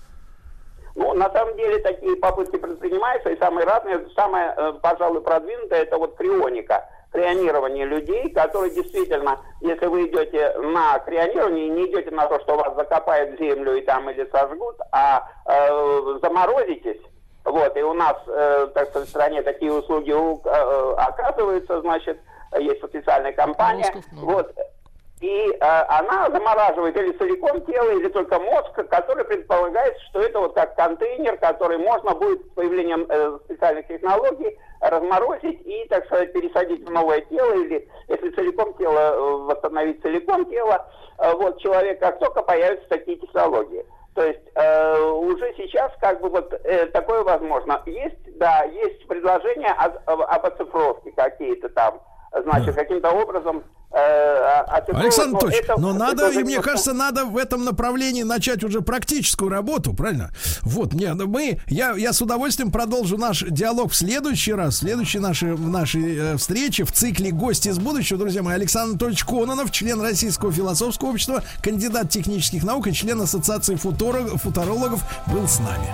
Ну, на самом деле, такие попытки предпринимаются, и самые разные, самое, пожалуй, продвинутое, это вот крионика, крионирование людей, которые действительно, если вы идете на крионирование, не идете на то, что вас закопают в землю и там или сожгут, а заморозитесь. Вот, и у нас, так сказать, в стране такие услуги оказываются, значит, есть специальная компания, вот, и она замораживает или целиком тело, или только мозг, который предполагает, что это вот как контейнер, который можно будет с появлением специальных технологий разморозить и, так сказать, пересадить в новое тело, или если целиком тело, восстановить целиком тело, вот, человек, как только появятся такие технологии. То есть уже сейчас как бы вот такое возможно. Есть, да, есть предложения об оцифровке какие-то там, значит, каким-то образом Александр Анатольевич, но надо, и мне кажется, надо в этом направлении начать уже практическую работу, правильно? Вот, я с удовольствием продолжу наш диалог в следующий раз, в следующей нашей встрече в цикле «Гости из будущего». Друзья мои, Александр Анатольевич Кононов, член Российского философского общества, кандидат технических наук и член Ассоциации футурологов, был с нами.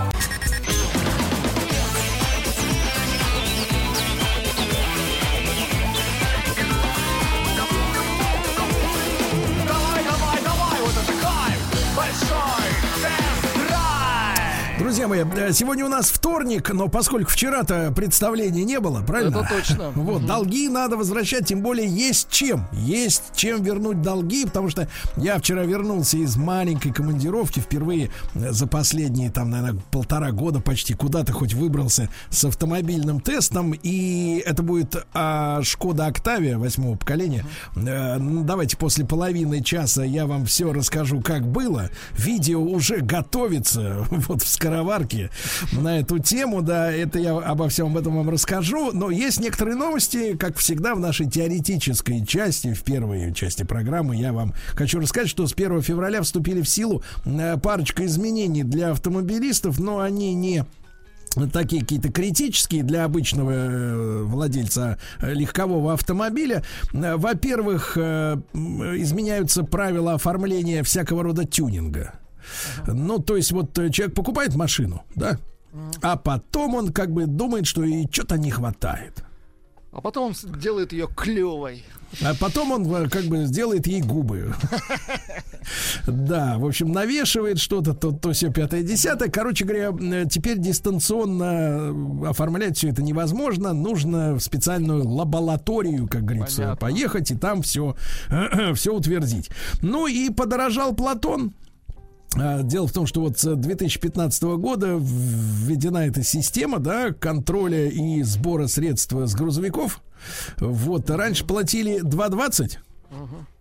Друзья мои, сегодня у нас вторник, но поскольку вчера-то представления не было, правильно? Это точно. Вот, долги надо возвращать, тем более есть чем вернуть долги, потому что я вчера вернулся из маленькой командировки, впервые за последние, там, наверное, 1,5 года почти куда-то хоть выбрался с автомобильным тестом, и это будет Шкода Октавия 8-го поколения. Давайте после половины часа я вам все расскажу, как было. Видео уже готовится, вот в скороварке на эту тему, да, это я обо всем этом вам расскажу, но есть некоторые новости, как всегда в нашей теоретической части, в первой части программы я вам хочу рассказать, что с 1 февраля вступили в силу парочка изменений для автомобилистов, но они не такие какие-то критические для обычного владельца легкового автомобиля. Во-первых, изменяются правила оформления всякого рода тюнинга. Ну, то есть вот человек покупает машину, да, а потом он как бы думает, что и что-то не хватает. А потом он делает ее клевой. А потом он как бы сделает ей губы. Да, в общем, навешивает что-то, то все 5-10. Короче говоря, теперь дистанционно оформлять все это невозможно. Нужно в специальную лабораторию, как говорится, поехать и там все утвердить. Ну и подорожал Платон. Дело в том, что вот с 2015 года введена эта система, да, контроля и сбора средств с грузовиков. Вот, раньше платили 2,20.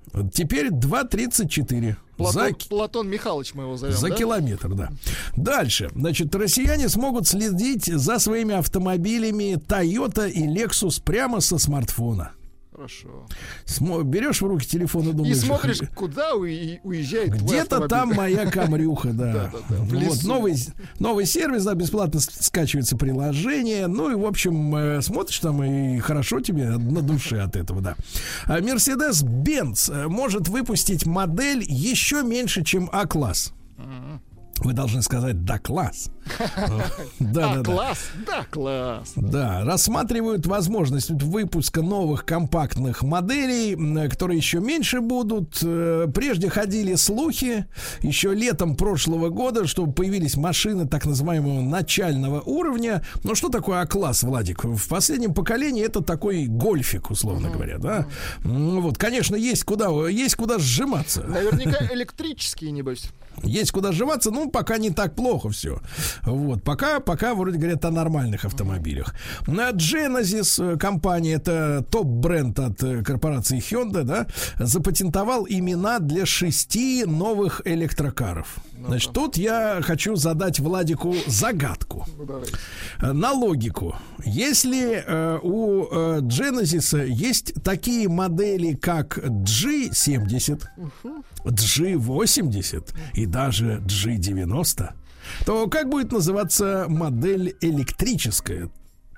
Теперь 2,34. Платон Михайлович мы его зовем, за километр, да. Дальше. Значит, россияне смогут следить за своими автомобилями Toyota и Lexus прямо со смартфона. Хорошо. Берешь в руки телефон и думаешь... И смотришь, куда уезжает где-то там моя Камрюха, да. Вот, новый сервис, да, бесплатно скачивается приложение. Ну и, в общем, смотришь там, и хорошо тебе на душе от этого, да. Mercedes-Benz может выпустить модель еще меньше, чем А-класс. Вы должны сказать «да, класс». Да, класс, да, класс. Да, рассматривают возможность выпуска новых компактных моделей, которые еще меньше будут. Прежде ходили слухи, еще летом прошлого года, что появились машины так называемого начального уровня. Но что такое А-класс, Владик? В последнем поколении это такой гольфик, условно говоря, да? Вот, конечно, есть куда сжиматься. Наверняка электрические, небось. Есть куда сжиматься, ну, пока не так плохо все. Вот, пока вроде говорят о нормальных автомобилях. Genesis компания, это топ-бренд от корпорации Hyundai, да, запатентовал имена для 6 новых электрокаров. Значит, тут я хочу задать Владику загадку. На логику. Если у Genesis есть такие модели, как G70, G80 и даже G90, то как будет называться модель электрическая?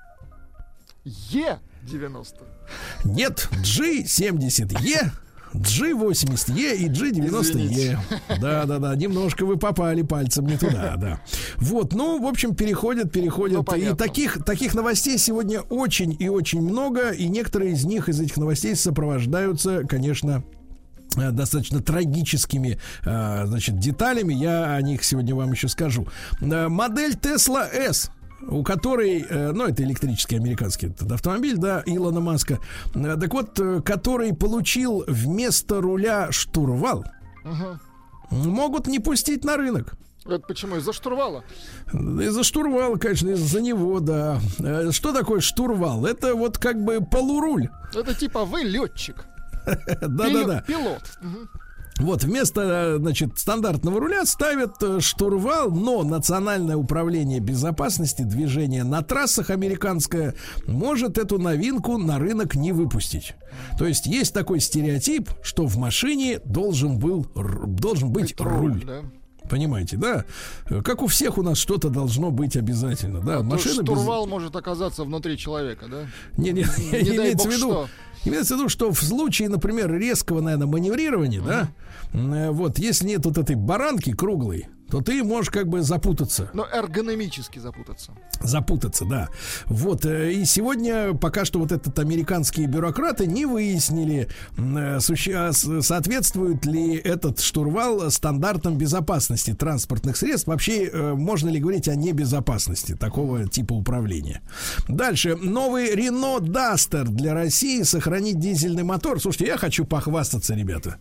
E90. Нет, G70E, G80E и G90E. Да, немножко вы попали пальцем не туда, да. Вот, ну, в общем, переходят. Ну, и таких новостей сегодня очень и очень много, и некоторые из этих новостей сопровождаются, конечно, достаточно трагическими, значит, деталями. Я о них сегодня вам еще скажу. Модель Tesla S, у которой, ну, это электрический американский этот автомобиль, да, Илона Маска, так вот, который получил вместо руля штурвал, могут не пустить на рынок. Это почему? Из-за штурвала? Из-за штурвала, конечно, из-за него, да. Что такое штурвал? Это вот как бы полуруль. Это типа вы летчик. Да. Пилот. Вот, вместо, значит, стандартного руля ставят штурвал, но Национальное управление безопасности движения на трассах американское может эту новинку на рынок не выпустить. То есть есть такой стереотип, что в машине должен быть руль. Да? Понимаете, да? Как у всех у нас что-то должно быть обязательно, да? Машина штурвал может оказаться внутри человека, да? Не имеется в виду. Имеется в виду, что в случае, например, резкого, наверное, маневрирования, да, вот, если нет вот этой баранки круглой, то ты можешь как бы запутаться. Но эргономически запутаться. Запутаться, да. Вот, и сегодня пока что вот этот американские бюрократы не выяснили, соответствует ли этот штурвал стандартам безопасности транспортных средств. Вообще, можно ли говорить о небезопасности такого типа управления? Дальше. Новый Renault Duster для России сохранит дизельный мотор. Слушайте, я хочу похвастаться, ребята.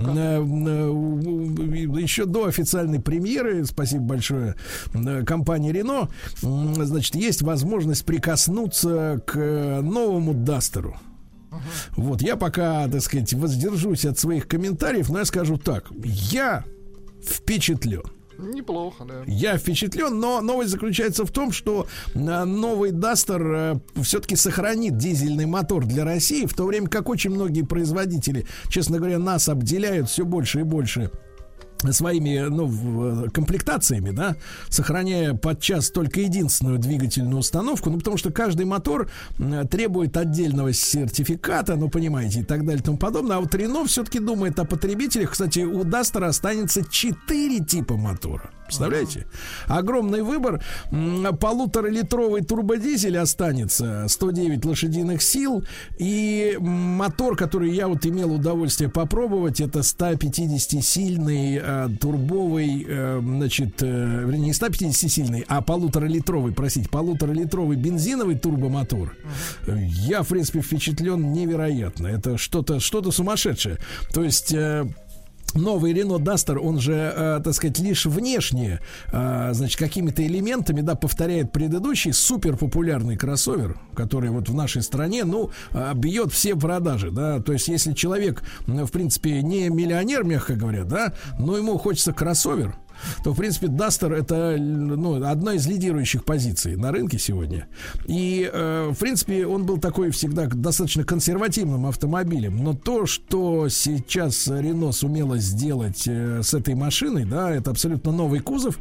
Еще до официальной премьеры, спасибо большое компании Renault, значит, есть возможность прикоснуться к новому Дастеру. Вот, я пока, так сказать, воздержусь от своих комментариев, но я скажу так: я впечатлен. Неплохо, да. Я впечатлен, но новость заключается в том, что новый Duster все-таки сохранит дизельный мотор для России, в то время как очень многие производители, честно говоря, нас обделяют все больше и больше своими, комплектациями, да, сохраняя подчас только единственную двигательную установку, потому что каждый мотор требует отдельного сертификата, понимаете, и так далее и тому подобное. А вот Renault все-таки думает о потребителях. Кстати, у Duster останется 4 типа мотора. Представляете? Огромный выбор. 1,5-литровый турбодизель останется, 109 лошадиных сил. И мотор, который я вот имел удовольствие попробовать, это 150-сильный турбовый, вернее, не 150-сильный, а 1,5-литровый бензиновый турбомотор. Я, в принципе, впечатлен невероятно. Это что-то сумасшедшее. То есть новый Renault Duster, он же, так сказать, лишь внешне, значит, какими-то элементами, да, повторяет предыдущий супер популярный кроссовер, который вот в нашей стране, ну, бьет все продажи, да, то есть если человек, в принципе, не миллионер, мягко говоря, да, но ему хочется кроссовер, то, в принципе, Duster это, ну, одна из лидирующих позиций на рынке сегодня. И, в принципе, он был такой всегда достаточно консервативным автомобилем. Но то, что сейчас Renault сумела сделать с этой машиной, да, это абсолютно новый кузов.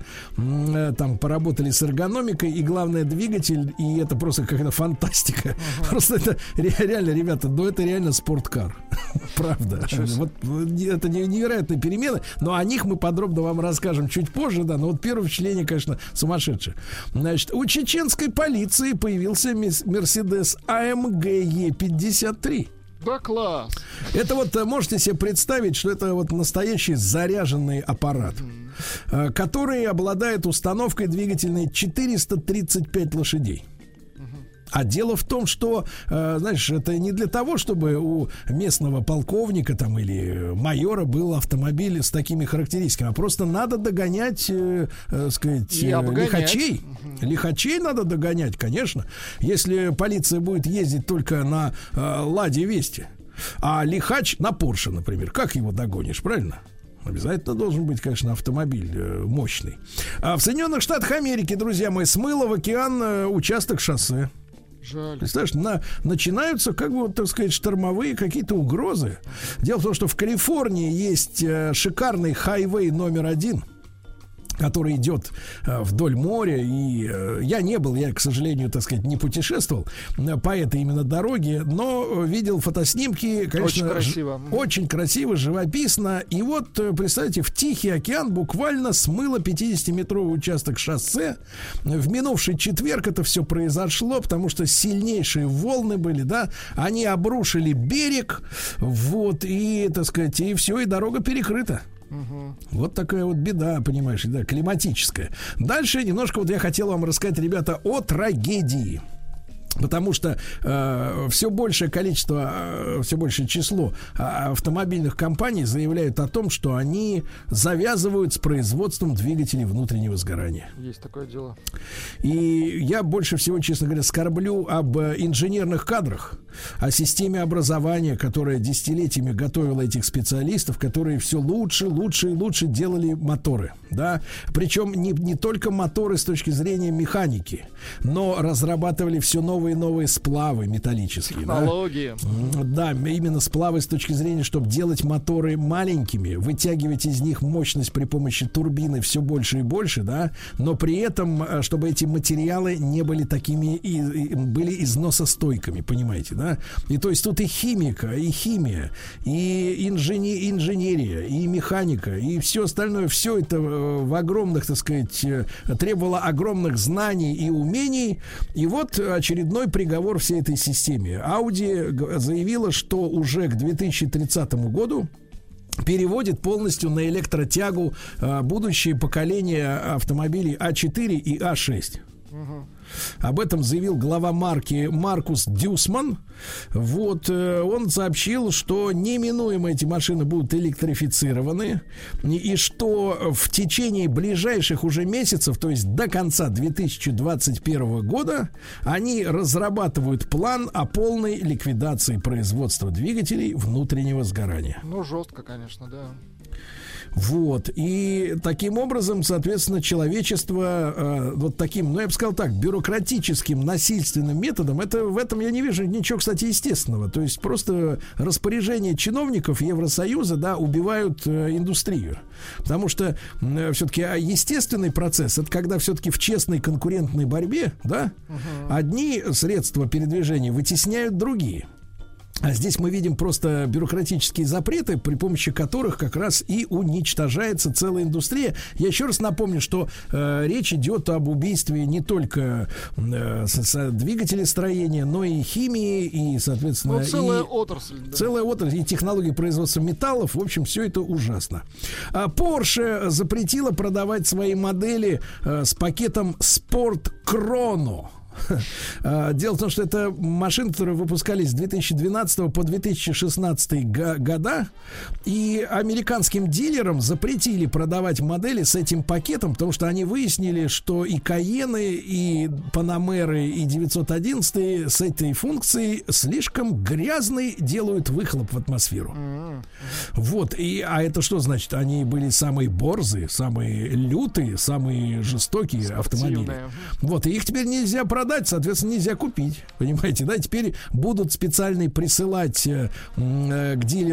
Там поработали с эргономикой, и, главное, двигатель. И это просто какая-то фантастика. Просто это реально, ребята, ну это реально спорткар. Правда. Вот это невероятные перемены. Но о них мы подробно вам расскажем чуть позже, да, но вот первое впечатление, конечно, сумасшедшее. Значит, у чеченской полиции появился Mercedes AMG E53. Да, класс. Это вот, можете себе представить, что это вот настоящий заряженный аппарат, который обладает установкой двигательной 435 лошадей. А дело в том, что, знаешь, это не для того, чтобы у местного полковника там или майора был автомобиль с такими характеристиками, а просто надо догонять, сказать, лихачей. Лихачей надо догонять, конечно. Если полиция будет ездить только на Ладе Вести, а лихач на Порше, например, как его догонишь, правильно? Обязательно должен быть, конечно, автомобиль мощный. А в Соединенных Штатах Америки, друзья мои, смыло в океан участок шоссе. Жаль. Представляешь, начинаются, как бы, так сказать, штормовые какие-то угрозы. Дело в том, что в Калифорнии есть шикарный хайвей номер 1, который идет вдоль моря, и я не был, я, к сожалению, так сказать, не путешествовал по этой именно дороге, но видел фотоснимки, конечно, очень красиво, живописно, и вот, представьте, в Тихий океан буквально смыло 50-метровый участок шоссе. В минувший четверг это все произошло, потому что сильнейшие волны были, да, они обрушили берег, вот, и, так сказать, и все, и дорога перекрыта. Вот такая вот беда, понимаешь, да, климатическая. Дальше немножко вот я хотел вам рассказать, ребята, о трагедии. Потому что все большее количество, все большее число автомобильных компаний заявляют о том, что они завязывают с производством двигателей внутреннего сгорания. Есть такое дело. И я больше всего, честно говоря, скорблю об инженерных кадрах, о системе образования, которая десятилетиями готовила этих специалистов, которые все лучше, лучше и лучше делали моторы. Да? Причем не только моторы с точки зрения механики, но разрабатывали все новые и новые сплавы металлические. Технологии. Да, именно сплавы с точки зрения, чтобы делать моторы маленькими, вытягивать из них мощность при помощи турбины все больше и больше, да, но при этом, чтобы эти материалы не были такими, и были износостойкими, понимаете, да? И то есть тут и химика, и химия, и инженерия, и механика, и все остальное, все это в огромных, так сказать, требовало огромных знаний и умений. И вот очередной приговор всей этой системе. Audi заявила, что уже к 2030 году переводит полностью на электротягу будущее поколение автомобилей А4 и А6. Об этом заявил глава марки Маркус Дюсман. Вот, он сообщил, что неминуемо эти машины будут электрифицированы, и что в течение ближайших уже месяцев, то есть до конца 2021 года, они разрабатывают план о полной ликвидации производства двигателей внутреннего сгорания. Ну, жестко, конечно, да. Вот, и таким образом, соответственно, человечество вот таким, ну, я бы сказал так, бюрократическим, насильственным методом, в этом я не вижу ничего, кстати, естественного. То есть просто распоряжения чиновников Евросоюза, да, убивают индустрию. Потому что все-таки естественный процесс, это когда все-таки в честной конкурентной борьбе, да, одни средства передвижения вытесняют другие. А здесь мы видим просто бюрократические запреты, при помощи которых как раз и уничтожается целая индустрия. Я еще раз напомню, что речь идет об убийстве не только двигателестроения, но и химии, и, соответственно, целая отрасль. Да. Целая отрасль, и технологии производства металлов. В общем, все это ужасно. Porsche запретила продавать свои модели с пакетом Sport Chrono. Дело в том, что это машины, которые выпускались с 2012 по 2016 года, и американским дилерам запретили продавать модели с этим пакетом, потому что они выяснили, что и Каены, и Панамеры, и 911 с этой функцией слишком грязный делают выхлоп в атмосферу. Вот, а это что значит? Они были самые борзые, самые лютые, самые жестокие автомобили. Вот, и их теперь нельзя продать, соответственно, нельзя купить. Понимаете, да? Теперь будут специально присылать к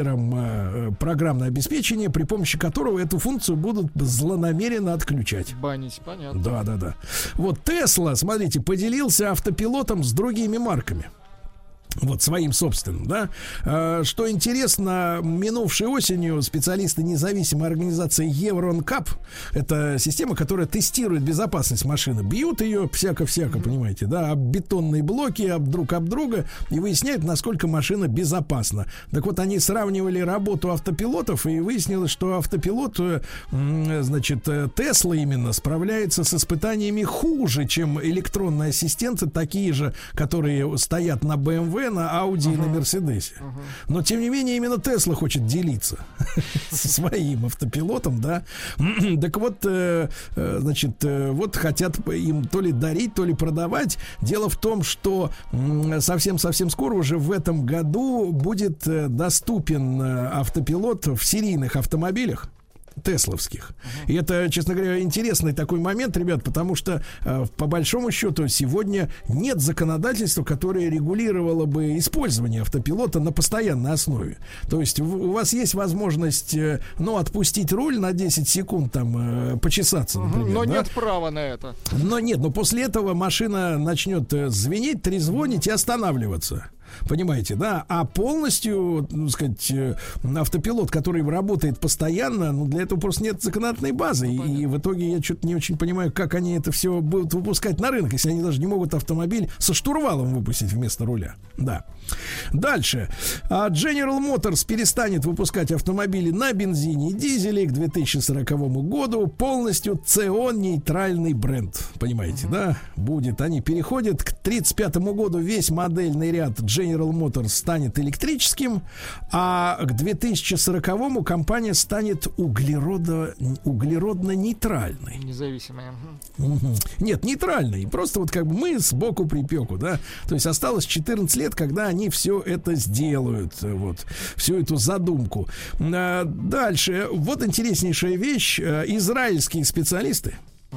дилерам программное обеспечение, при помощи которого эту функцию будут злонамеренно отключать. Банить, понятно. Да. Вот Tesla, смотрите, поделился автопилотом с другими марками. Вот, своим собственным, да. Что интересно, минувшей осенью специалисты независимой организации EuronCap, это система, которая тестирует безопасность машины, бьют ее всяко-всяко, понимаете, да, об бетонные блоки, друг об друга, и выясняют, насколько машина безопасна. Так вот, они сравнивали работу автопилотов, и выяснилось, что автопилот, значит, Tesla именно справляется с испытаниями хуже, чем электронные ассистенты, такие же, которые стоят на BMW, на Audi и на Мерседесе. Но, тем не менее, именно Tesla хочет делиться со своим автопилотом, да. Так вот, значит, вот хотят им то ли дарить, то ли продавать. Дело в том, что совсем-совсем скоро, уже в этом году, будет доступен автопилот в серийных автомобилях тесловских. И это, честно говоря, интересный такой момент, ребят, потому что по большому счету сегодня нет законодательства, которое регулировало бы использование автопилота на постоянной основе. То есть у вас есть возможность, отпустить руль на 10 секунд, там, почесаться, например. Но нет права на это. Но после этого машина начнет звенеть, трезвонить и останавливаться. Понимаете, да? А полностью, так сказать, автопилот, который работает постоянно, для этого просто нет законодательной базы. И в итоге я что-то не очень понимаю, как они это все будут выпускать на рынок, если они даже не могут автомобиль со штурвалом выпустить вместо руля. Да. Дальше. General Motors перестанет выпускать автомобили на бензине и дизеле к 2040 году. Полностью СО-нейтральный бренд. Понимаете, да? Будет. Они переходят к 1935 году. Весь модельный ряд General Motors станет электрическим, а к 2040-му компания станет углеродно-нейтральной. Независимая. Нет, нейтральной. Просто вот как бы мы сбоку припеку, да. То есть осталось 14 лет, когда они все это сделают. Вот. Всю эту задумку. Дальше. Вот интереснейшая вещь. Израильские специалисты.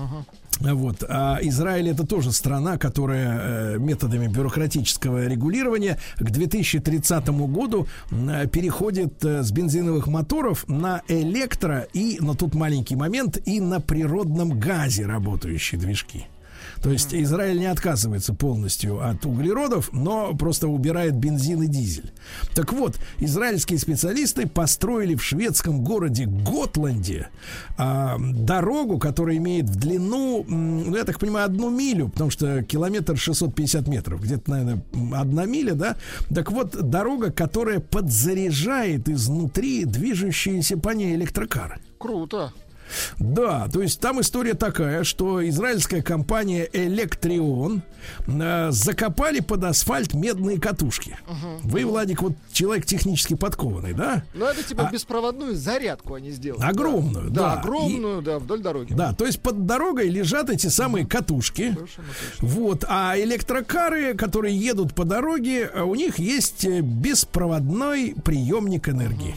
Вот. А Израиль — это тоже страна, которая методами бюрократического регулирования к 2030 году переходит с бензиновых моторов на но тут маленький момент, и на природном газе работающие движки. То есть Израиль не отказывается полностью от углеродов, но просто убирает бензин и дизель. Так вот, израильские специалисты построили в шведском городе Готланде дорогу, которая имеет в длину, я так понимаю, 1 милю, потому что километр 650 метров, где-то, наверное, 1 миля, да? Так вот, дорога, которая подзаряжает изнутри движущиеся по ней электрокары. Круто. Да, то есть там история такая, что израильская компания Electrion закопали под асфальт медные катушки. Вы, Владик, вот человек технически подкованный, да? Ну, это типа беспроводную зарядку они сделали. Огромную, да. Огромную, да, вдоль дороги. Да, то есть под дорогой лежат эти самые катушки. Вот, а электрокары, которые едут по дороге, у них есть беспроводной приемник энергии.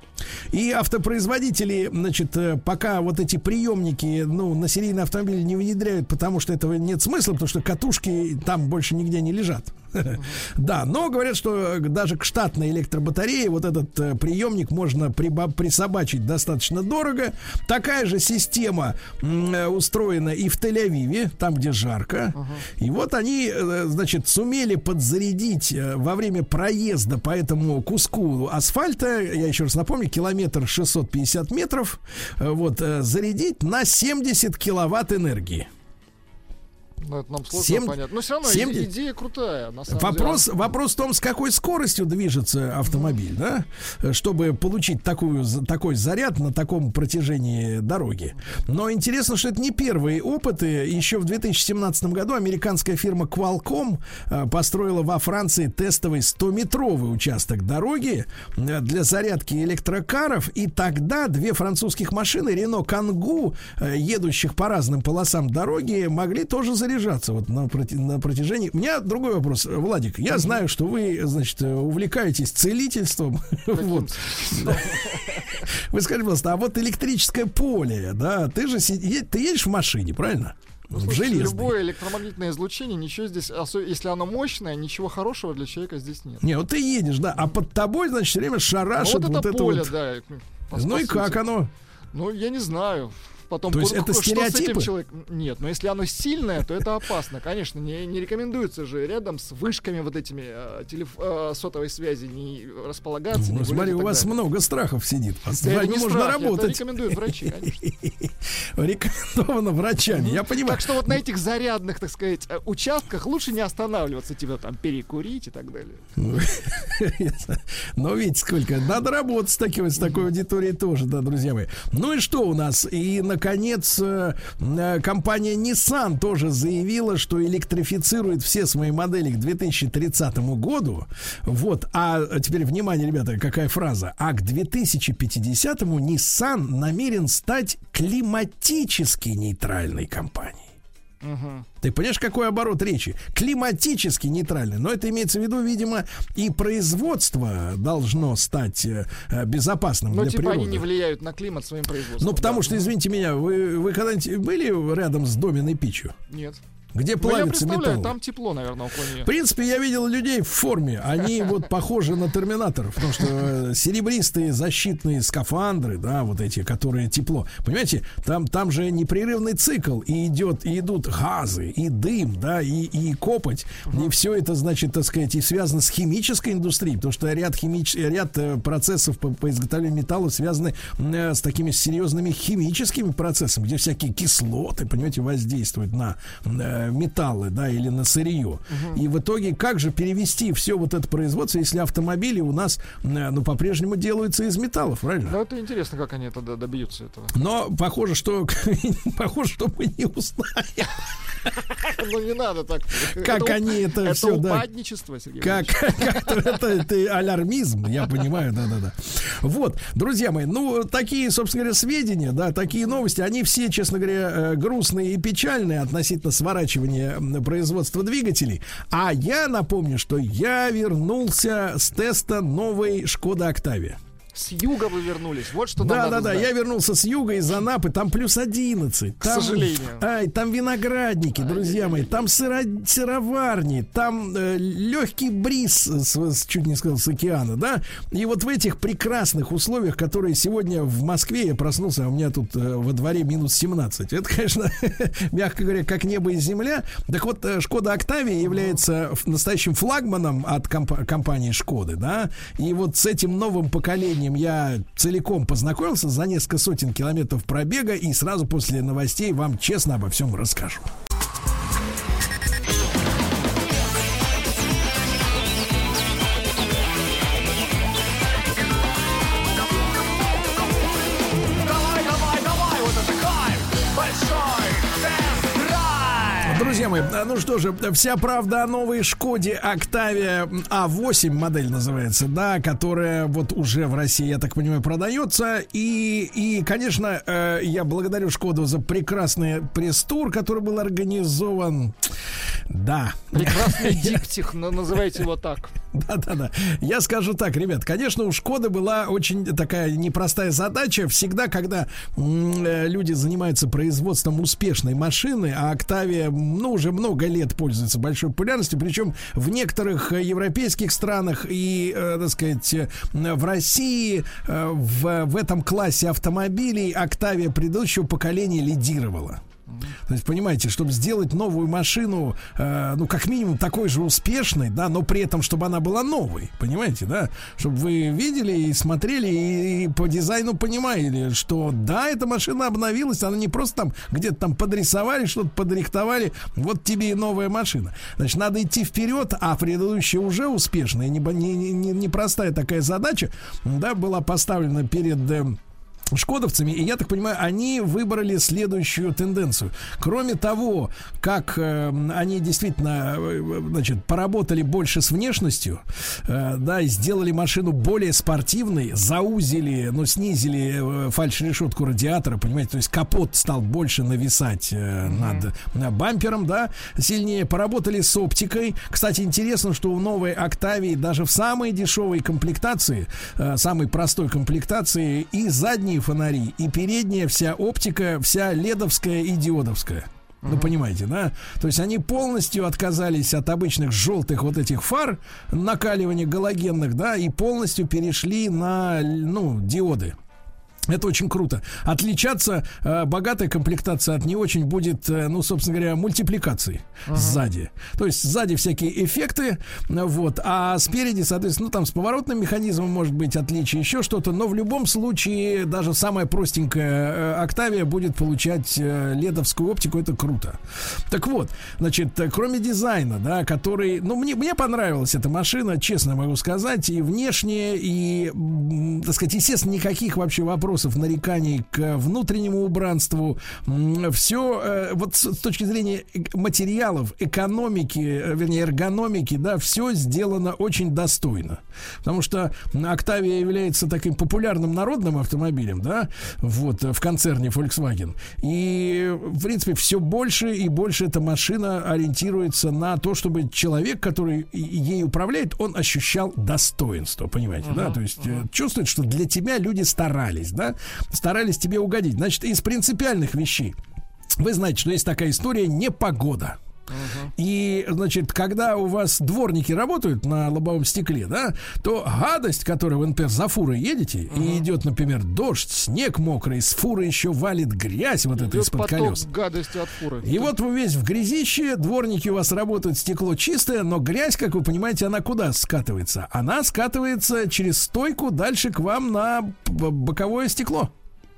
И автопроизводители, значит, пока вот эти приемники, на серийный автомобиль не внедряют, потому что этого нет смысла, потому что катушки там больше нигде не лежат. Да, но говорят, что даже к штатной электробатарее вот этот приемник можно присобачить достаточно дорого. Такая же система устроена и в Тель-Авиве, там, где жарко. И вот они, значит, сумели подзарядить во время проезда по этому куску асфальта, я еще раз напомню, километр 650 метров, вот, зарядить на 70 киловатт энергии. Ну, это нам сложно понять. Но все равно идея крутая, на самом деле. Вопрос в том, с какой скоростью движется автомобиль, да, чтобы получить такой заряд на таком протяжении дороги. Но интересно, что это не первые опыты. Еще в 2017 году американская фирма Qualcomm построила во Франции тестовый 100-метровый участок дороги для зарядки электрокаров. И тогда две французских машины Renault Kangoo, едущих по разным полосам дороги, могли тоже заряжаться вот на протяжении. У меня другой вопрос, Владик. Я знаю, что вы, значит, увлекаетесь целительством. Вот. Вы скажите, пожалуйста, а вот электрическое поле, да, ты едешь в машине, правильно? Слушайте, любое электромагнитное излучение, ничего здесь, если оно мощное, ничего хорошего для человека здесь нет. Не, вот ты едешь, да, а под тобой, значит, все время шарашит вот это поле, да. Ну и как оно? Ну, я не знаю. Потом, то есть это стереотипы? Нет, но если оно сильное, то это опасно. Конечно, не рекомендуется же рядом с вышками вот этими сотовой связи не располагаться. Ну, смотри, у вас много страхов сидит. С вами можно работать. Это рекомендуют врачи, конечно. Рекомендовано врачами, я понимаю. Так что вот на этих зарядных, так сказать, участках лучше не останавливаться, тебя там перекурить и так далее. Но видите, сколько. Надо работать с такой аудиторией тоже, да, друзья мои. Ну и что у нас? И наконец, компания Nissan тоже заявила, что электрифицирует все свои модели к 2030 году. Вот. А теперь, внимание, ребята, какая фраза. А к 2050-му Nissan намерен стать климатически нейтральной компанией. Ты понимаешь, какой оборот речи? Климатически нейтральный. Но это имеется в виду, видимо, и производство должно стать безопасным для природы. Но они не влияют на климат своим производством. Ну, потому что, извините меня, вы когда-нибудь были рядом с доменной печью? Нет. Где плавится металл. Там тепло, наверное, около нее. В принципе, я видел людей в форме. Они вот похожи на терминаторов, потому что серебристые защитные скафандры, да, вот эти, которые тепло. Понимаете, там же непрерывный цикл, и идут газы, и дым, да, и копоть. И все это, значит, так сказать, и связано с химической индустрией, потому что ряд процессов по изготовлению металла связаны с такими серьезными химическими процессами, где всякие кислоты, понимаете, воздействуют на металлы, да, или на сырье. И в итоге, как же перевести все вот это производство, если автомобили у нас, ну, по-прежнему делаются из металлов, правильно? Да, это интересно, как они тогда добьются этого. Но похоже, что мы не узнаем. Ну, не надо так. Как они это все, да. Это упадничество, Сергей. Это алярмизм, я понимаю, да. Вот, друзья мои, ну, такие, собственно говоря, сведения, да, такие новости, они все, честно говоря, грустные и печальные относительно сворачивания производства двигателей. А я напомню, что я вернулся с теста новой Шкода Октавия. С юга вы вернулись, вот что нам надо знать. Я вернулся с юга, из Анапы, там плюс 11. К сожалению. Там виноградники, друзья мои, там сыроварни, там легкий бриз, чуть не сказал, с океана, да. И вот в этих прекрасных условиях, которые сегодня в Москве, я проснулся, а у меня тут во дворе минус 17. Это, конечно, мягко говоря, как небо и земля. Так вот, Шкода Октавия является настоящим флагманом от компании Шкоды, да. И вот с этим новым поколением я целиком познакомился за несколько сотен километров пробега, и сразу после новостей вам честно обо всем расскажу. Друзья мои, ну что же, вся правда о новой Шкоде Октавия А8 модель называется, да, которая вот уже в России, я так понимаю, продается. И конечно, я благодарю Шкоду за прекрасный пресс-тур, который был организован. Да. Прекрасный диктих, называйте его так. Да. Я скажу так, ребят, конечно, у Шкоды была очень такая непростая задача. Всегда, когда люди занимаются производством успешной машины, а Октавия, ну, уже много лет пользуется большой популярностью, причем в некоторых европейских странах и, так сказать, в России в этом классе автомобилей Октавия предыдущего поколения лидировала. То есть, понимаете, чтобы сделать новую машину, ну, как минимум, такой же успешной, да, но при этом, чтобы она была новой, понимаете, да? Чтобы вы видели и смотрели, и по дизайну понимали, что, да, эта машина обновилась, она не просто там где-то там подрисовали, что-то подрихтовали, вот тебе и новая машина. Значит, надо идти вперед, а предыдущая уже успешная, непростая такая задача, да, была поставлена перед шкодовцами, и я так понимаю, они выбрали следующую тенденцию. Кроме того, как они действительно, значит, поработали больше с внешностью, да, и сделали машину более спортивной, заузили, ну, снизили фальш-решетку радиатора, понимаете, то есть капот стал больше нависать над бампером, да, сильнее, поработали с оптикой. Кстати, интересно, что у новой Октавии даже в самой дешевой комплектации, самой простой комплектации, и задние фонари, и передняя вся оптика, вся ледовская и диодовская. Ну, понимаете, да? То есть они полностью отказались от обычных желтых вот этих фар, накаливания галогенных, да, и полностью перешли на, ну, диоды. Это очень круто. Отличаться богатая комплектация от не очень будет, ну, собственно говоря, мультипликацией сзади. То есть сзади всякие эффекты, вот, а спереди, соответственно, ну, там с поворотным механизмом может быть отличие, еще что-то, но в любом случае даже самая простенькая Октавия будет получать ледовскую оптику, это круто. Так вот, значит, кроме дизайна, да, который, ну, мне понравилась эта машина, честно могу сказать, и внешне, и, так сказать, естественно, никаких вообще вопросов, нареканий к внутреннему убранству. Все, вот с точки зрения материалов, экономики, вернее, эргономики, да, все сделано очень достойно. Потому что Октавия является таким популярным народным автомобилем, да, вот, в концерне Volkswagen. И, в принципе, все больше и больше эта машина ориентируется на то, чтобы человек, который ей управляет, он ощущал достоинство, понимаете, да, то есть чувствует, что для тебя люди старались, да, старались тебе угодить. Значит, из принципиальных вещей вы знаете, что есть такая история непогода. И, значит, когда у вас дворники работают на лобовом стекле, да, то гадость, которая вы, например, за фурой едете, и идет, например, дождь, снег мокрый, с фуры еще валит грязь вот это из-под колес. Гадости от фуры. И вот вы весь в грязище, дворники у вас работают, стекло чистое, но грязь, как вы понимаете, она куда скатывается? Она скатывается через стойку дальше к вам на боковое стекло.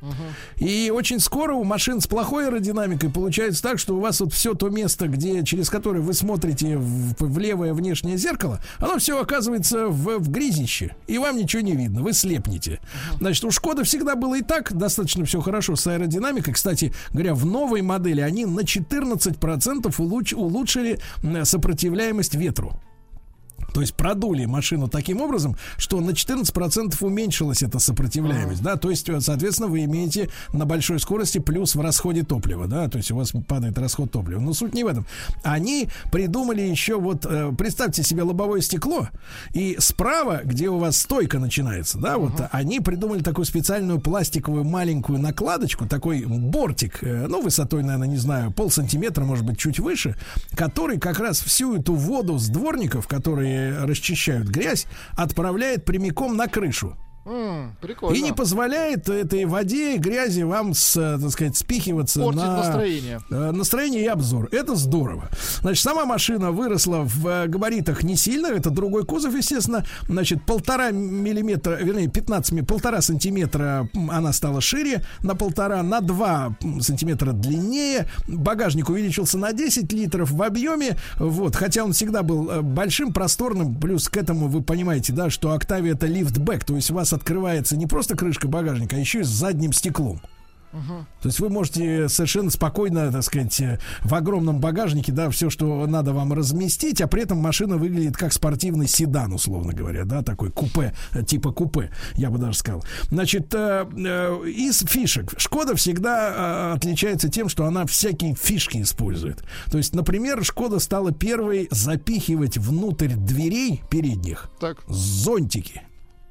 И очень скоро у машин с плохой аэродинамикой получается так, что у вас вот все то место, где, через которое вы смотрите в левое внешнее зеркало, оно все оказывается в грязище, и вам ничего не видно, вы слепнете. Значит, у Шкоды всегда было и так достаточно все хорошо с аэродинамикой. Кстати говоря, в новой модели они на 14% улучшили сопротивляемость ветру. То есть продули машину таким образом, что на 14% уменьшилась эта сопротивляемость, да, то есть, соответственно, вы имеете на большой скорости плюс в расходе топлива, да, то есть у вас падает расход топлива. Но суть не в этом. Они придумали еще вот, представьте себе лобовое стекло, и справа, где у вас стойка начинается, да, вот они придумали такую специальную пластиковую маленькую накладочку, такой бортик, ну, высотой, наверное, не знаю, полсантиметра, может быть, чуть выше, который как раз всю эту воду с дворников, которые расчищают грязь, отправляет прямиком на крышу. Прикольно. И не позволяет этой воде и грязи вам, так сказать, спихиваться на настроение и обзор. Это здорово. Значит, сама машина выросла в габаритах не сильно. Это другой кузов, естественно. Значит, 1,5 миллиметра, вернее, 1,5 сантиметра она стала шире на 1,5, на 2 сантиметра длиннее. Багажник увеличился на 10 литров в объеме. Вот, хотя он всегда был большим, просторным. Плюс к этому вы понимаете, да, что Октавия — это лифтбэк. То есть у вас открывается не просто крышка багажника, а еще и с задним стеклом. То есть вы можете совершенно спокойно, так сказать, в огромном багажнике, да, все, что надо вам разместить, а при этом машина выглядит как спортивный седан, условно говоря, да, такой купе, типа купе, я бы даже сказал. Значит, из фишек Шкода всегда отличается тем, что она всякие фишки использует. То есть, например, Шкода стала первой запихивать внутрь дверей передних зонтики.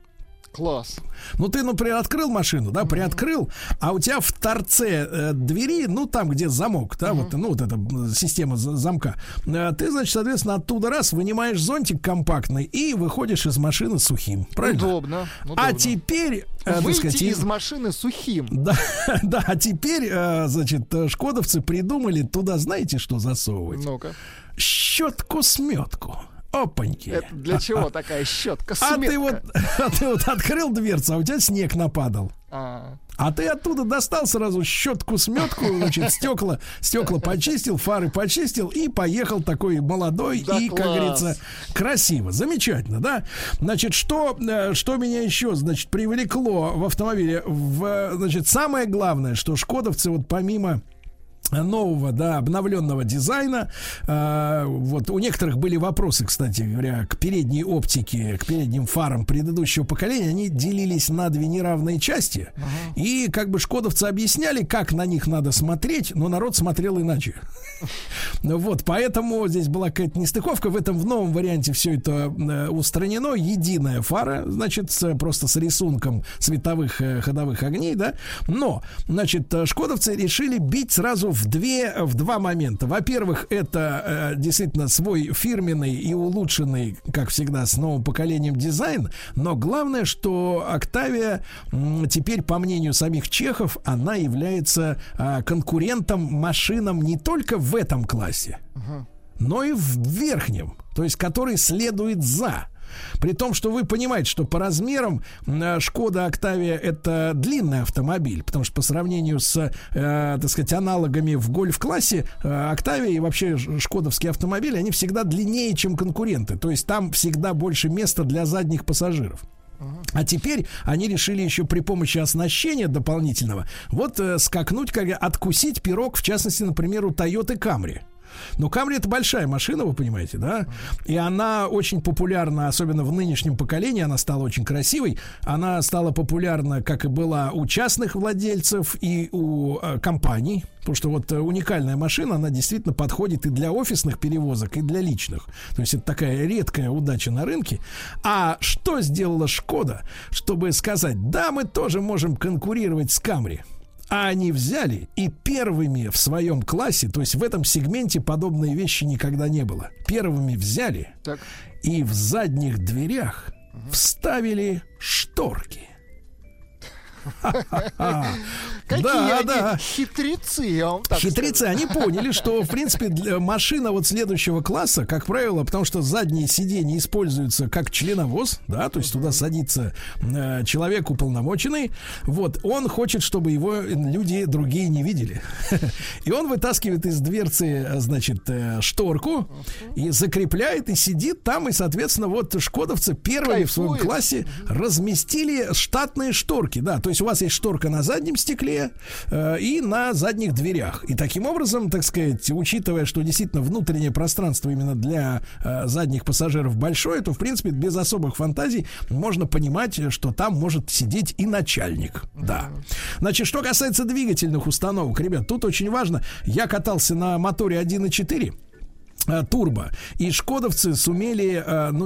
Класс. Ну, ты, например, открыл машину, да, приоткрыл, а у тебя в торце двери, ну, там, где замок, да, вот эта система замка, ты, значит, соответственно, оттуда раз вынимаешь зонтик компактный и выходишь из машины сухим. Правильно? Удобно. А теперь... Выйти из машины сухим. Да, да, а теперь, значит, шкодовцы придумали туда, знаете, что засовывать? Ну-ка. Щетку-сметку. Опаньки. Это для чего такая щетка-сметка? А ты вот открыл дверцу, а у тебя снег нападал. А ты оттуда достал сразу щетку-сметку, значит, стекла почистил, фары почистил и поехал такой молодой и, как говорится, красиво. Замечательно, да? Значит, что меня еще, значит, привлекло в автомобиле? Значит, самое главное, что шкодовцы вот помимо нового, да, обновленного дизайна. Вот у некоторых были вопросы, кстати говоря, к передней оптике, к передним фарам предыдущего поколения. Они делились на две неравные части. И как бы шкодовцы объясняли, как на них надо смотреть, но народ смотрел иначе. Вот, поэтому здесь была какая-то нестыковка. В новом варианте все это устранено. Единая фара, значит, просто с рисунком световых ходовых огней, да. Но, значит, шкодовцы решили бить сразу в два момента. Во-первых, это действительно свой фирменный и улучшенный, как всегда, с новым поколением дизайн. Но главное, что Octavia теперь, по мнению самих чехов, она является конкурентом машинам не только в этом классе, но и в верхнем, то есть который следует за. При том, что вы понимаете, что по размерам Шкода Octavia это длинный автомобиль, потому что по сравнению с, так сказать, аналогами в гольф-классе, Octavia и вообще шкодовские автомобили, они всегда длиннее, чем конкуренты. То есть там всегда больше места для задних пассажиров. А теперь они решили еще при помощи оснащения дополнительного вот скакнуть, как откусить пирог, в частности, например, у Toyota Camry. Но Camry — это большая машина, вы понимаете, да? И она очень популярна, особенно в нынешнем поколении. Она стала очень красивой. Она стала популярна, как и была у частных владельцев и у компаний. Потому что вот уникальная машина, она действительно подходит и для офисных перевозок, и для личных. То есть это такая редкая удача на рынке. А что сделала Шкода, чтобы сказать: да, мы тоже можем конкурировать с Camry? А они взяли и первыми в своем классе, то есть в этом сегменте подобные вещи никогда не было. Первыми взяли и в задних дверях вставили шторки. Какие хитрецы, я вам так хитрецы, скажу. Они поняли, что, в принципе, машина вот следующего класса, как правило, потому что задние сиденья используются как членовоз, да, то есть туда садится человек уполномоченный, вот, он хочет, чтобы его люди другие не видели. И он вытаскивает из дверцы, значит, шторку и закрепляет, и сидит там, и, соответственно, вот шкодовцы первыми в своем классе разместили штатные шторки, да, то есть у вас есть шторка на заднем стекле и на задних дверях. И таким образом, так сказать, учитывая, что действительно внутреннее пространство именно для задних пассажиров большое, то, в принципе, без особых фантазий можно понимать, что там может сидеть и начальник. Да. Значит, что касается двигательных установок, ребят, тут очень важно. Я катался на моторе 1.4 турбо, и шкодовцы сумели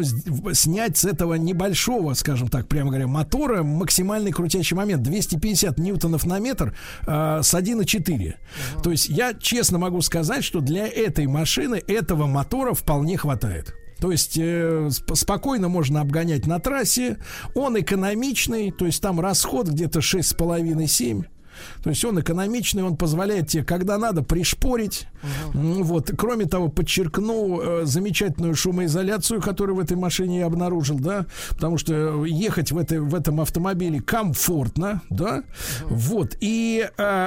снять с этого небольшого, скажем так, прямо говоря, мотора максимальный крутящий момент 250 ньютонов на метр с 1.4. То есть я честно могу сказать, что для этой машины этого мотора вполне хватает. То есть спокойно можно обгонять на трассе. Он экономичный, то есть там расход где-то 6,5-7. То есть он экономичный, он позволяет тебе, когда надо, пришпорить. Вот. Кроме того, подчеркну замечательную шумоизоляцию, которую в этой машине я обнаружил, да, потому что ехать в этом автомобиле комфортно, да. Вот. И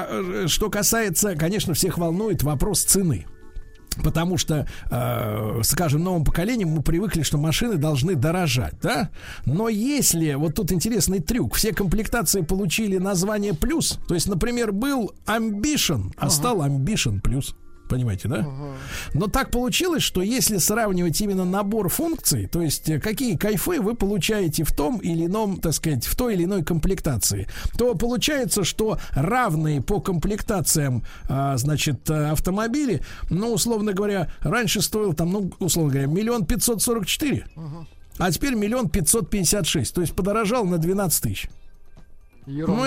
что касается, конечно, всех волнует вопрос цены. Потому что, скажем, новым поколением мы привыкли, что машины должны дорожать, да? Но если, вот тут интересный трюк, все комплектации получили название плюс, то есть, например, был Ambition, а стал Ambition плюс. Понимаете, да? Но так получилось, что если сравнивать именно набор функций, то есть какие кайфы вы получаете в том или ином, так сказать, в той или иной комплектации, то получается, что равные по комплектациям, значит, автомобили, ну, условно говоря, раньше стоил там, ну, условно говоря, 1 544 000. а теперь 1 556 000. То есть подорожал на 12 000. Ну,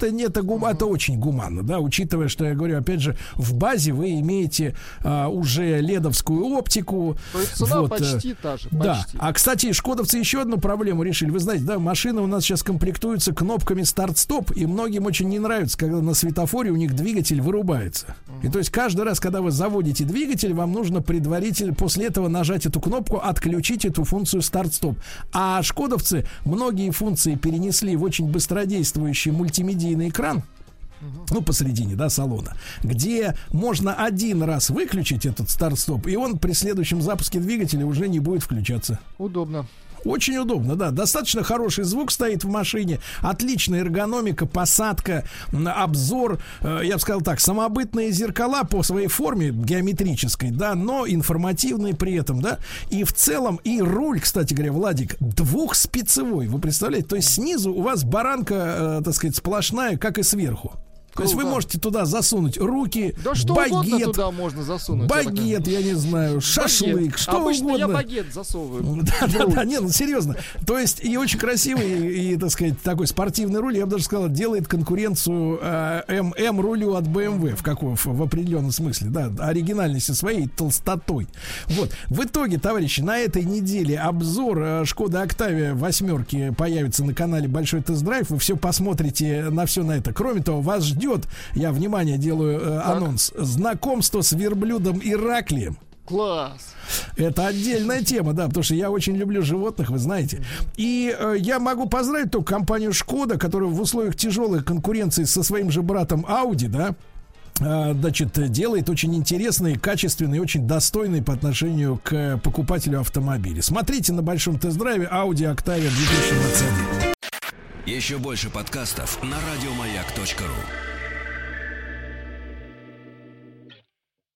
это очень гуманно, да, учитывая, что я говорю, опять же, в базе вы имеете уже ледовскую оптику. То есть цена почти та же. Да. А, кстати, шкодовцы еще одну проблему решили. Вы знаете, да, машины у нас сейчас комплектуются кнопками старт-стоп, и многим очень не нравится, когда на светофоре у них двигатель вырубается. И то есть каждый раз, когда вы заводите двигатель, вам нужно предварительно после этого нажать эту кнопку, отключить эту функцию старт-стоп. А шкодовцы многие функции перенесли в очень быстродействующий мультимедийный экран, ну, посередине, да, салона, где можно один раз выключить этот старт-стоп, и он при следующем запуске двигателя уже не будет включаться. Удобно. Очень удобно, да. Достаточно хороший звук стоит в машине, отличная эргономика, посадка, обзор, я бы сказал так, самобытные зеркала по своей форме геометрической, да, но информативные при этом, да. И в целом, и руль, кстати говоря, Владик, двухспицевой, вы представляете? То есть снизу у вас баранка, так сказать, сплошная, как и сверху. То есть вы можете туда засунуть руки, да что угодно туда можно засунуть. Багет, я не знаю, шашлык, что обычно угодно. Я багет засовываю. Да, не, ну серьезно. То есть и очень красивый, и, так сказать, такой спортивный руль, я бы даже сказал, делает конкуренцию рулю от BMW в определенном смысле, да, оригинальности своей толстотой. Вот. В итоге, товарищи, на этой неделе обзор Шкода Октавия 8 появится на канале Большой Тест-Драйв. Вы все посмотрите на все на это. Кроме того, вас ждет, я, внимание, делаю анонс, знакомство с верблюдом Ираклием. Класс. Это отдельная тема, да, потому что я очень люблю животных, вы знаете. И я могу поздравить только компанию Шкода, которая в условиях тяжелой конкуренции со своим же братом Audi, да, значит, делает очень интересный, качественный, очень достойный по отношению к покупателю автомобиля. Смотрите на большом тест-драйве Audi Octavia 2021. Еще больше подкастов на радиомаяк.ру.